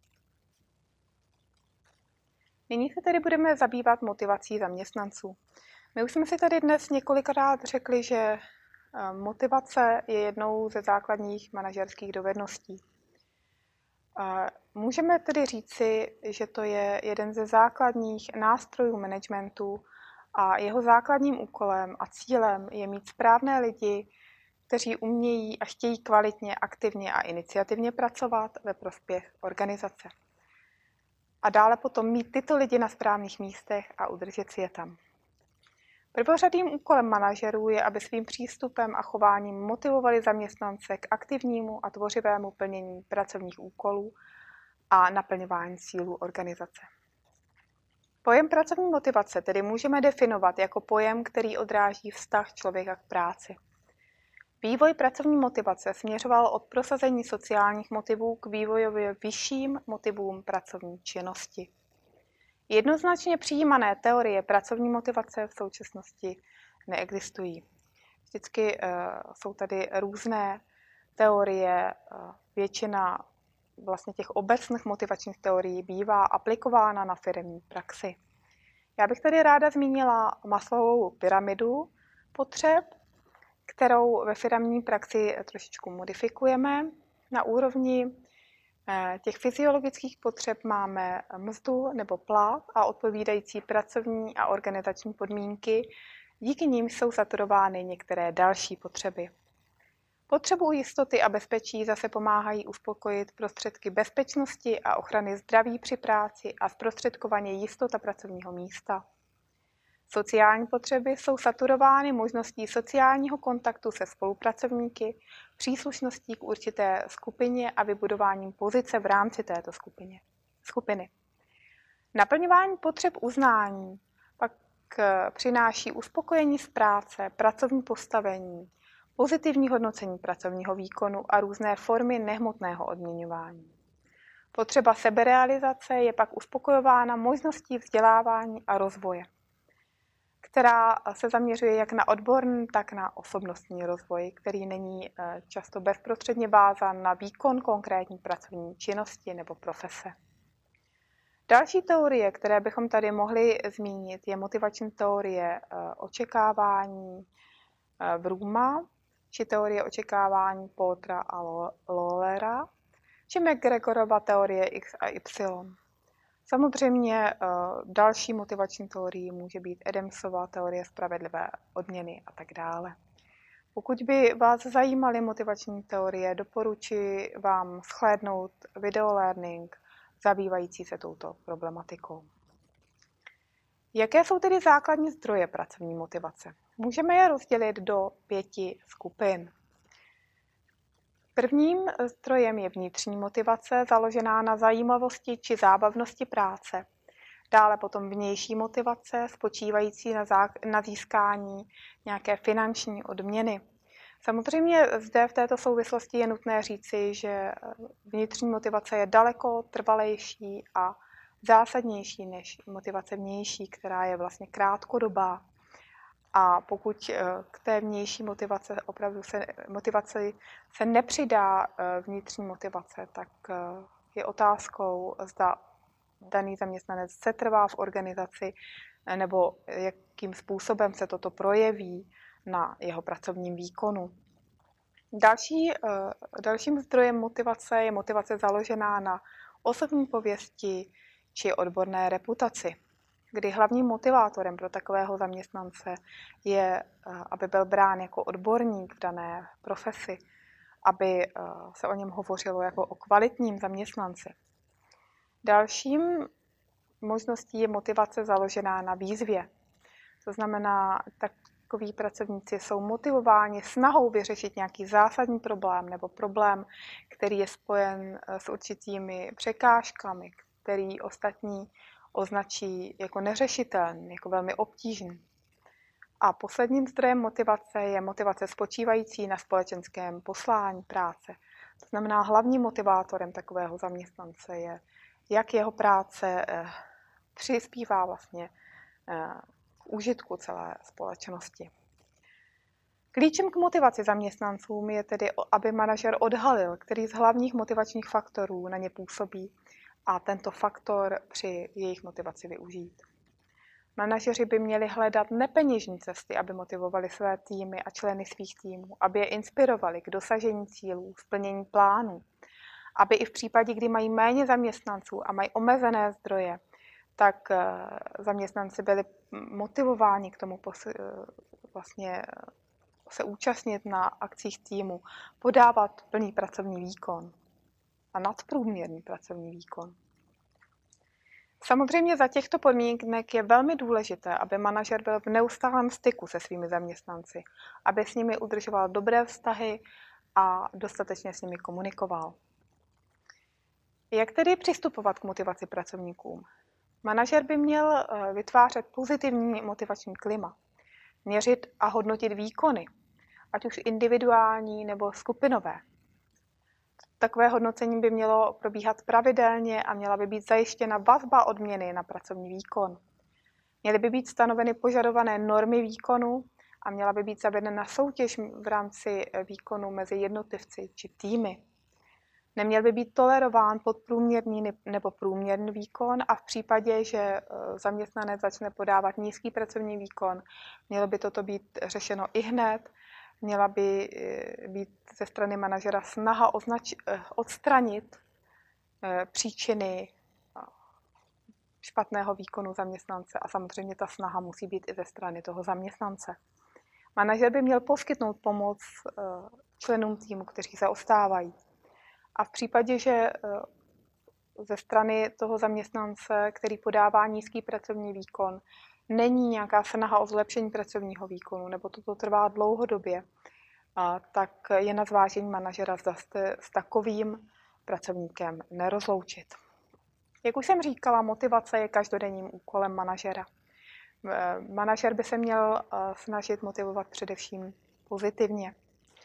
Nyní se tedy budeme zabývat motivací zaměstnanců. My už jsme si tady dnes několikrát řekli, že motivace je jednou ze základních manažerských dovedností. Můžeme tedy říci, že to je jeden ze základních nástrojů managementu A jeho základním úkolem a cílem je mít správné lidi, kteří umějí a chtějí kvalitně, aktivně a iniciativně pracovat ve prospěch organizace. A dále potom mít tyto lidi na správných místech a udržet si je tam. Prvořadým úkolem manažerů je, aby svým přístupem a chováním motivovali zaměstnance k aktivnímu a tvořivému plnění pracovních úkolů a naplňování cílů organizace. Pojem pracovní motivace tedy můžeme definovat jako pojem, který odráží vztah člověka k práci. Vývoj pracovní motivace směřoval od prosazení sociálních motivů k vývojově vyšším motivům pracovní činnosti. Jednoznačně přijímané teorie pracovní motivace v současnosti neexistují. Vždycky uh, jsou tady různé teorie, uh, většina vlastně těch obecných motivačních teorií bývá aplikována na firemní praxi. Já bych tady ráda zmínila Maslowovou pyramidu potřeb, kterou ve firemní praxi trošičku modifikujeme. Na úrovni těch fyziologických potřeb máme mzdu nebo plat a odpovídající pracovní a organizační podmínky, díky nim jsou saturovány některé další potřeby. Potřebu jistoty a bezpečí zase pomáhají uspokojit prostředky bezpečnosti a ochrany zdraví při práci a zprostředkovaně jistota pracovního místa. Sociální potřeby jsou saturovány možností sociálního kontaktu se spolupracovníky, příslušností k určité skupině a vybudováním pozice v rámci této skupině, skupiny. Naplňování potřeb uznání pak přináší uspokojení z práce, pracovní postavení, pozitivní hodnocení pracovního výkonu a různé formy nehmotného odměňování. Potřeba seberealizace je pak uspokojována možností vzdělávání a rozvoje, která se zaměřuje jak na odborný, tak na osobnostní rozvoj, který není často bezprostředně vázán na výkon konkrétní pracovní činnosti nebo profese. Další teorie, které bychom tady mohli zmínit, je motivační teorie očekávání Vrooma, či teorie očekávání Pottera a Lawlera, či McGregorova teorie X a Y. Samozřejmě další motivační teorií může být Adamsova teorie spravedlivé odměny a tak dále. Pokud by vás zajímaly motivační teorie, doporučuji vám shlédnout videolearning zabývající se touto problematikou. Jaké jsou tedy základní zdroje pracovní motivace? Můžeme je rozdělit do pěti skupin. Prvním zdrojem je vnitřní motivace, založená na zajímavosti či zábavnosti práce. Dále potom vnější motivace, spočívající na, zá- na získání nějaké finanční odměny. Samozřejmě zde v této souvislosti je nutné říci, že vnitřní motivace je daleko trvalejší a zásadnější než motivace vnější, která je vlastně krátkodobá. A pokud k té vnější motivace opravdu se, motivaci se nepřidá vnitřní motivace, tak je otázkou, zda daný zaměstnanec se trvá v organizaci nebo jakým způsobem se toto projeví na jeho pracovním výkonu. Další, dalším zdrojem motivace je motivace založená na osobní pověsti či odborné reputaci, kdy hlavním motivátorem pro takového zaměstnance je, aby byl brán jako odborník v dané profesi, aby se o něm hovořilo jako o kvalitním zaměstnanci. Dalším možností je motivace založená na výzvě. To znamená, takoví pracovníci jsou motivováni snahou vyřešit nějaký zásadní problém nebo problém, který je spojen s určitými překážkami, který ostatní označí jako neřešitelný, jako velmi obtížný. A posledním zdrojem motivace je motivace spočívající na společenském poslání práce. To znamená, hlavním motivátorem takového zaměstnance je, jak jeho práce eh, přispívá vlastně eh, k užitku celé společnosti. Klíčem k motivaci zaměstnancům je tedy, aby manažer odhalil, který z hlavních motivačních faktorů na ně působí, a tento faktor při jejich motivaci využít. Manažeři by měli hledat nepeněžní cesty, aby motivovali své týmy a členy svých týmů, aby je inspirovali k dosažení cílů, splnění plánů, aby i v případě, kdy mají méně zaměstnanců a mají omezené zdroje, tak zaměstnanci byli motivováni k tomu vlastně se účastnit na akcích týmu, podávat plný pracovní výkon a nadprůměrný pracovní výkon. Samozřejmě za těchto podmínek je velmi důležité, aby manažer byl v neustálém styku se svými zaměstnanci, aby s nimi udržoval dobré vztahy a dostatečně s nimi komunikoval. Jak tedy přistupovat k motivaci pracovníkům? Manažer by měl vytvářet pozitivní motivační klima, měřit a hodnotit výkony, ať už individuální nebo skupinové. Takové hodnocení by mělo probíhat pravidelně a měla by být zajištěna vazba odměny na pracovní výkon. Měly by být stanoveny požadované normy výkonu a měla by být zavedena soutěž v rámci výkonu mezi jednotlivci či týmy. Neměl by být tolerován podprůměrný nebo průměrný výkon a v případě, že zaměstnanec začne podávat nízký pracovní výkon, mělo by toto být řešeno ihned. Měla by být ze strany manažera snaha označ- odstranit příčiny špatného výkonu zaměstnance a samozřejmě ta snaha musí být i ze strany toho zaměstnance. Manažer by měl poskytnout pomoc členům týmu, kteří zaostávají. A v případě, že ze strany toho zaměstnance, který podává nízký pracovní výkon, není nějaká snaha o zlepšení pracovního výkonu, nebo toto trvá dlouhodobě, tak je na zvážení manažera, zda se s takovým pracovníkem nerozloučit. Jak už jsem říkala, motivace je každodenním úkolem manažera. Manažer by se měl snažit motivovat především pozitivně.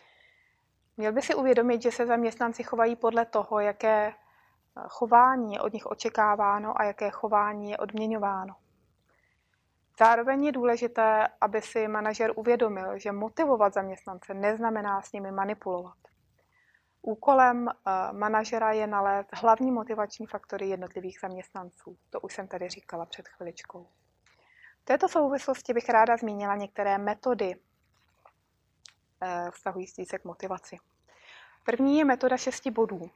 Měl by si uvědomit, že se zaměstnanci chovají podle toho, jaké chování je od nich očekáváno a jaké chování je odměňováno. Zároveň je důležité, aby si manažer uvědomil, že motivovat zaměstnance neznamená s nimi manipulovat. Úkolem manažera je nalézt hlavní motivační faktory jednotlivých zaměstnanců. To už jsem tady říkala před chviličkou. V této souvislosti bych ráda zmínila některé metody vztahující se k motivaci. První je metoda šesti bodů.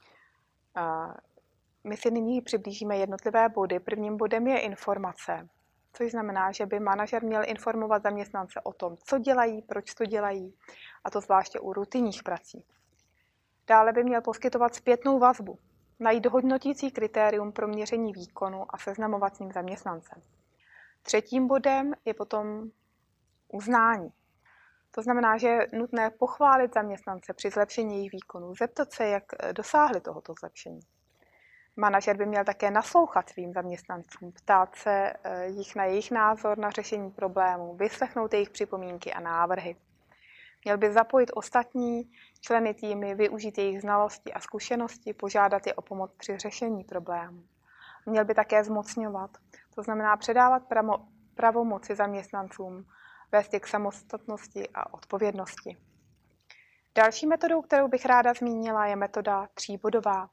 My si nyní přiblížíme jednotlivé body. Prvním bodem je informace, což znamená, že by manažer měl informovat zaměstnance o tom, co dělají, proč to dělají, a to zvláště u rutinních prací. Dále by měl poskytovat zpětnou vazbu, najít hodnotící kritérium pro měření výkonu a seznamovat s ním zaměstnancem. Třetím bodem je potom uznání. To znamená, že je nutné pochválit zaměstnance při zlepšení jejich výkonu, zeptat se, jak dosáhli tohoto zlepšení. Manažer by měl také naslouchat svým zaměstnancům, ptát se jich na jejich názor na řešení problémů, vyslechnout jejich připomínky a návrhy. Měl by zapojit ostatní členy týmy, využít jejich znalosti a zkušenosti, požádat je o pomoc při řešení problémů. Měl by také zmocňovat, to znamená předávat pramo, pravomoci zaměstnancům, vést je k samostatnosti a odpovědnosti. Další metodou, kterou bych ráda zmínila, je metoda tříbodová.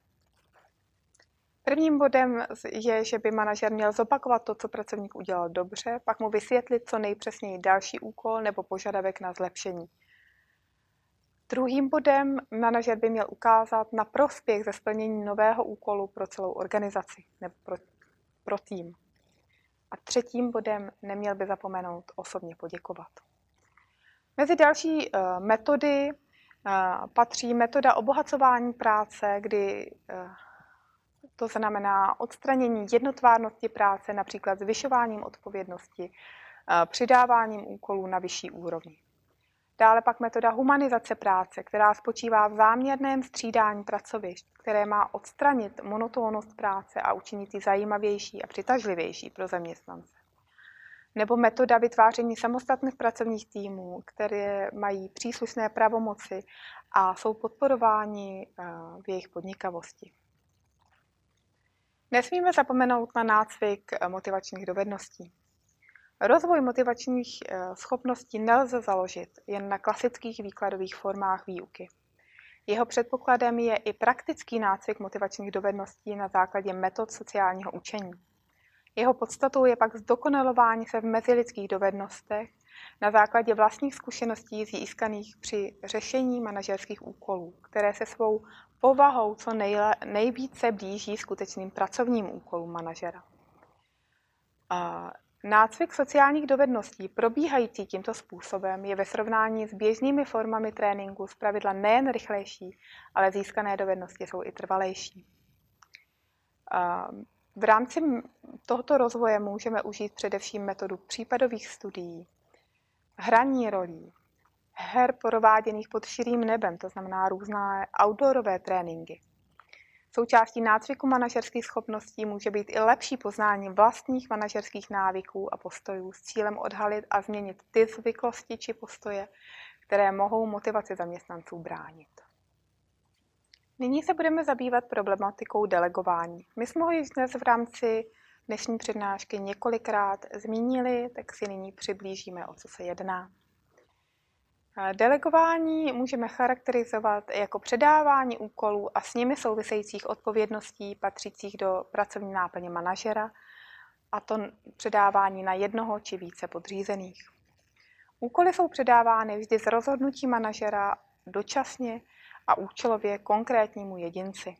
Prvním bodem je, že by manažer měl zopakovat to, co pracovník udělal dobře, pak mu vysvětlit co nejpřesněji další úkol nebo požadavek na zlepšení. Druhým bodem manažer by měl ukázat na prospěch ze splnění nového úkolu pro celou organizaci nebo pro, pro tým. A třetím bodem neměl by zapomenout osobně poděkovat. Mezi další uh, metody uh, patří metoda obohacování práce, kdy uh, to znamená odstranění jednotvárnosti práce, například zvyšováním odpovědnosti, uh, přidáváním úkolů na vyšší úrovni. Dále pak metoda humanizace práce, která spočívá v záměrném střídání pracovišť, které má odstranit monotónnost práce a učinit ji zajímavější a přitažlivější pro zaměstnance. Nebo metoda vytváření samostatných pracovních týmů, které mají příslušné pravomoci a jsou podporováni v jejich podnikavosti. Nesmíme zapomenout na nácvik motivačních dovedností. Rozvoj motivačních schopností nelze založit jen na klasických výkladových formách výuky. Jeho předpokladem je i praktický nácvik motivačních dovedností na základě metod sociálního učení. Jeho podstatou je pak zdokonalování se v mezilidských dovednostech na základě vlastních zkušeností získaných při řešení manažerských úkolů, které se svou povahou co nejle, nejvíce blíží skutečným pracovním úkolům manažera. Nácvik sociálních dovedností probíhající tímto způsobem je ve srovnání s běžnými formami tréninku zpravidla nejen rychlejší, ale získané dovednosti jsou i trvalejší. V rámci tohoto rozvoje můžeme užít především metodu případových studií, hraní rolí, her prováděných pod širým nebem, to znamená různé outdoorové tréninky. Součástí nácviku manažerských schopností může být i lepší poznání vlastních manažerských návyků a postojů s cílem odhalit a změnit ty zvyklosti či postoje, které mohou motivaci zaměstnanců bránit. Nyní se budeme zabývat problematikou delegování. My jsme ho již dnes v rámci dnešní přednášky několikrát zmínili, tak si nyní přiblížíme, o co se jedná. Delegování můžeme charakterizovat jako předávání úkolů a s nimi souvisejících odpovědností patřících do pracovní náplně manažera, a to předávání na jednoho či více podřízených. Úkoly jsou předávány vždy z rozhodnutí manažera dočasně a účelově konkrétnímu jedinci.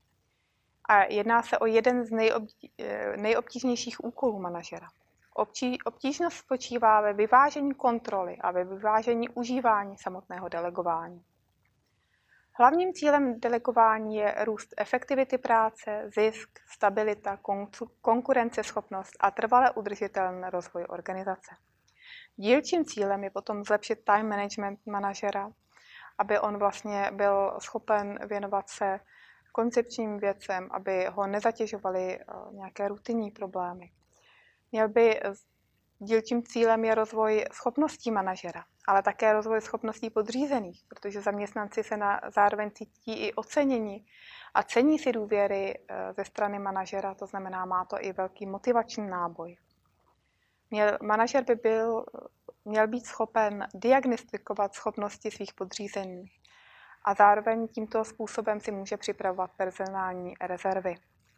A jedná se o jeden z nejobtí, nejobtížnějších úkolů manažera. Obtí, obtížnost spočívá ve vyvážení kontroly a ve vyvážení užívání samotného delegování. Hlavním cílem delegování je růst efektivity práce, zisk, stabilita, konkurenceschopnost a trvale udržitelný rozvoj organizace. Dílčím cílem je potom zlepšit time management manažera, aby on vlastně byl schopen věnovat se koncepčním věcem, aby ho nezatěžovaly nějaké rutinní problémy. Měl by, dílčím cílem je rozvoj schopností manažera, ale také rozvoj schopností podřízených, protože zaměstnanci se na, zároveň cítí i ocenění a cení si důvěry ze strany manažera, to znamená, má to i velký motivační náboj. Měl, manažer by byl, měl být schopen diagnostikovat schopnosti svých podřízených a zároveň tímto způsobem si může připravovat personální rezervy.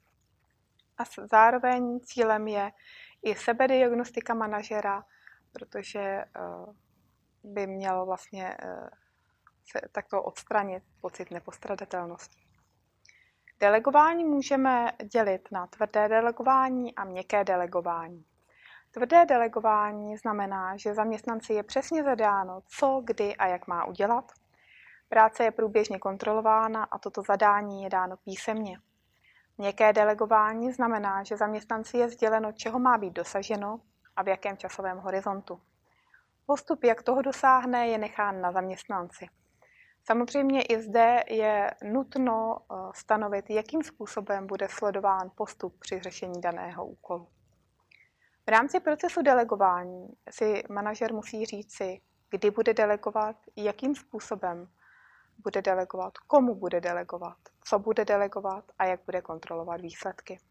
A zároveň cílem je i sebediagnostika manažera, protože by měl vlastně se takto odstranit pocit nepostradatelnosti. Delegování můžeme dělit na tvrdé delegování a měkké delegování. Tvrdé delegování znamená, že zaměstnanci je přesně zadáno, co, kdy a jak má udělat. Práce je průběžně kontrolována a toto zadání je dáno písemně. Měkké delegování znamená, že zaměstnanci je sděleno, čeho má být dosaženo a v jakém časovém horizontu. Postup, jak toho dosáhne, je nechán na zaměstnanci. Samozřejmě i zde je nutno stanovit, jakým způsobem bude sledován postup při řešení daného úkolu. V rámci procesu delegování si manažer musí říci, kdy bude delegovat, jakým způsobem bude delegovat, komu bude delegovat, co bude delegovat a jak bude kontrolovat výsledky.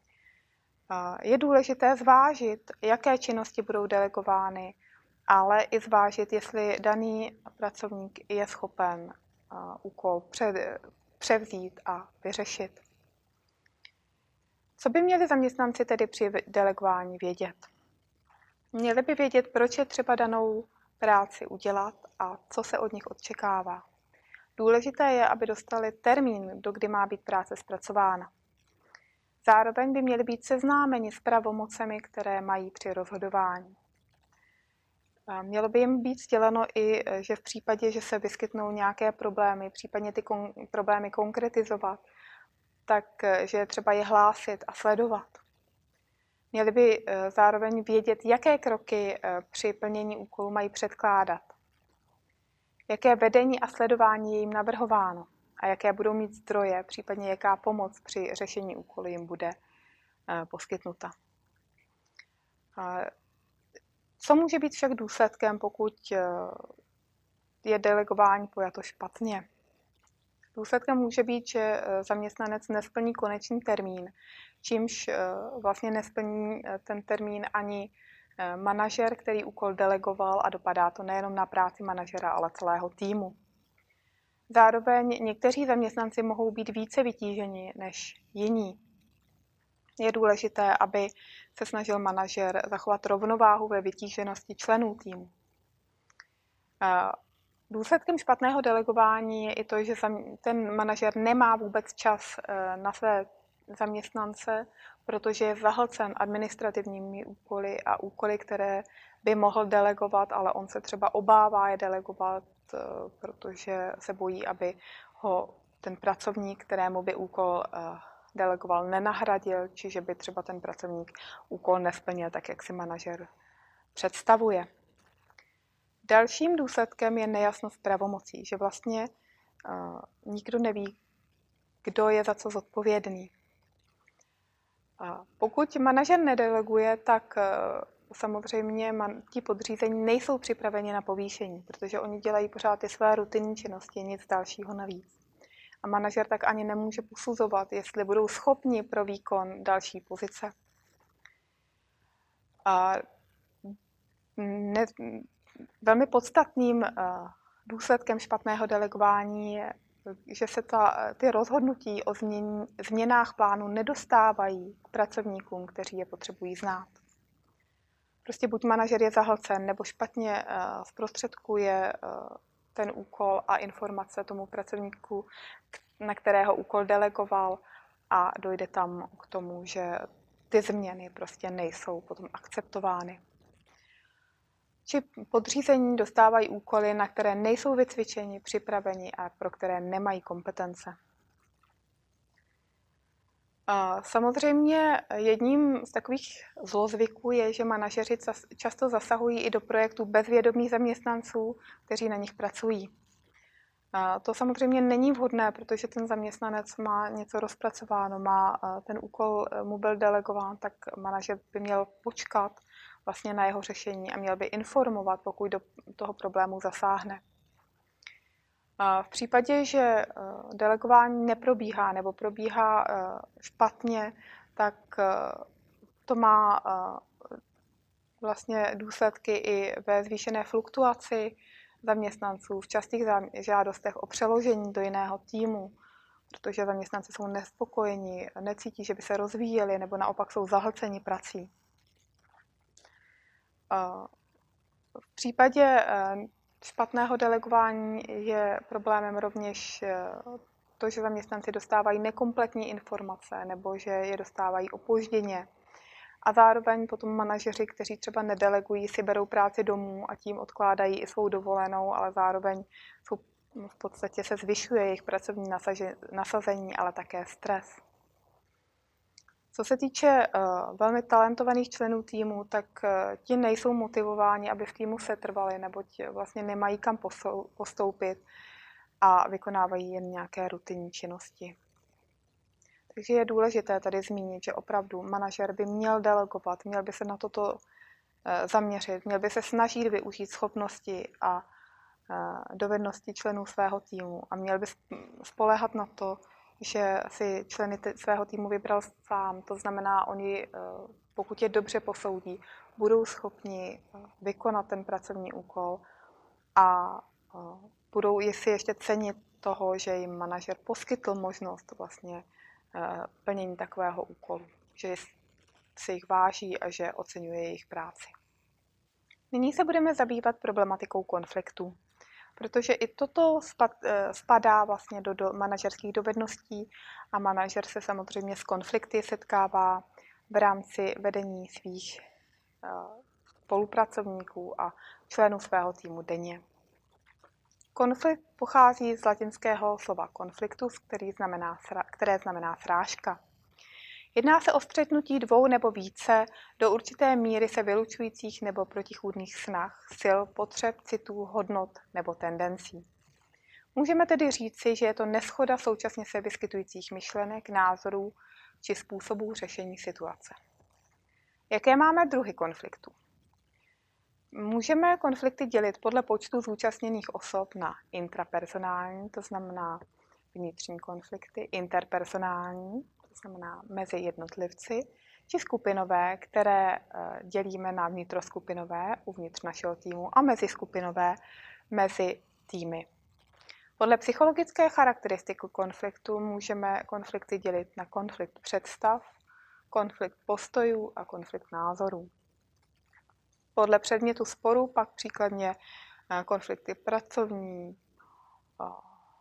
Je důležité zvážit, jaké činnosti budou delegovány, ale i zvážit, jestli daný pracovník je schopen úkol převzít a vyřešit. Co by měli zaměstnanci tedy při delegování vědět? Měli by vědět, proč je třeba danou práci udělat a co se od nich očekává. Důležité je, aby dostali termín, do kdy má být práce zpracována. Zároveň by měli být seznámeni s pravomocemi, které mají při rozhodování. Mělo by jim být sděleno i, že v případě, že se vyskytnou nějaké problémy, případně ty kon- problémy konkretizovat, takže je třeba je hlásit a sledovat. Měli by zároveň vědět, jaké kroky při plnění úkolu mají předkládat, jaké vedení a sledování je jim navrhováno a jaké budou mít zdroje, případně jaká pomoc při řešení úkolu jim bude poskytnuta. Co může být však důsledkem, pokud je delegování pojato špatně? Důsledkem může být, že zaměstnanec nesplní konečný termín, čímž vlastně nesplní ten termín ani manažer, který úkol delegoval, a dopadá to nejenom na práci manažera, ale celého týmu. Zároveň někteří zaměstnanci mohou být více vytíženi než jiní. Je důležité, aby se snažil manažer zachovat rovnováhu ve vytíženosti členů týmu. Důsledkem špatného delegování je i to, že ten manažer nemá vůbec čas na své zaměstnance, protože je zahlcen administrativními úkoly a úkoly, které by mohl delegovat, ale on se třeba obává je delegovat, protože se bojí, aby ho ten pracovník, kterému by úkol delegoval, nenahradil, či že by třeba ten pracovník úkol nesplnil tak, jak si manažer představuje. Dalším důsledkem je nejasnost pravomocí, že vlastně uh, nikdo neví, kdo je za co zodpovědný. Uh, pokud manažer nedeleguje, tak uh, samozřejmě man, ti podřízení nejsou připraveni na povýšení, protože oni dělají pořád ty své rutinní činnosti, nic dalšího navíc. A manažer tak ani nemůže posuzovat, jestli budou schopni pro výkon další pozice. A ne, velmi podstatným důsledkem špatného delegování je, že se ta, ty rozhodnutí o změn, změnách plánu nedostávají k pracovníkům, kteří je potřebují znát. Prostě buď manažer je zahlcen, nebo špatně zprostředkuje ten úkol a informace tomu pracovníku, na kterého úkol delegoval, a dojde tam k tomu, že ty změny prostě nejsou potom akceptovány. Či podřízení dostávají úkoly, na které nejsou vycvičeni, připraveni a pro které nemají kompetence. Samozřejmě jedním z takových zlozvyků je, že manažeři často zasahují i do projektů bez vědomí zaměstnanců, kteří na nich pracují. To samozřejmě není vhodné, protože ten zaměstnanec má něco rozpracováno, má ten úkol, mu byl delegován, tak manažer by měl počkat vlastně na jeho řešení a měl by informovat, pokud do toho problému zasáhne. V případě, že delegování neprobíhá nebo probíhá špatně, tak to má vlastně důsledky i ve zvýšené fluktuaci zaměstnanců, v častých žádostech o přeložení do jiného týmu, protože zaměstnanci jsou nespokojeni, necítí, že by se rozvíjeli, nebo naopak jsou zahlceni prací. V případě špatného delegování je problémem rovněž to, že zaměstnanci dostávají nekompletní informace nebo že je dostávají opožděně. A zároveň potom manažeři, kteří třeba nedelegují, si berou práci domů a tím odkládají i svou dovolenou, ale zároveň jsou, v podstatě se zvyšuje jejich pracovní nasazení, ale také stres. Co se týče uh, velmi talentovaných členů týmu, tak uh, ti nejsou motivováni, aby v týmu setrvali, neboť vlastně nemají kam postoupit a vykonávají jen nějaké rutinní činnosti. Takže je důležité tady zmínit, že opravdu manažer by měl delegovat, měl by se na toto uh, zaměřit, měl by se snažit využít schopnosti a uh, dovednosti členů svého týmu a měl by spoléhat na to, že si členy svého týmu vybral sám. To znamená, oni, pokud je dobře posoudí, budou schopni vykonat ten pracovní úkol a budou si ještě cenit toho, že jim manažer poskytl možnost vlastně plnění takového úkolu, že si jich váží a že oceňuje jejich práci. Nyní se budeme zabývat problematikou konfliktů, protože i toto spadá vlastně do, do manažerských dovedností a manažer se samozřejmě s konflikty setkává v rámci vedení svých spolupracovníků a členů svého týmu denně. Konflikt pochází z latinského slova konfliktus, který znamená, které znamená srážka. Jedná se o střetnutí dvou nebo více do určité míry se vylučujících nebo protichůdných snah, sil, potřeb, citů, hodnot nebo tendencí. Můžeme tedy říci, že je to neshoda současně se vyskytujících myšlenek, názorů či způsobů řešení situace. Jaké máme druhy konfliktů? Můžeme konflikty dělit podle počtu zúčastněných osob na intrapersonální, to znamená vnitřní konflikty, interpersonální, to znamená mezi jednotlivci, či skupinové, které dělíme na vnitroskupinové uvnitř našeho týmu a meziskupinové mezi týmy. Podle psychologické charakteristiky konfliktu můžeme konflikty dělit na konflikt představ, konflikt postojů a konflikt názorů. Podle předmětu sporu pak příkladně konflikty pracovní,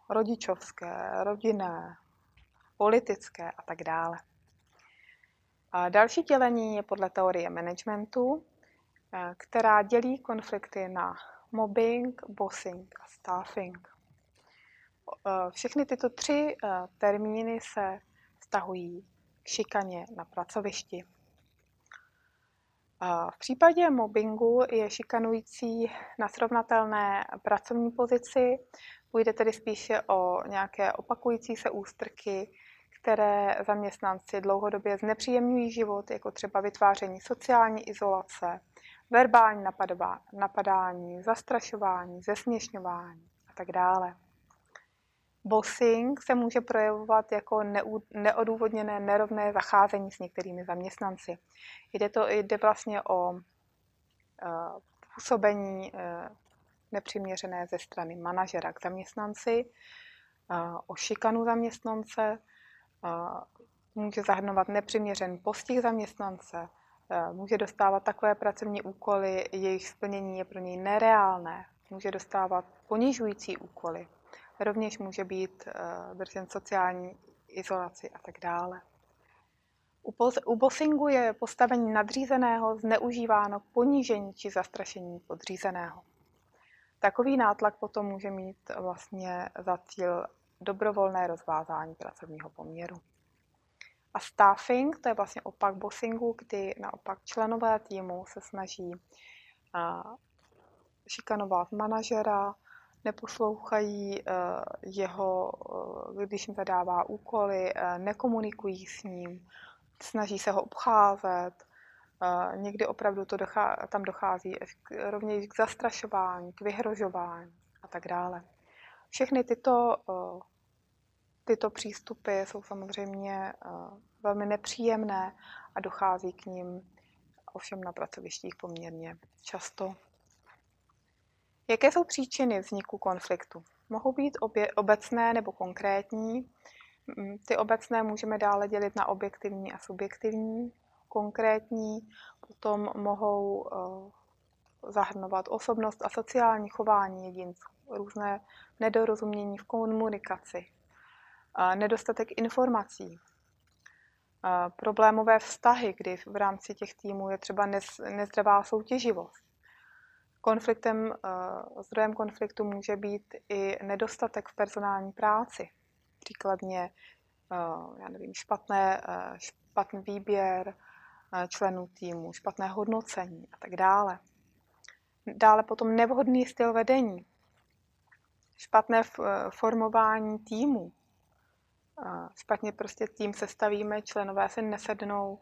rodičovské, rodinné, politické a tak dále. A další dělení je podle teorie managementu, která dělí konflikty na mobbing, bossing a staffing. Všechny tyto tři termíny se vztahují k šikaně na pracovišti. V případě mobbingu je šikanující na srovnatelné pracovní pozici. Půjde tedy spíše o nějaké opakující se ústrky, které zaměstnanci dlouhodobě znepříjemňují život, jako třeba vytváření sociální izolace, verbální napadání, zastrašování, zesměšňování a tak dále. Bossing se může projevovat jako neodůvodněné nerovné zacházení s některými zaměstnanci. Jde, to, jde vlastně o uh, působení uh, nepřiměřené ze strany manažera k zaměstnanci, uh, o šikanu zaměstnance, uh, může zahrnovat nepřiměřený postih zaměstnance, uh, může dostávat takové pracovní úkoly, jejich splnění je pro něj nereálné, může dostávat ponižující úkoly. Rovněž může být uh, držen sociální izolaci a tak dále. U, pos- u bossingu je postavení nadřízeného zneužíváno k ponížení či zastrašení podřízeného. Takový nátlak potom může mít vlastně za cíl dobrovolné rozvázání pracovního poměru. A staffing, to je vlastně opak bossingu, kdy naopak členové týmu se snaží uh, šikanovat manažera, neposlouchají jeho, když jim zadává úkoly, nekomunikují s ním, snaží se ho obcházet. Někdy opravdu to dochází, tam dochází rovněž k zastrašování, k vyhrožování a tak dále. Všechny tyto, tyto přístupy jsou samozřejmě velmi nepříjemné a dochází k ním ovšem na pracovištích poměrně často. Jaké jsou příčiny vzniku konfliktu? Mohou být obě, obecné nebo konkrétní. Ty obecné můžeme dále dělit na objektivní a subjektivní. Konkrétní potom mohou uh, zahrnovat osobnost a sociální chování jedinců, různé nedorozumění v komunikaci, uh, nedostatek informací, uh, problémové vztahy, kdy v rámci těch týmů je třeba nez, nezdravá soutěživost. Konfliktem, zdrojem konfliktu může být i nedostatek v personální práci. Příkladně, já nevím, špatné, špatný výběr členů týmu, špatné hodnocení a tak dále. Dále potom nevhodný styl vedení, špatné formování týmu. Špatně prostě tým sestavíme, členové si nesednou.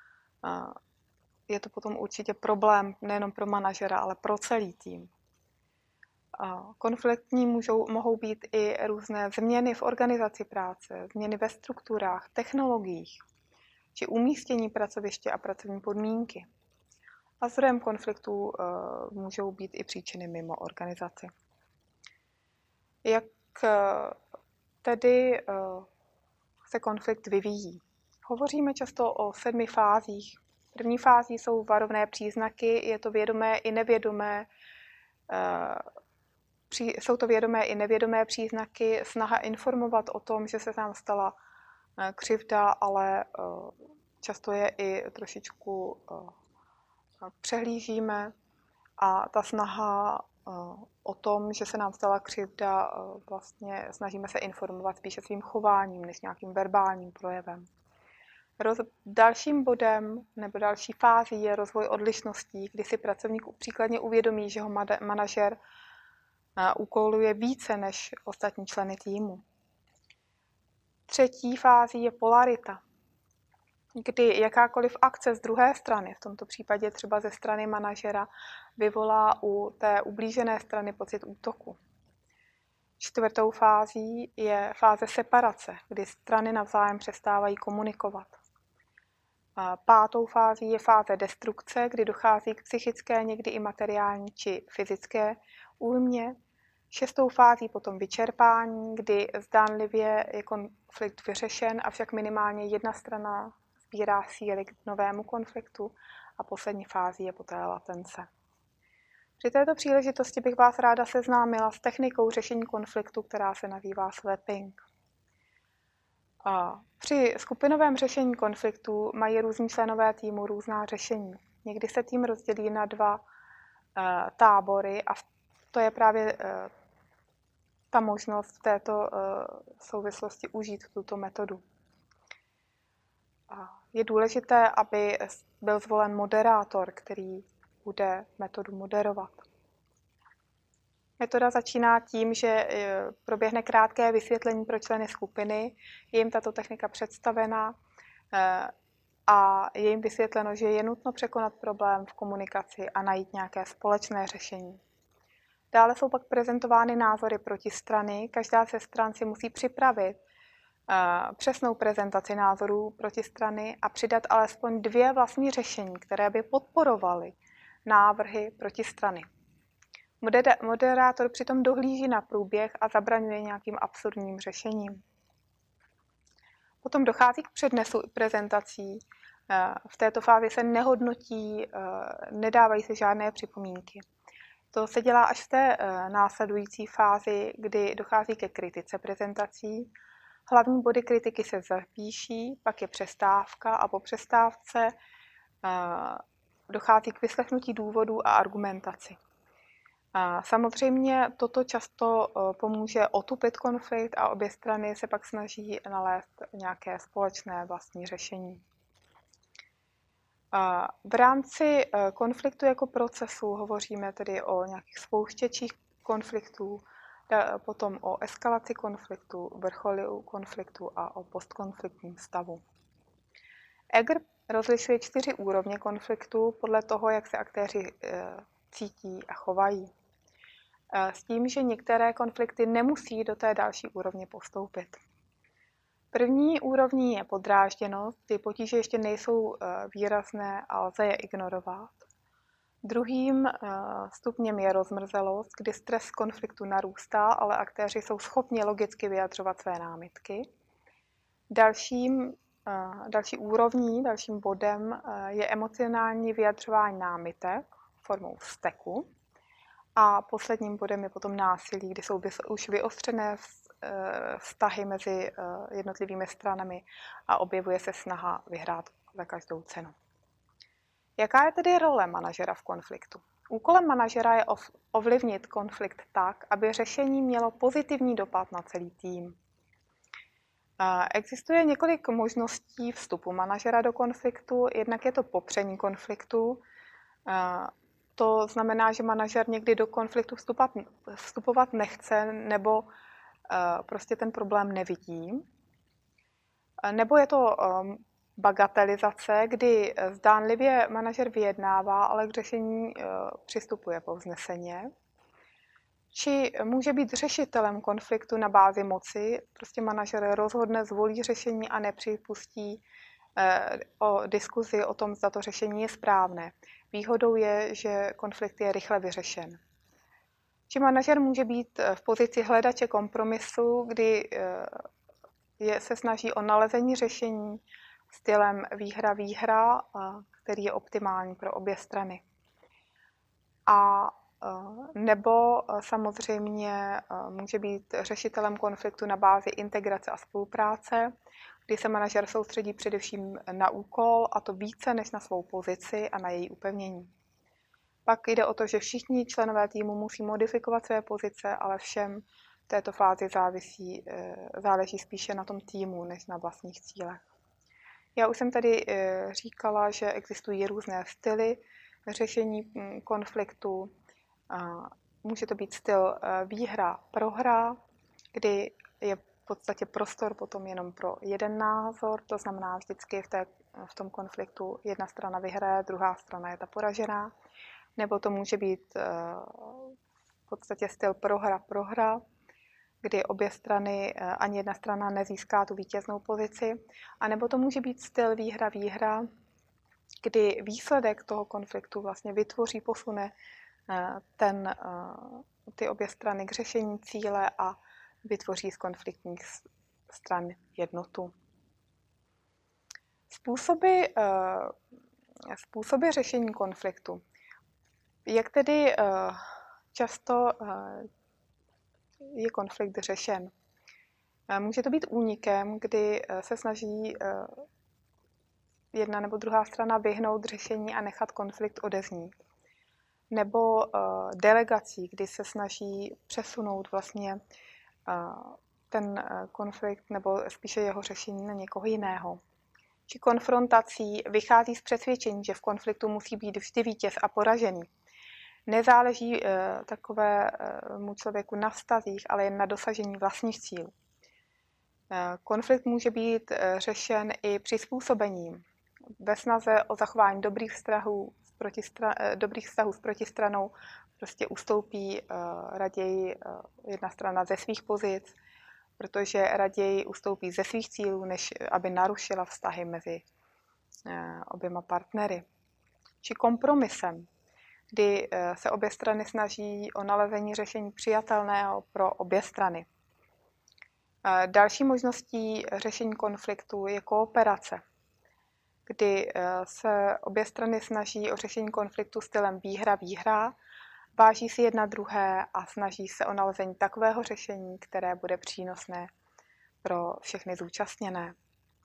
Je to potom určitě problém nejenom pro manažera, ale pro celý tým. Konfliktní můžou, mohou být i různé změny v organizaci práce, změny ve strukturách, technologiích, či umístění pracoviště a pracovní podmínky. A zdrojem konfliktů uh, můžou být i příčiny mimo organizaci. Jak uh, tedy uh, se konflikt vyvíjí? Hovoříme často o sedmi fázích. První fází jsou varovné příznaky, je to vědomé i nevědomé, jsou to vědomé i nevědomé příznaky, snaha informovat o tom, že se tam stala křivda, ale často je i trošičku přehlížíme a ta snaha o tom, že se nám stala křivda, vlastně snažíme se informovat spíše svým chováním, než nějakým verbálním projevem. Roz, dalším bodem nebo další fází je rozvoj odlišností, kdy si pracovník příkladně uvědomí, že ho manažer úkoluje více než ostatní členy týmu. Třetí fází je polarita, kdy jakákoliv akce z druhé strany, v tomto případě třeba ze strany manažera, vyvolá u té ublížené strany pocit útoku. Čtvrtou fází je fáze separace, kdy strany navzájem přestávají komunikovat. Pátou fází je fáze destrukce, kdy dochází k psychické, někdy i materiální či fyzické újmě. Šestou fází potom vyčerpání, kdy zdánlivě je konflikt vyřešen, avšak minimálně jedna strana sbírá síly k novému konfliktu. A poslední fází je poté latence. Při této příležitosti bych vás ráda seznámila s technikou řešení konfliktu, která se nazývá swapping. Při skupinovém řešení konfliktů mají různí členové týmu různá řešení. Někdy se tým rozdělí na dva tábory a to je právě ta možnost v této souvislosti užít tuto metodu. Je důležité, aby byl zvolen moderátor, který bude metodu moderovat. Metoda začíná tím, že proběhne krátké vysvětlení pro členy skupiny, je jim tato technika představena a je jim vysvětleno, že je nutno překonat problém v komunikaci a najít nějaké společné řešení. Dále jsou pak prezentovány názory protistrany. Každá ze stran si musí připravit přesnou prezentaci názorů protistrany a přidat alespoň dvě vlastní řešení, které by podporovaly návrhy protistrany. Moderátor přitom dohlíží na průběh a zabraňuje nějakým absurdním řešením. Potom dochází k přednesu prezentací. V této fázi se nehodnotí, nedávají se žádné připomínky. To se dělá až v té následující fázi, kdy dochází ke kritice prezentací. Hlavní body kritiky se zapíší, pak je přestávka a po přestávce dochází k vyslechnutí důvodů a argumentaci. Samozřejmě toto často pomůže otupit konflikt a obě strany se pak snaží nalézt nějaké společné vlastní řešení. V rámci konfliktu jako procesu hovoříme tedy o nějakých spouštěčích konfliktů, potom o eskalaci konfliktu, vrcholu konfliktu a o postkonfliktním stavu. Egger rozlišuje čtyři úrovně konfliktu podle toho, jak se aktéři cítí a chovají. S tím, že některé konflikty nemusí do té další úrovně postoupit. První úrovní je podrážděnost, kdy potíže ještě nejsou výrazné a lze je ignorovat. Druhým stupněm je rozmrzelost, kdy stres konfliktu narůstá, ale aktéři jsou schopni logicky vyjadřovat své námitky. Dalším, další úrovní, dalším bodem je emocionální vyjadřování námitek formou vzteku. A posledním bodem je potom násilí, kdy jsou už vyostřené vztahy mezi jednotlivými stranami a objevuje se snaha vyhrát za každou cenu. Jaká je tedy role manažera v konfliktu? Úkolem manažera je ovlivnit konflikt tak, aby řešení mělo pozitivní dopad na celý tým. Existuje několik možností vstupu manažera do konfliktu. Jednak je to popření konfliktu. To znamená, že manažer někdy do konfliktu vstupovat, vstupovat nechce nebo prostě ten problém nevidí. Nebo je to bagatelizace, kdy zdánlivě manažer vyjednává, ale k řešení přistupuje povzneseně. Či může být řešitelem konfliktu na bázi moci, prostě manažer rozhodne, zvolí řešení a nepřipustí o diskuzi o tom, zda to řešení je správné. Výhodou je, že konflikt je rychle vyřešen. Či manažer může být v pozici hledače kompromisu, kdy je, se snaží o nalezení řešení stylem výhra-výhra, který je optimální pro obě strany. A nebo samozřejmě může být řešitelem konfliktu na bázi integrace a spolupráce, kdy se manažer soustředí především na úkol, a to více než na svou pozici a na její upevnění. Pak jde o to, že všichni členové týmu musí modifikovat své pozice, ale všem v této fázi závisí, záleží spíše na tom týmu, než na vlastních cílech. Já už jsem tady říkala, že existují různé styly řešení konfliktu. Může to být styl výhra-prohra, kdy je v podstatě prostor potom jenom pro jeden názor, to znamená vždycky v, té, v tom konfliktu jedna strana vyhraje, druhá strana je ta poražená. Nebo to může být v podstatě styl prohra-prohra, kdy obě strany, ani jedna strana nezíská tu vítěznou pozici. A nebo to může být styl výhra-výhra, kdy výsledek toho konfliktu vlastně vytvoří, posune ten, ty obě strany k řešení cíle a vytvoří z konfliktních stran jednotu. Způsoby, způsoby řešení konfliktu. Jak tedy často je konflikt řešen? Může to být únikem, kdy se snaží jedna nebo druhá strana vyhnout řešení a nechat konflikt odeznít. Nebo delegací, kdy se snaží přesunout vlastně ten konflikt nebo spíše jeho řešení na někoho jiného. Či konfrontací vychází z přesvědčení, že v konfliktu musí být vždy vítěz a poražený. Nezáleží takovému člověku na vztazích, ale jen na dosažení vlastních cílů. Konflikt může být řešen i přizpůsobením. Ve snaze o zachování dobrých vztahů s, protistra, dobrých vztahů s protistranou prostě ustoupí raději jedna strana ze svých pozic, protože raději ustoupí ze svých cílů, než aby narušila vztahy mezi oběma partnery. Či kompromisem, kdy se obě strany snaží o nalezení řešení přijatelného pro obě strany. Další možností řešení konfliktu je kooperace, kdy se obě strany snaží o řešení konfliktu stylem výhra-výhra, váží si jedna druhé a snaží se o nalezení takového řešení, které bude přínosné pro všechny zúčastněné.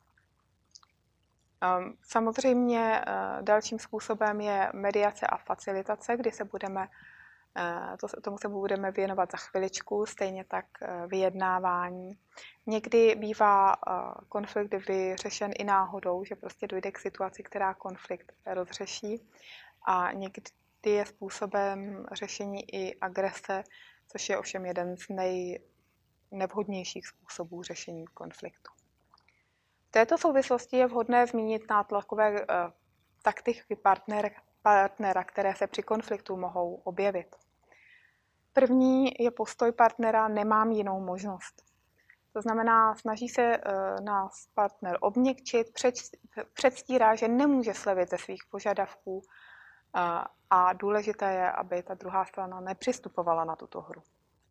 Samozřejmě dalším způsobem je mediace a facilitace, kdy se budeme, to, tomu se budeme věnovat za chviličku, stejně tak vyjednávání. Někdy bývá konflikt vyřešen i náhodou, že prostě dojde k situaci, která konflikt rozřeší, a někdy je způsobem řešení i agrese, což je ovšem jeden z nejnevhodnějších způsobů řešení konfliktu. V této souvislosti je vhodné zmínit nátlakové uh, taktiky partner, partnera, které se při konfliktu mohou objevit. První je postoj partnera "nemám jinou možnost". To znamená, snaží se uh, nás partner obměkčit, před, předstírá, že nemůže slevit ze svých požadavků uh, a důležité je, aby ta druhá strana nepřistupovala na tuto hru.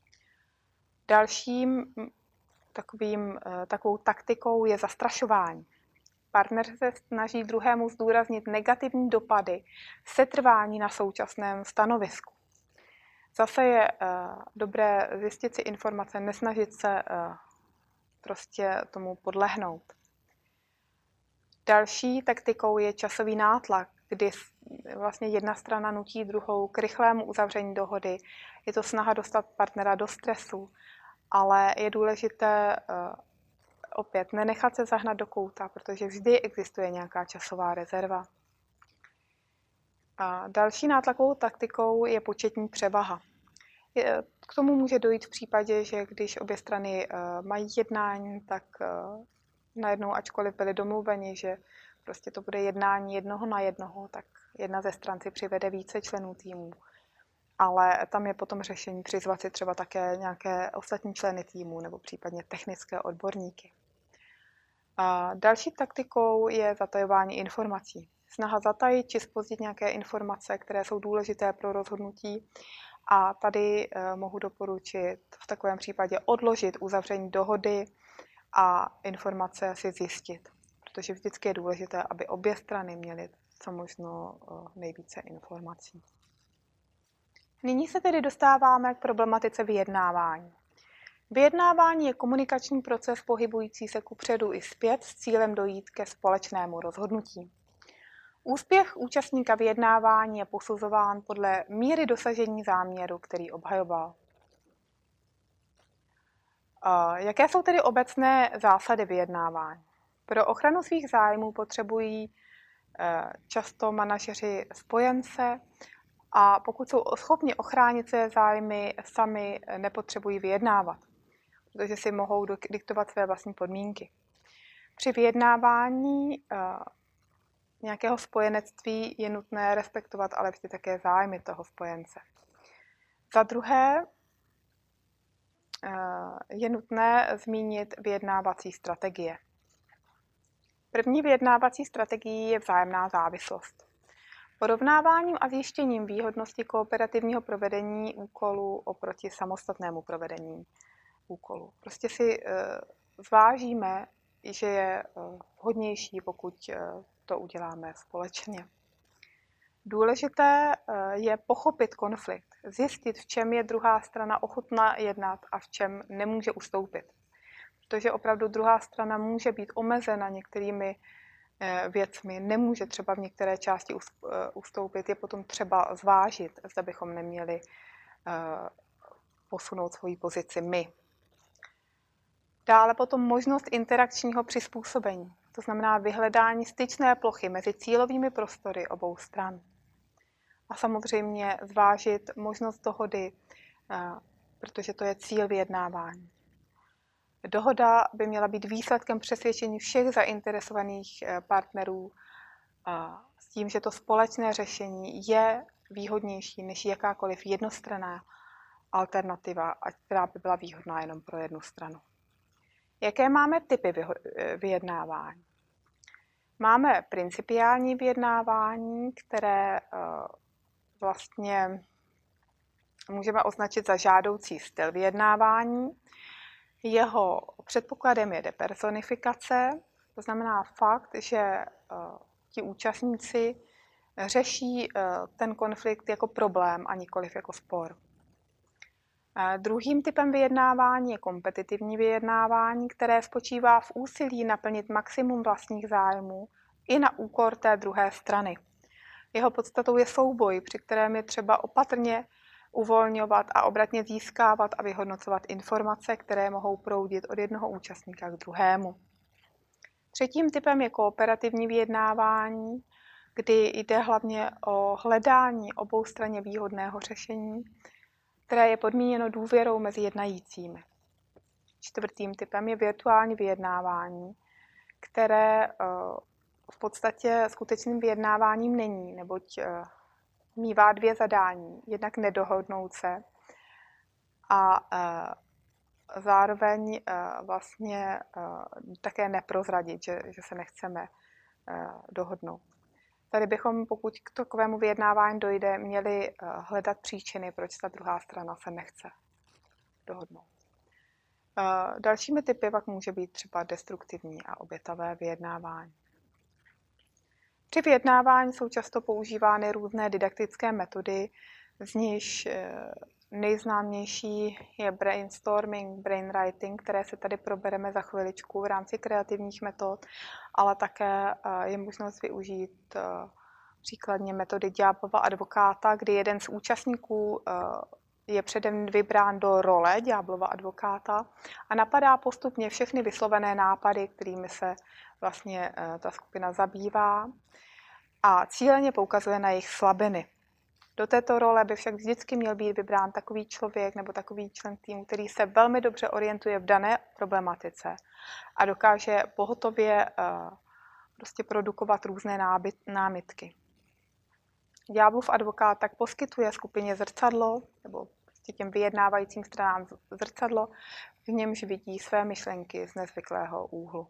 Dalším Takovým, takovou taktikou je zastrašování. Partner se snaží druhému zdůraznit negativní dopady setrvání na současném stanovisku. Zase je uh, dobré zjistit si informace, nesnažit se uh, prostě tomu podlehnout. Další taktikou je časový nátlak, kdy vlastně jedna strana nutí druhou k rychlému uzavření dohody. Je to snaha dostat partnera do stresu, ale je důležité uh, opět nenechat se zahnat do kouta, protože vždy existuje nějaká časová rezerva. A další nátlakovou taktikou je početní převaha. Je, k tomu může dojít v případě, že když obě strany uh, mají jednání, tak uh, najednou, ačkoliv byli domluveni, že prostě to bude jednání jednoho na jednoho, tak jedna ze stran si přivede více členů týmu. Ale tam je potom řešení přizvat si třeba také nějaké ostatní členy týmu nebo případně technické odborníky. A další taktikou je zatajování informací. Snaha zatajit či zpozdit nějaké informace, které jsou důležité pro rozhodnutí. A tady eh, mohu doporučit v takovém případě odložit uzavření dohody a informace si zjistit. Protože vždycky je důležité, aby obě strany měly co možno eh, nejvíce informací. Nyní se tedy dostáváme k problematice vyjednávání. Vyjednávání je komunikační proces pohybující se kupředu i zpět s cílem dojít ke společnému rozhodnutí. Úspěch účastníka vyjednávání je posuzován podle míry dosažení záměru, který obhajoval. Jaké jsou tedy obecné zásady vyjednávání? Pro ochranu svých zájmů potřebují často manažeři spojence, a pokud jsou schopni ochránit své zájmy, sami nepotřebují vyjednávat, protože si mohou diktovat své vlastní podmínky. Při vyjednávání uh, nějakého spojenectví je nutné respektovat ale vždy také zájmy toho spojence. Za druhé uh, je nutné zmínit vyjednávací strategie. První vyjednávací strategií je vzájemná závislost. Porovnáváním a zjištěním výhodnosti kooperativního provedení úkolu oproti samostatnému provedení úkolu. Prostě si uh, zvážíme, že je uh, vhodnější, pokud uh, to uděláme společně. Důležité uh, je pochopit konflikt, zjistit, v čem je druhá strana ochotná jednat a v čem nemůže ustoupit. protože opravdu druhá strana může být omezena některými věcmi, nemůže třeba v některé části ustoupit, je potom třeba zvážit, zda bychom neměli posunout svoji pozici my. Dále potom možnost interakčního přizpůsobení, to znamená vyhledání styčné plochy mezi cílovými prostory obou stran. A samozřejmě zvážit možnost dohody, protože to je cíl vyjednávání. Dohoda by měla být výsledkem přesvědčení všech zainteresovaných partnerů s tím, že to společné řešení je výhodnější než jakákoliv jednostranná alternativa, která by byla výhodná jenom pro jednu stranu. Jaké máme typy vyjednávání? Máme principiální vyjednávání, které vlastně můžeme označit za žádoucí styl vyjednávání. Jeho předpokladem je depersonifikace, to znamená fakt, že ti účastníci řeší ten konflikt jako problém a nikoliv jako spor. Druhým typem vyjednávání je kompetitivní vyjednávání, které spočívá v úsilí naplnit maximum vlastních zájmů i na úkor té druhé strany. Jeho podstatou je souboj, při kterém je třeba opatrně uvolňovat a obratně získávat a vyhodnocovat informace, které mohou proudit od jednoho účastníka k druhému. Třetím typem je kooperativní vyjednávání, kdy jde hlavně o hledání oboustranně výhodného řešení, které je podmíněno důvěrou mezi jednajícími. Čtvrtým typem je virtuální vyjednávání, které v podstatě skutečným vyjednáváním není, neboť mívá dvě zadání. Jednak nedohodnout se a zároveň vlastně také neprozradit, že, že se nechceme dohodnout. Tady bychom, pokud k takovému vyjednávání dojde, měli hledat příčiny, proč ta druhá strana se nechce dohodnout. Dalšími typy pak může být třeba destruktivní a obětavé vyjednávání. Při vyjednávání jsou často používány různé didaktické metody, z nichž nejznámější je brainstorming, brainwriting, které se tady probereme za chviličku v rámci kreativních metod, ale také je možnost využít příkladně metody ďáblova advokáta, kdy jeden z účastníků je předem vybrán do role ďáblova advokáta a napadá postupně všechny vyslovené nápady, kterými se vlastně ta skupina zabývá a cíleně poukazuje na jejich slabiny. Do této role by však vždycky měl být vybrán takový člověk nebo takový člen týmu, který se velmi dobře orientuje v dané problematice a dokáže pohotově prostě produkovat různé námitky. Ďáblův advokát tak poskytuje skupině zrcadlo, nebo prostě těm vyjednávajícím stranám zrcadlo, v němž vidí své myšlenky z nezvyklého úhlu.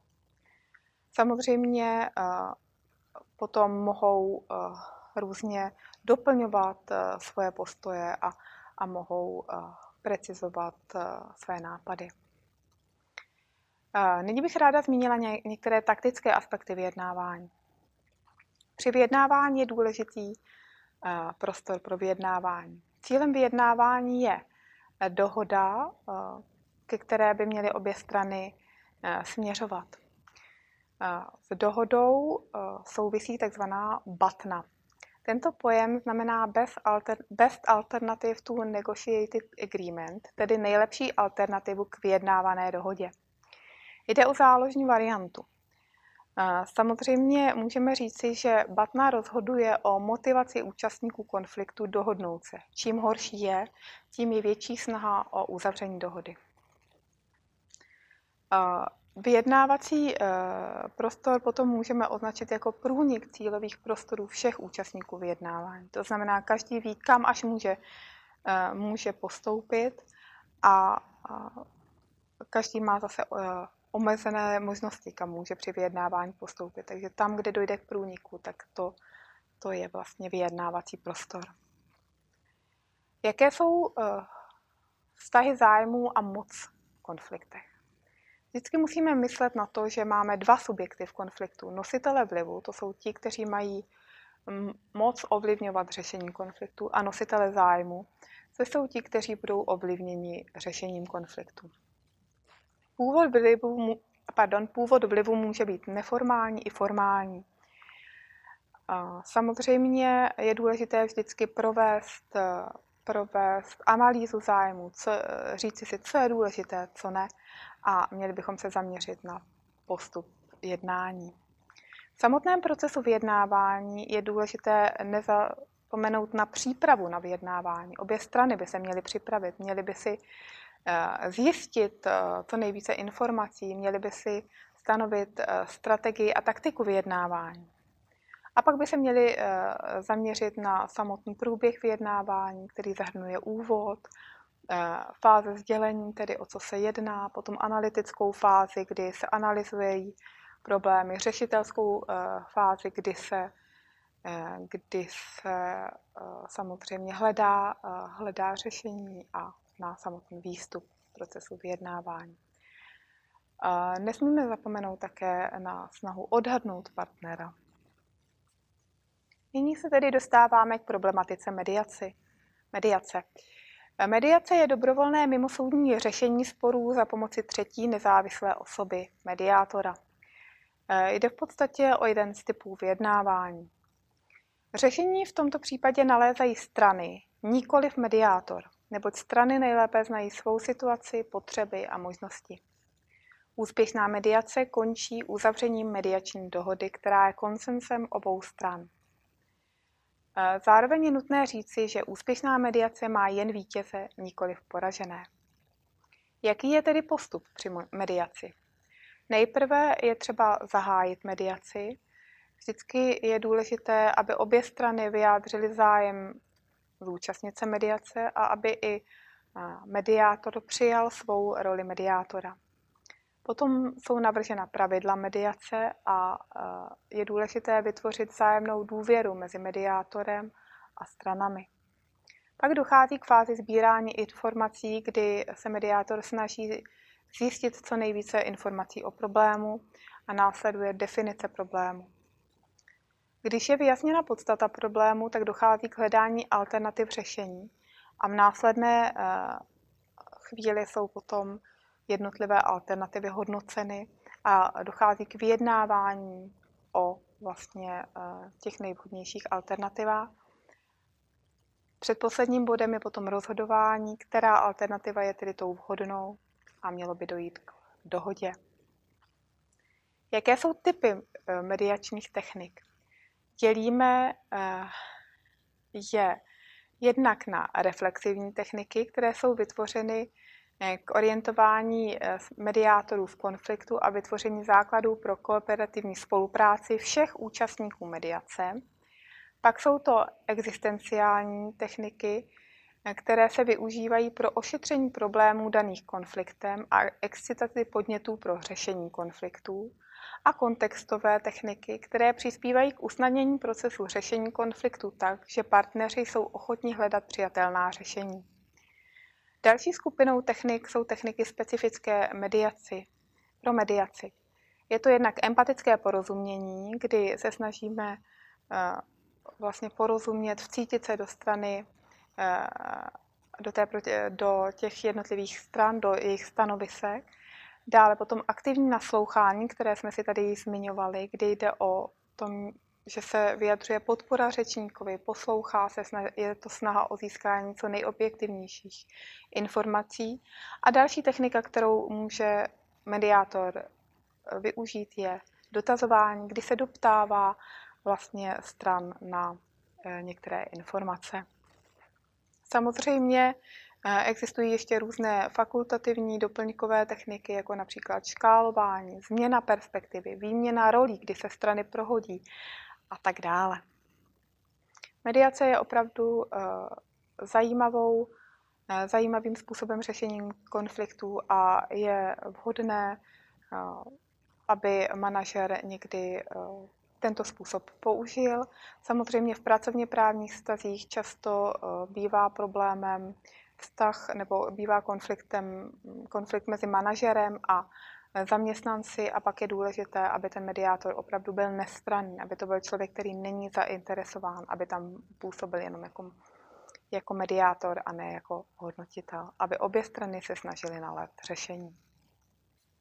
Samozřejmě potom mohou různě doplňovat svoje postoje a, a mohou precizovat své nápady. Nyní bych ráda zmínila některé taktické aspekty vyjednávání. Při vyjednávání je důležitý prostor pro vyjednávání. Cílem vyjednávání je dohoda, ke které by měly obě strany směřovat. S dohodou souvisí takzvaná BATNA. Tento pojem znamená Best, alter, best Alternative to Negotiated Agreement, tedy nejlepší alternativu k vyjednávané dohodě. Jde o záložní variantu. Samozřejmě můžeme říci, že BATNA rozhoduje o motivaci účastníků konfliktu dohodnout se. Čím horší je, tím je větší snaha o uzavření dohody. Vyjednávací prostor potom můžeme označit jako průnik cílových prostorů všech účastníků vyjednávání. To znamená, každý ví, kam až může, může postoupit a každý má zase omezené možnosti, kam může při vyjednávání postoupit. Takže tam, kde dojde k průniku, tak to, to je vlastně vyjednávací prostor. Jaké jsou vztahy zájmů a moc v konfliktech? Vždycky musíme myslet na to, že máme dva subjekty v konfliktu. Nositele vlivu, to jsou ti, kteří mají moc ovlivňovat řešení konfliktu, a nositele zájmu, to jsou ti, kteří budou ovlivněni řešením konfliktu. Původ vlivu, pardon, původ vlivu může být neformální i formální. Samozřejmě je důležité vždycky provést, provést analýzu zájmu, co, říci si, co je důležité, co ne, a měli bychom se zaměřit na postup jednání. V samotném procesu vyjednávání je důležité nezapomenout na přípravu na vyjednávání. Obě strany by se měly připravit, měly by si zjistit co nejvíce informací, měly by si stanovit strategii a taktiku vyjednávání. A pak by se měli zaměřit na samotný průběh vyjednávání, který zahrnuje úvod, fáze sdělení, tedy o co se jedná, potom analytickou fázi, kdy se analyzují problémy, řešitelskou fázi, kdy se, kdy se samozřejmě hledá, hledá řešení, a na samotný výstup procesu vyjednávání. Nesmíme zapomenout také na snahu odhadnout partnera. Nyní se tedy dostáváme k problematice mediaci. mediace. Mediace je dobrovolné mimosoudní řešení sporů za pomoci třetí nezávislé osoby, mediátora. Jde v podstatě o jeden z typů vyjednávání. Řešení v tomto případě nalézají strany, nikoliv mediátor, neboť strany nejlépe znají svou situaci, potřeby a možnosti. Úspěšná mediace končí uzavřením mediační dohody, která je konsensem obou stran. Zároveň je nutné říci, že úspěšná mediace má jen vítěze, nikoliv poražené. Jaký je tedy postup při mediaci? Nejprve je třeba zahájit mediaci. Vždycky je důležité, aby obě strany vyjádřily zájem zúčastnit se mediace a aby i mediátor přijal svou roli mediátora. Potom jsou navržena pravidla mediace a je důležité vytvořit vzájemnou důvěru mezi mediátorem a stranami. Pak dochází k fázi sbírání informací, kdy se mediátor snaží zjistit co nejvíce informací o problému a následuje definice problému. Když je vyjasněna podstata problému, tak dochází k hledání alternativ řešení a v následné chvíli jsou potom jednotlivé alternativy hodnoceny a dochází k vyjednávání o vlastně těch nejvhodnějších alternativách. Předposledním bodem je potom rozhodování, která alternativa je tedy tou vhodnou a mělo by dojít k dohodě. Jaké jsou typy mediačních technik? Dělíme je jednak na reflexivní techniky, které jsou vytvořeny k orientování mediátorů v konfliktu a vytvoření základů pro kooperativní spolupráci všech účastníků mediace. Pak jsou to existenciální techniky, které se využívají pro ošetření problémů daných konfliktem a excitaci podnětů pro řešení konfliktů. A kontextové techniky, které přispívají k usnadnění procesu řešení konfliktu tak, že partneři jsou ochotní hledat přijatelná řešení. Další skupinou technik jsou techniky specifické mediaci, pro mediaci. Je to jednak empatické porozumění, kdy se snažíme uh, vlastně porozumět, vcítit se do strany, uh, do, té, do těch jednotlivých stran, do jejich stanovisek. Dále potom aktivní naslouchání, které jsme si tady zmiňovali, kdy jde o tom, že se vyjadřuje podpora řečníkovi, poslouchá se, je to snaha o získání co nejobjektivnějších informací. A další technika, kterou může mediátor využít, je dotazování, kdy se doptává vlastně stran na některé informace. Samozřejmě existují ještě různé fakultativní doplňkové techniky, jako například škálování, změna perspektivy, výměna rolí, kdy se strany prohodí a tak dále. Mediace je opravdu zajímavou, zajímavým způsobem řešení konfliktů a je vhodné, aby manažer někdy tento způsob použil. Samozřejmě v pracovně právních vztazích často bývá problémem vztah nebo bývá konfliktem, konflikt mezi manažerem a zaměstnanci a pak je důležité, aby ten mediátor opravdu byl nestranný, aby to byl člověk, který není zainteresován, aby tam působil jenom jako, jako mediátor a ne jako hodnotitel, aby obě strany se snažily nalézt řešení.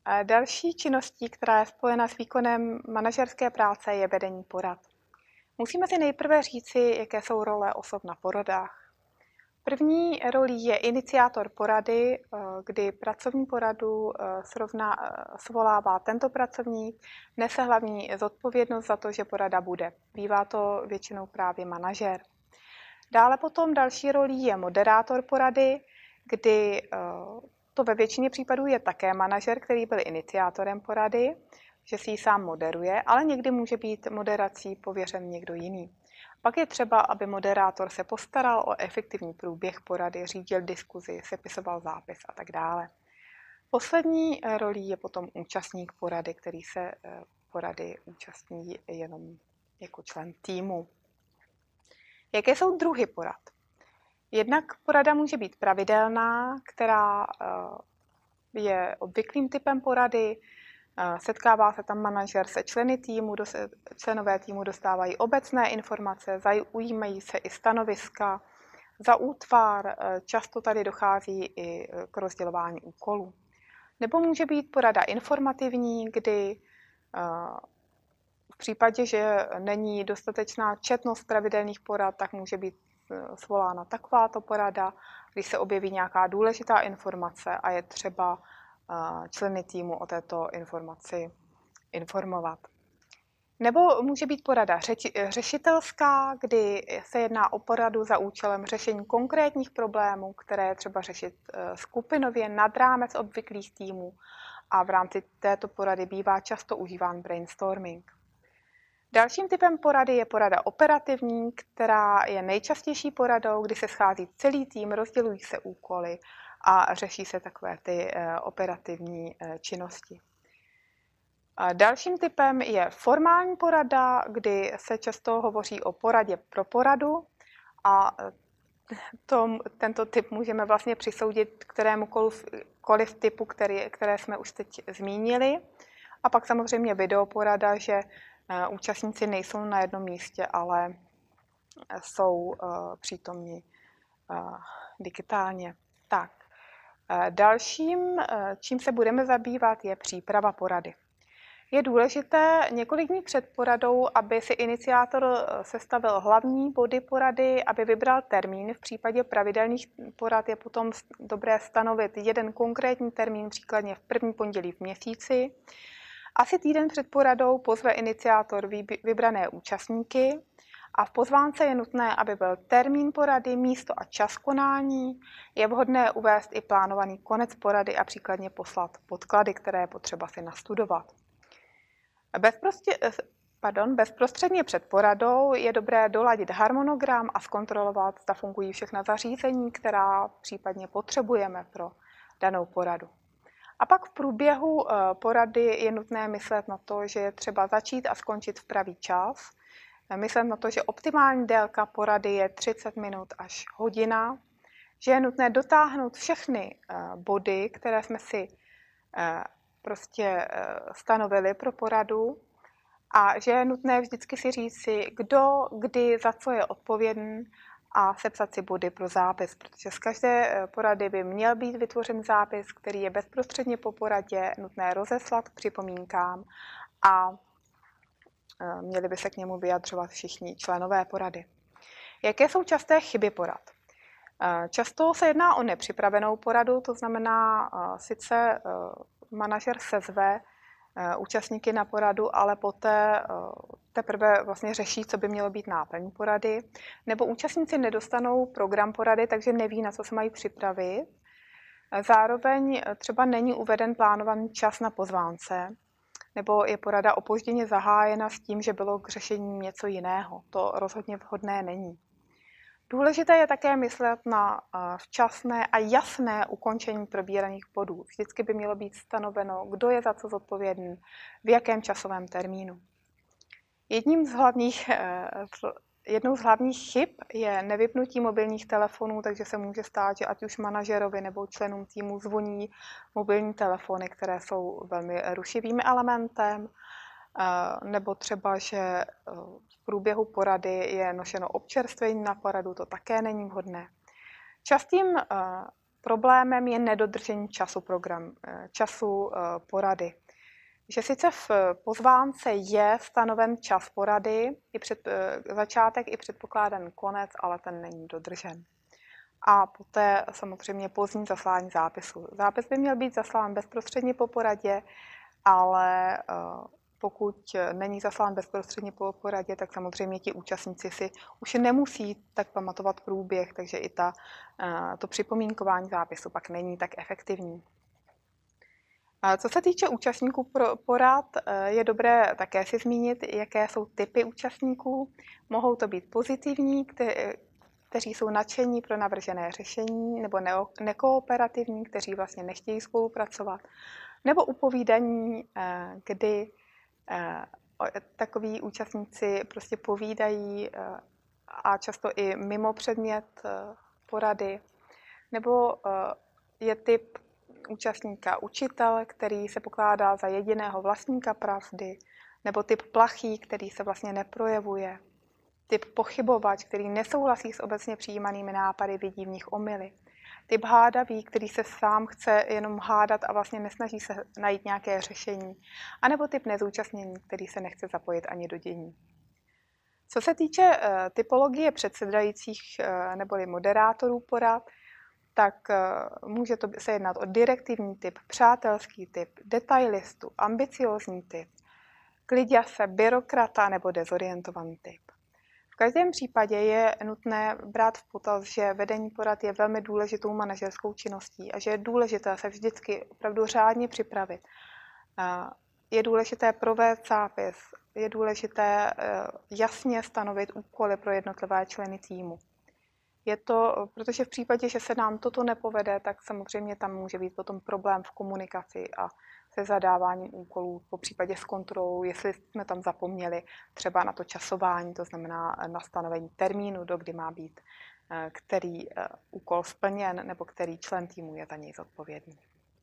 Další činností, která je spojena s výkonem manažerské práce, je vedení porad. Musíme si nejprve říci, jaké jsou role osob na poradách. První rolí je iniciátor porady, kdy pracovní poradu srovná, svolává tento pracovník, nese hlavní zodpovědnost za to, že porada bude. Bývá to většinou právě manažer. Dále potom další rolí je moderátor porady, kdy to ve většině případů je také manažer, který byl iniciátorem porady, že si ji sám moderuje, ale někdy může být moderací pověřen někdo jiný. Pak je třeba, aby moderátor se postaral o efektivní průběh porady, řídil diskuzi, sepisoval zápis a tak dále. Poslední rolí je potom účastník porady, který se porady účastní jenom jako člen týmu. Jaké jsou druhy porad? Jednak porada může být pravidelná, která je obvyklým typem porady. Setkává se tam manažer se členy týmu, členové týmu dostávají obecné informace, zaujímají se i stanoviska za útvar, často tady dochází i k rozdělování úkolů. Nebo může být porada informativní, kdy v případě, že není dostatečná četnost pravidelných porad, tak může být svolána takováto porada, když se objeví nějaká důležitá informace a je třeba členy týmu o této informaci informovat. Nebo může být porada řešitelská, kdy se jedná o poradu za účelem řešení konkrétních problémů, které je třeba řešit skupinově nad rámec obvyklých týmů, a v rámci této porady bývá často užíván brainstorming. Dalším typem porady je porada operativní, která je nejčastější poradou, kdy se schází celý tým, rozdělují se úkoly a řeší se takové ty operativní činnosti. Dalším typem je formální porada, kdy se často hovoří o poradě pro poradu, a to, tento typ můžeme vlastně přisoudit kterémukoliv typu, který, které jsme už teď zmínili. A pak samozřejmě videoporada, že účastníci nejsou na jednom místě, ale jsou přítomni digitálně. Tak. Dalším, čím se budeme zabývat, je příprava porady. Je důležité několik dní před poradou, aby si iniciátor sestavil hlavní body porady, aby vybral termín. V případě pravidelných porad je potom dobré stanovit jeden konkrétní termín, příkladně v první pondělí v měsíci. Asi týden před poradou pozve iniciátor vybrané účastníky a v pozvánce je nutné, aby byl termín porady, místo a čas konání. Je vhodné uvést i plánovaný konec porady a příkladně poslat podklady, které je potřeba si nastudovat. Bezprostě, pardon, bezprostředně před poradou je dobré doladit harmonogram a zkontrolovat, zda fungují všechna zařízení, která případně potřebujeme pro danou poradu. A pak v průběhu porady je nutné myslet na to, že je třeba začít a skončit v pravý čas. Myslet na to, že optimální délka porady je třicet minut až hodina, že je nutné dotáhnout všechny body, které jsme si prostě stanovili pro poradu, a že je nutné vždycky si říci, kdo, kdy, za co je odpovědný, a sepsat si body pro zápis, protože z každé porady by měl být vytvořen zápis, který je bezprostředně po poradě nutné rozeslat k připomínkám a měli by se k němu vyjadřovat všichni členové porady. Jaké jsou časté chyby porad? Často se jedná o nepřipravenou poradu, to znamená, sice manažer sezve účastníky na poradu, ale poté teprve vlastně řeší, co by mělo být náplň porady, nebo účastníci nedostanou program porady, takže neví, na co se mají připravit. Zároveň třeba není uveden plánovaný čas na pozvánce, nebo je porada opožděně zahájena s tím, že bylo k řešení něco jiného. To rozhodně vhodné není. Důležité je také myslet na včasné a jasné ukončení probíraných bodů. Vždycky by mělo být stanoveno, kdo je za co zodpovědný, v jakém časovém termínu. Jedním z hlavních, jednou z hlavních chyb je nevypnutí mobilních telefonů, takže se může stát, že ať už manažerovi nebo členům týmu zvoní mobilní telefony, které jsou velmi rušivým elementem, nebo třeba, že v průběhu porady je nošeno občerstvení na poradu, to také není vhodné. Častým problémem je nedodržení času, program, času porady. Že sice v pozvánce je stanoven čas porady, i před, začátek i předpokládaný konec, ale ten není dodržen. A poté samozřejmě pozdní zaslání zápisu. Zápis by měl být zaslán bezprostředně po poradě, ale pokud není zaslán bezprostředně po poradě, tak samozřejmě ti účastníci si už nemusí tak pamatovat průběh, takže i ta, to připomínkování zápisu pak není tak efektivní. Co se týče účastníků porad, je dobré také si zmínit, jaké jsou typy účastníků. Mohou to být pozitivní, kteří jsou nadšení pro navržené řešení, nebo nekooperativní, kteří vlastně nechtějí spolupracovat, nebo upovídaní, kdy takoví účastníci prostě povídají a často i mimo předmět porady, nebo je typ účastníka učitel, který se pokládá za jediného vlastníka pravdy, nebo typ plachý, který se vlastně neprojevuje, typ pochybovač, který nesouhlasí s obecně přijímanými nápady, vidí v nich omyly, typ hádavý, který se sám chce jenom hádat a vlastně nesnaží se najít nějaké řešení, anebo typ nezúčastnění, který se nechce zapojit ani do dění. Co se týče typologie předsedajících neboli moderátorů porad, tak může to se jednat o direktivní typ, přátelský typ, detailistu, ambiciózní typ, kliďase, byrokrata nebo dezorientovaný typ. V každém případě je nutné brát v potaz, že vedení porad je velmi důležitou manažerskou činností a že je důležité se vždycky opravdu řádně připravit. Je důležité provést zápis, je důležité jasně stanovit úkoly pro jednotlivé členy týmu. Je to, protože v případě, že se nám toto nepovede, tak samozřejmě tam může být potom problém v komunikaci a se zadáváním úkolů, po případě s kontrolou, jestli jsme tam zapomněli třeba na to časování, to znamená na stanovení termínu, do kdy má být který úkol splněn nebo který člen týmu je za něj zodpovědný.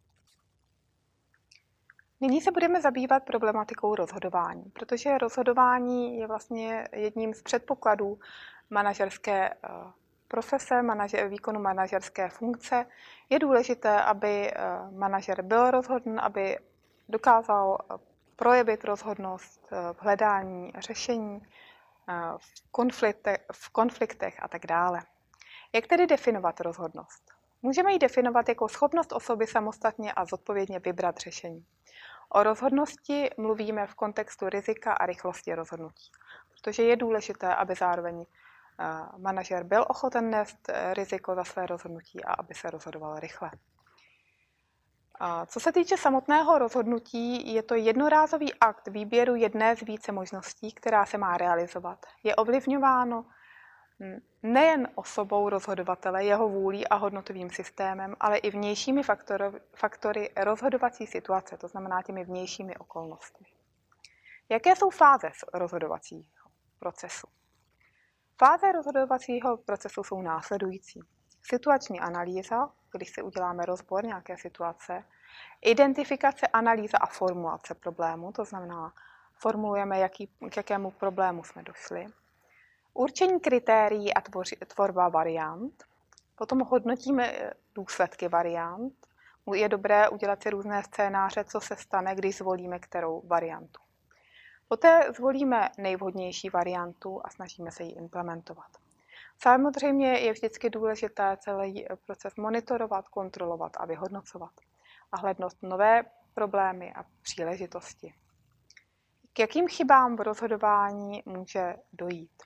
Nyní se budeme zabývat problematikou rozhodování, protože rozhodování je vlastně jedním z předpokladů manažerské profese, manažer, výkonu manažerské funkce. Je důležité, aby manažer byl rozhoden, aby dokázal projevit rozhodnost v hledání řešení, v konfliktech, v konfliktech a tak dále. Jak tedy definovat rozhodnost? Můžeme ji definovat jako schopnost osoby samostatně a zodpovědně vybrat řešení. O rozhodnosti mluvíme v kontextu rizika a rychlosti rozhodnutí, protože je důležité, aby zároveň manažer byl ochoten nést riziko za své rozhodnutí a aby se rozhodoval rychle. Co se týče samotného rozhodnutí, je to jednorázový akt výběru jedné z více možností, která se má realizovat. Je ovlivňováno nejen osobou rozhodovatele, jeho vůlí a hodnotovým systémem, ale i vnějšími faktory, faktory rozhodovací situace, to znamená těmi vnějšími okolnostmi. Jaké jsou fáze rozhodovacího procesu? Fáze rozhodovacího procesu jsou následující. Situační analýza, když si uděláme rozbor nějaké situace, identifikace, analýza a formulace problému, to znamená, formulujeme, jaký, k jakému problému jsme došli, určení kritérií a tvoři, tvorba variant, potom hodnotíme důsledky variant, je dobré udělat si různé scénáře, co se stane, když zvolíme kterou variantu. Poté zvolíme nejvhodnější variantu a snažíme se ji implementovat. Samozřejmě je vždycky důležité celý proces monitorovat, kontrolovat a vyhodnocovat a hledat nové problémy a příležitosti. K jakým chybám v rozhodování může dojít?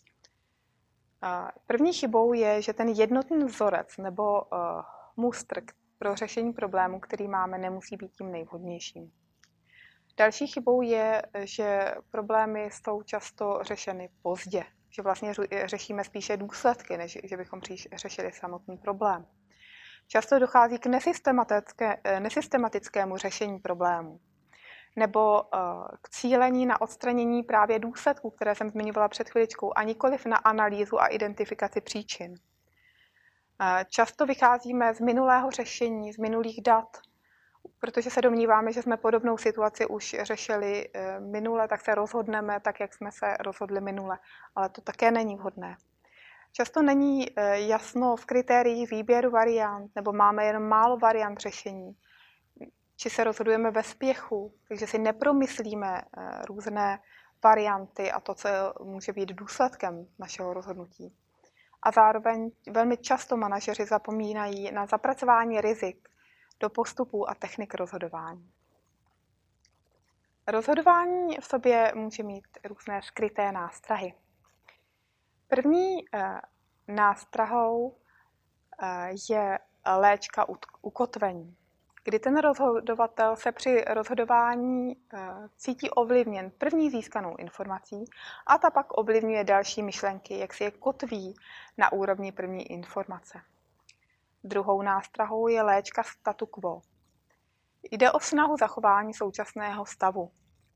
První chybou je, že ten jednotný vzorec nebo mustr pro řešení problému, který máme, nemusí být tím nejvhodnějším. Další chybou je, že problémy jsou často řešeny pozdě, že vlastně řešíme spíše důsledky, než že bychom řešili samotný problém. Často dochází k nesystematické, nesystematickému řešení problému nebo k cílení na odstranění právě důsledků, které jsem zmiňovala před chviličkou, a nikoliv na analýzu a identifikaci příčin. Často vycházíme z minulého řešení, z minulých dat, protože se domníváme, že jsme podobnou situaci už řešili minule, tak se rozhodneme tak, jak jsme se rozhodli minule, ale to také není vhodné. Často není jasno v kritériích výběru variant, nebo máme jenom málo variant řešení, či se rozhodujeme ve spěchu, takže si nepromyslíme různé varianty a to, co může být důsledkem našeho rozhodnutí. A zároveň velmi často manažeři zapomínají na zapracování rizik do postupů a technik rozhodování. Rozhodování v sobě může mít různé skryté nástrahy. První eh, nástrahou eh, je léčka ukotvení, kdy ten rozhodovatel se při rozhodování eh, cítí ovlivněn první získanou informací a ta pak ovlivňuje další myšlenky, jak si je kotví na úrovni první informace. Druhou nástrahou je léčka statu quo. Jde o snahu zachování současného stavu.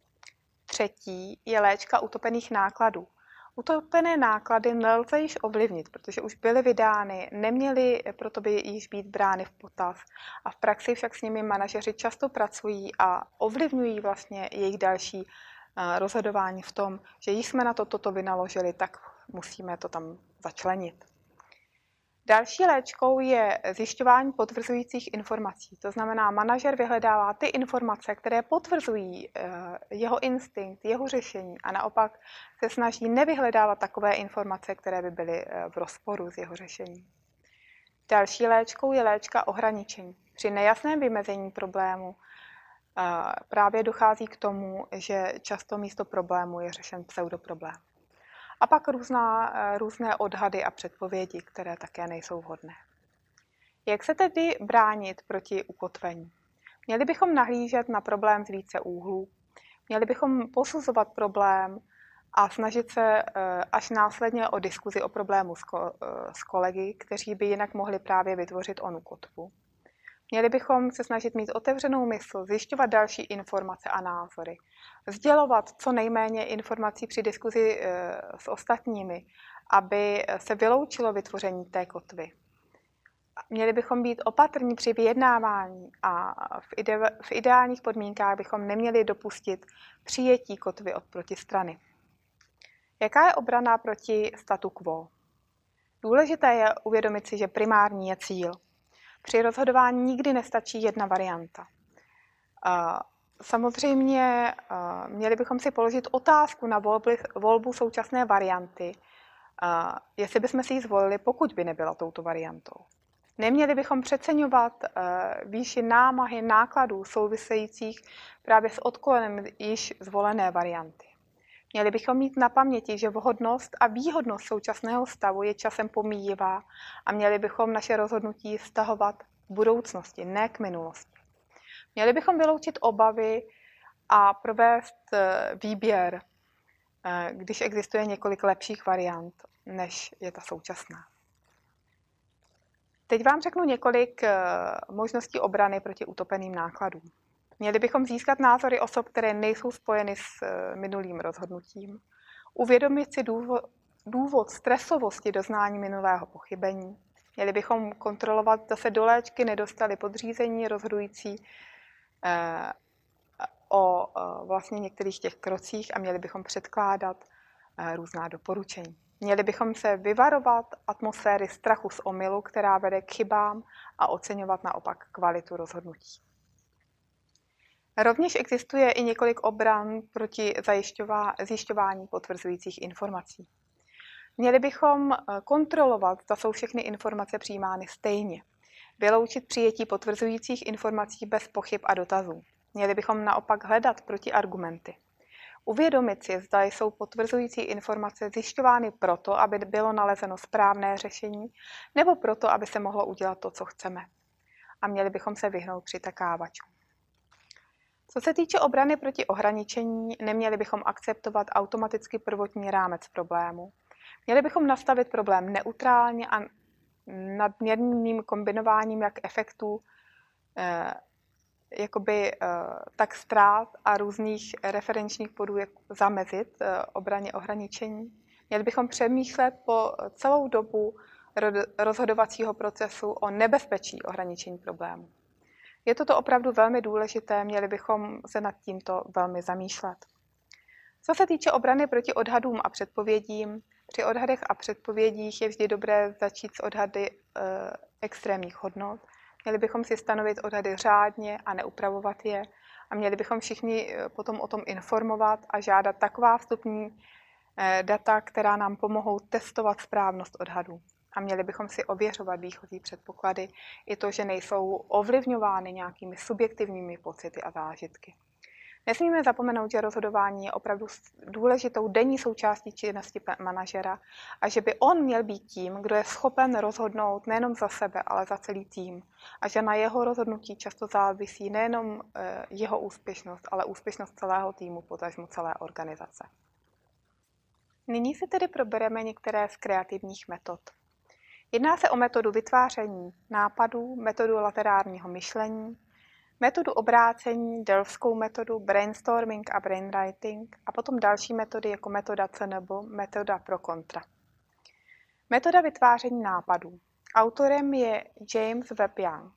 Třetí je léčka utopených nákladů. Utopené náklady nelze již ovlivnit, protože už byly vydány, neměly proto by již být brány v potaz. A v praxi však s nimi manažeři často pracují a ovlivňují vlastně jejich další rozhodování v tom, že již jsme na to toto vynaložili, tak musíme to tam začlenit. Další léčkou je zjišťování potvrzujících informací. To znamená, manažer vyhledává ty informace, které potvrzují jeho instinkt, jeho řešení a naopak se snaží nevyhledávat takové informace, které by byly v rozporu s jeho řešením. Další léčkou je léčka ohraničení. Při nejasném vymezení problému právě dochází k tomu, že často místo problému je řešen pseudoproblém. A pak různá, různé odhady a předpovědi, které také nejsou vhodné. Jak se tedy bránit proti ukotvení? Měli bychom nahlížet na problém z více úhlů, měli bychom posuzovat problém a snažit se až následně o diskuzi o problému s kolegy, kteří by jinak mohli právě vytvořit onu kotvu. Měli bychom se snažit mít otevřenou mysl, zjišťovat další informace a názory, sdělovat co nejméně informací při diskuzi s ostatními, aby se vyloučilo vytvoření té kotvy. Měli bychom být opatrní při vyjednávání a v, ide v ideálních podmínkách bychom neměli dopustit přijetí kotvy od protistrany. Jaká je obrana proti statu quo? Důležité je uvědomit si, že primární je cíl. Při rozhodování nikdy nestačí jedna varianta. Samozřejmě měli bychom si položit otázku na volbu současné varianty, jestli bychom si ji zvolili, pokud by nebyla touto variantou. Neměli bychom přeceňovat výši námahy nákladů souvisejících právě s odklonem již zvolené varianty. Měli bychom mít na paměti, že vhodnost a výhodnost současného stavu je časem pomíjivá a měli bychom naše rozhodnutí vztahovat k budoucnosti, ne k minulosti. Měli bychom vyloučit obavy a provést výběr, když existuje několik lepších variant, než je ta současná. Teď vám řeknu několik možností obrany proti utopeným nákladům. Měli bychom získat názory osob, které nejsou spojeny s minulým rozhodnutím, uvědomit si důvod, důvod stresovosti doznání minulého pochybení. Měli bychom kontrolovat, zda se do léčky nedostali podřízení rozhodující eh, o eh, vlastně některých těch krocích a měli bychom předkládat eh, různá doporučení. Měli bychom se vyvarovat atmosféry strachu z omylu, která vede k chybám a oceňovat naopak kvalitu rozhodnutí. Rovněž existuje i několik obran proti zjišťování potvrzujících informací. Měli bychom kontrolovat, zda jsou všechny informace přijímány stejně. Vyloučit přijetí potvrzujících informací bez pochyb a dotazů. Měli bychom naopak hledat protiargumenty. Uvědomit si, zda jsou potvrzující informace zjišťovány proto, aby bylo nalezeno správné řešení, nebo proto, aby se mohlo udělat to, co chceme. A měli bychom se vyhnout přitakávačům. Co se týče obrany proti ohraničení, neměli bychom akceptovat automaticky prvotní rámec problému. Měli bychom nastavit problém neutrálně a nadměrným kombinováním jak efektů, eh, jakoby, eh, tak ztrát a různých referenčních bodů, jak zamezit eh, obraně ohraničení. Měli bychom přemýšlet po celou dobu rozhodovacího procesu o nebezpečí ohraničení problému. Je toto opravdu velmi důležité, měli bychom se nad tímto velmi zamýšlet. Co se týče obrany proti odhadům a předpovědím, Při odhadech a předpovědích je vždy dobré začít s odhady e, extrémních hodnot. Měli bychom si stanovit odhady řádně a neupravovat je. A měli bychom všichni potom o tom informovat a žádat taková vstupní e, data, která nám pomohou testovat správnost odhadů. A měli bychom si ověřovat výchozí předpoklady i to, že nejsou ovlivňovány nějakými subjektivními pocity a zážitky. Nesmíme zapomenout, že rozhodování je opravdu důležitou denní součástí činnosti manažera a že by on měl být tím, kdo je schopen rozhodnout nejenom za sebe, ale za celý tým. A že na jeho rozhodnutí často závisí nejenom jeho úspěšnost, ale úspěšnost celého týmu, potažmo celé organizace. Nyní si tedy probereme některé z kreativních metod. Jedná se o metodu vytváření nápadů, metodu laterálního myšlení, metodu obrácení, Delftskou metodu, brainstorming a brainwriting a potom další metody jako metoda C N B, metoda pro kontra. Metoda vytváření nápadů. Autorem je James Webb Young.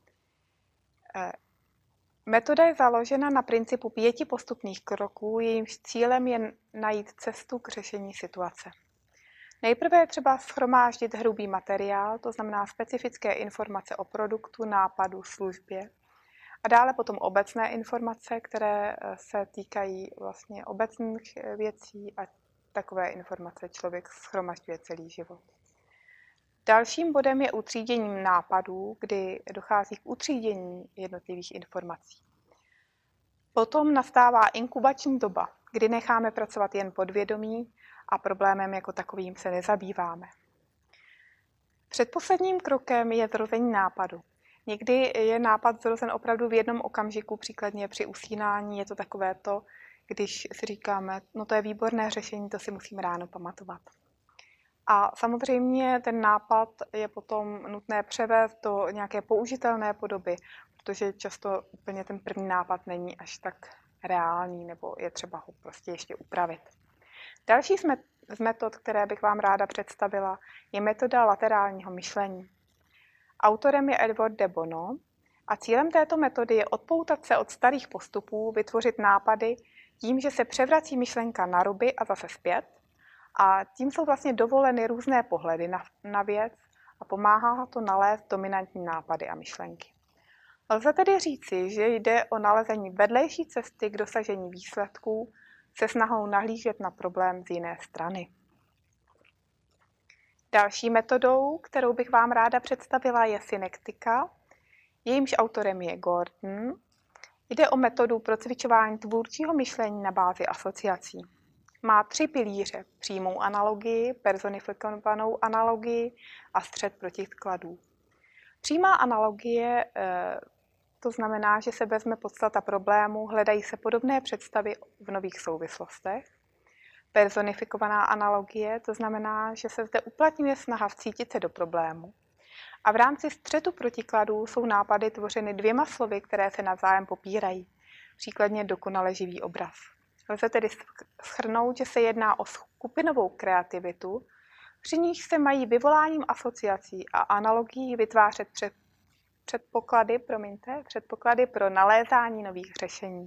Metoda je založena na principu pěti postupných kroků, jejímž cílem je najít cestu k řešení situace. Nejprve je třeba shromáždit hrubý materiál, to znamená specifické informace o produktu, nápadu, službě. A dále potom obecné informace, které se týkají vlastně obecných věcí a takové informace člověk shromažďuje celý život. Dalším bodem je utříděním nápadů, kdy dochází k utřídění jednotlivých informací. Potom nastává inkubační doba, kdy necháme pracovat jen podvědomí a problémem jako takovým se nezabýváme. Předposledním krokem je zrození nápadu. Někdy je nápad zrozen opravdu v jednom okamžiku, příkladně při usínání je to takové to, když si říkáme, no to je výborné řešení, to si musím ráno pamatovat. A samozřejmě ten nápad je potom nutné převést do nějaké použitelné podoby, protože často úplně ten první nápad není až tak reálný, nebo je třeba ho prostě ještě upravit. Další z metod, které bych vám ráda představila, je metoda laterálního myšlení. Autorem je Edward de Bono a cílem této metody je odpoutat se od starých postupů, vytvořit nápady tím, že se převrací myšlenka na ruby a zase zpět a tím jsou vlastně dovoleny různé pohledy na, na věc a pomáhá to nalézt dominantní nápady a myšlenky. Lze tedy říci, že jde o nalezení vedlejší cesty k dosažení výsledků se snahou nahlížet na problém z jiné strany. Další metodou, kterou bych vám ráda představila, je synektika. Jejímž autorem je Gordon. Jde o metodu pro cvičování tvůrčího myšlení na bázi asociací. Má tři pilíře: přímou analogii, personifikovanou analogii a střet protikladů. Přímá analogie to znamená, že se vezme podstata problému, hledají se podobné představy v nových souvislostech. Personifikovaná analogie, to znamená, že se zde uplatňuje snaha vcítit se do problému. A v rámci střetu protikladů jsou nápady tvořeny dvěma slovy, které se navzájem popírají. Příkladně dokonale živý obraz. Lze tedy shrnout, že se jedná o skupinovou kreativitu, při níž se mají vyvoláním asociací a analogií vytvářet před, předpoklady, promiňte, předpoklady pro nalézání nových řešení.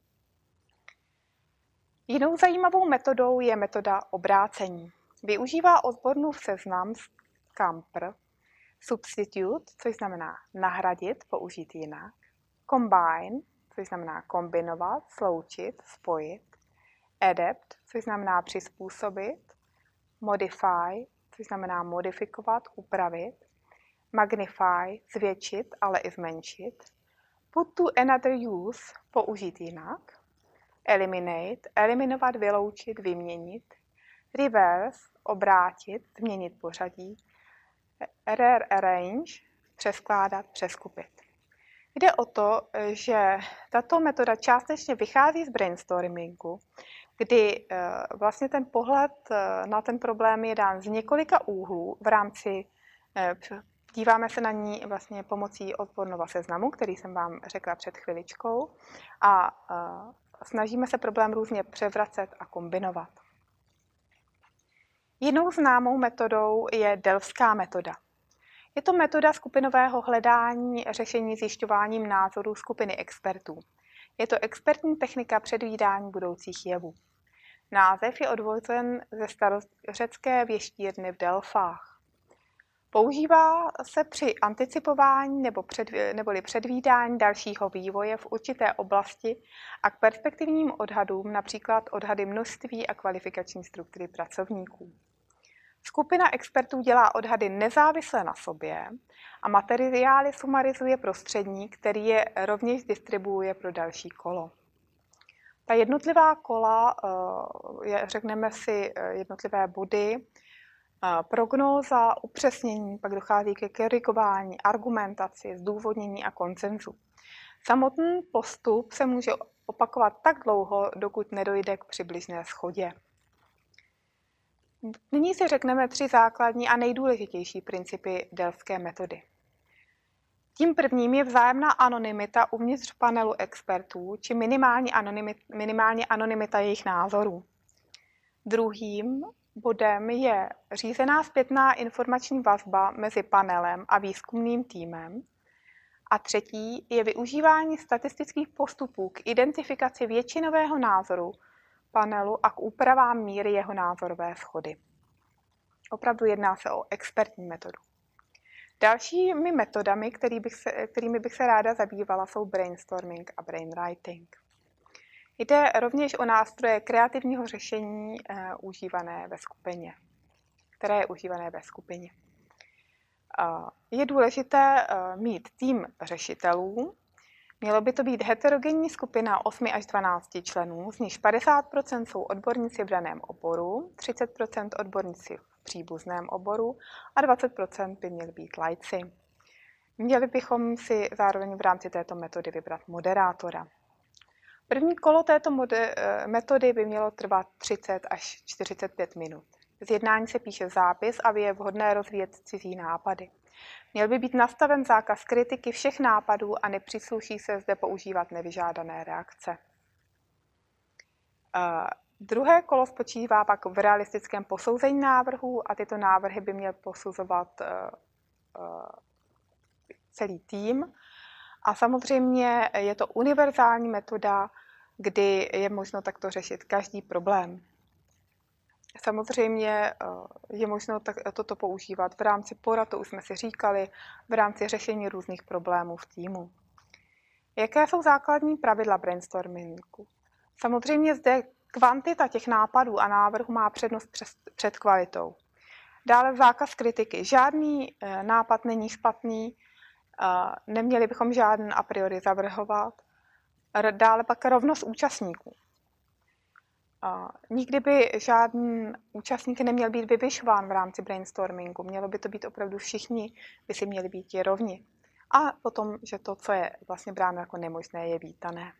Jinou zajímavou metodou je metoda obrácení. Využívá odbornou seznam Camper, substitute, což znamená nahradit, použít jinak, combine, což znamená kombinovat, sloučit, spojit, adapt, což znamená přizpůsobit, modify, což znamená modifikovat, upravit, magnify, zvětšit, ale i zmenšit, put to another use, použít jinak, eliminate, eliminovat, vyloučit, vyměnit, reverse, obrátit, změnit pořadí, rearrange, přeskládat, přeskupit. Jde o to, že tato metoda částečně vychází z brainstormingu, kdy vlastně ten pohled na ten problém je dán z několika úhlů v rámci, díváme se na ní vlastně pomocí odborného seznamu, který jsem vám řekla před chviličkou, a snažíme se problém různě převracet a kombinovat. Jinou známou metodou je Delftská metoda. Je to metoda skupinového hledání řešení zjišťováním názorů skupiny expertů. Je to expertní technika předvídání budoucích jevů. Název je odvozen ze starořecké věštírny v Delfách. Používá se při anticipování nebo před, neboli předvídání dalšího vývoje v určité oblasti a k perspektivním odhadům, například odhady množství a kvalifikační struktury pracovníků. Skupina expertů dělá odhady nezávisle na sobě a materiály sumarizuje prostředník, který je rovněž distribuuje pro další kolo. Ta jednotlivá kola, řekneme si jednotlivé body, prognóza, upřesnění, pak dochází ke korigování, argumentaci, zdůvodnění a konsenzu. Samotný postup se může opakovat tak dlouho, dokud nedojde k přibližné shodě. Nyní si řekneme tři základní a nejdůležitější principy delftské metody. Tím prvním je vzájemná anonymita uvnitř panelu expertů, či minimální anonymita, minimálně anonymita jejich názorů. Druhým bodem je řízená zpětná informační vazba mezi panelem a výzkumným týmem. A třetí je využívání statistických postupů k identifikaci většinového názoru panelu a k úpravám míry jeho názorové shody. Opravdu jedná se o expertní metodu. Dalšími metodami, který bych se, kterými bych se ráda zabývala, jsou brainstorming a brainwriting. Jde rovněž o nástroje kreativního řešení e, užívané ve skupině, které je užívané ve skupině. E, je důležité e, mít tým řešitelů. Mělo by to být heterogenní skupina osmi až dvanácti členů, z nichž padesát procent jsou odborníci v daném oboru, třicet procent odborníci v příbuzném oboru a dvacet procent by měli být laici. Měli bychom si zároveň v rámci této metody vybrat moderátora. První kolo této metody by mělo trvat třicet až čtyřicet pět minut. Z jednání se píše zápis a je vhodné rozvíjet cizí nápady. Měl by být nastaven zákaz kritiky všech nápadů a nepřísluší se zde používat nevyžádané reakce. Uh, druhé kolo spočívá pak v realistickém posouzení návrhů a tyto návrhy by měl posuzovat uh, uh, celý tým. A samozřejmě je to univerzální metoda, kdy je možno takto řešit každý problém. Samozřejmě je možno toto používat v rámci porad, to už jsme si říkali, v rámci řešení různých problémů v týmu. Jaké jsou základní pravidla brainstormingu? Samozřejmě zde kvantita těch nápadů a návrhů má přednost před kvalitou. Dále zákaz kritiky. Žádný nápad není špatný, neměli bychom žádný a priori zavrhovat. Dále pak rovnost účastníků. Nikdy by žádný účastník neměl být vyvyšován v rámci brainstormingu. Mělo by to být opravdu všichni, by si měli být je rovni. A potom, že to, co je vlastně bráno jako nemožné, je vítané.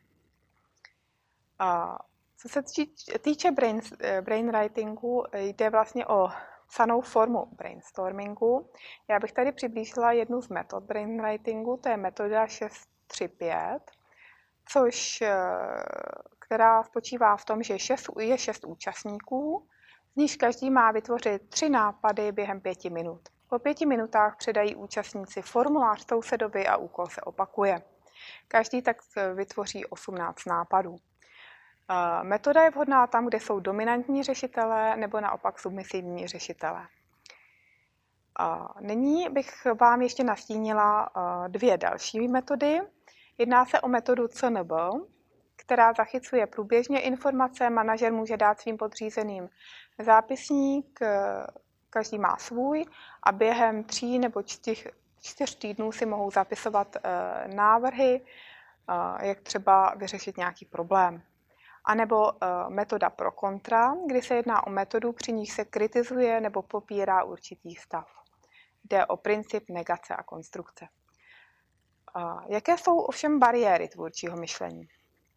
Co se týče brain, brainwritingu, jde vlastně o psanou formu brainstormingu. Já bych tady přiblížila jednu z metod brainwritingu, to je metoda šest tři pět, což, která spočívá v tom, že šest, je šest účastníků, z nichž každý má vytvořit tři nápady během pěti minut. Po pěti minutách předají účastníci formulář sousedovi a úkol se opakuje. Každý tak vytvoří osmnáct nápadů. Metoda je vhodná tam, kde jsou dominantní řešitelé nebo naopak submisivní řešitelé. Nyní bych vám ještě nastínila dvě další metody. Jedná se o metodu C N B, která zachycuje průběžně informace. Manažer může dát svým podřízeným zápisník, každý má svůj a během tří nebo čtyř, čtyř týdnů si mohou zapisovat návrhy, jak třeba vyřešit nějaký problém. A nebo metoda pro kontra, kdy se jedná o metodu, při níž se kritizuje nebo popírá určitý stav. Jde o princip negace a konstrukce. Jaké jsou ovšem bariéry tvůrčího myšlení?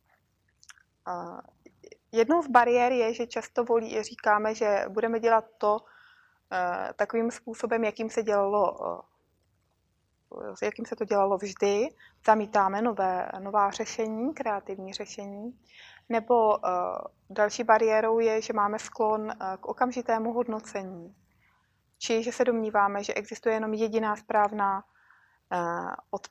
Jednou z bariér je, že často volí, říkáme, že budeme dělat to takovým způsobem, jakým se dělalo, jakým se to dělalo vždy. Zamítáme nové, nová řešení, kreativní řešení. Nebo další bariérou je, že máme sklon k okamžitému hodnocení. Či že se domníváme, že existuje jenom jediná správná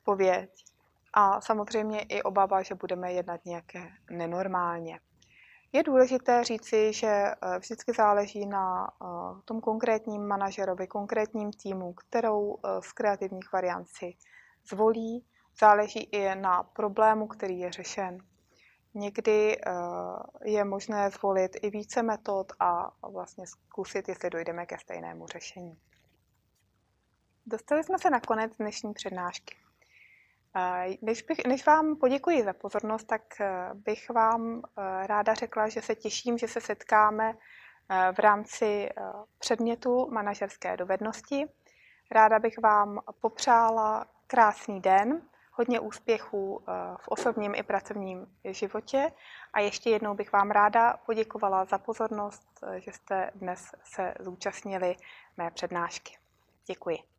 odpověď. A samozřejmě i obava, že budeme jednat nějaké nenormálně. Je důležité říci, že vždycky záleží na tom konkrétním manažerovi, konkrétním týmu, kterou z kreativních variant si zvolí. Záleží i na problému, který je řešen. Někdy je možné zvolit i více metod a vlastně zkusit, jestli dojdeme ke stejnému řešení. Dostali jsme se na konec dnešní přednášky. Než, bych, než vám poděkuji za pozornost, tak bych vám ráda řekla, že se těším, že se setkáme v rámci předmětu manažerské dovednosti. Ráda bych vám popřála krásný den, hodně úspěchů v osobním i pracovním životě a ještě jednou bych vám ráda poděkovala za pozornost, že jste dnes se zúčastnili mé přednášky. Děkuji.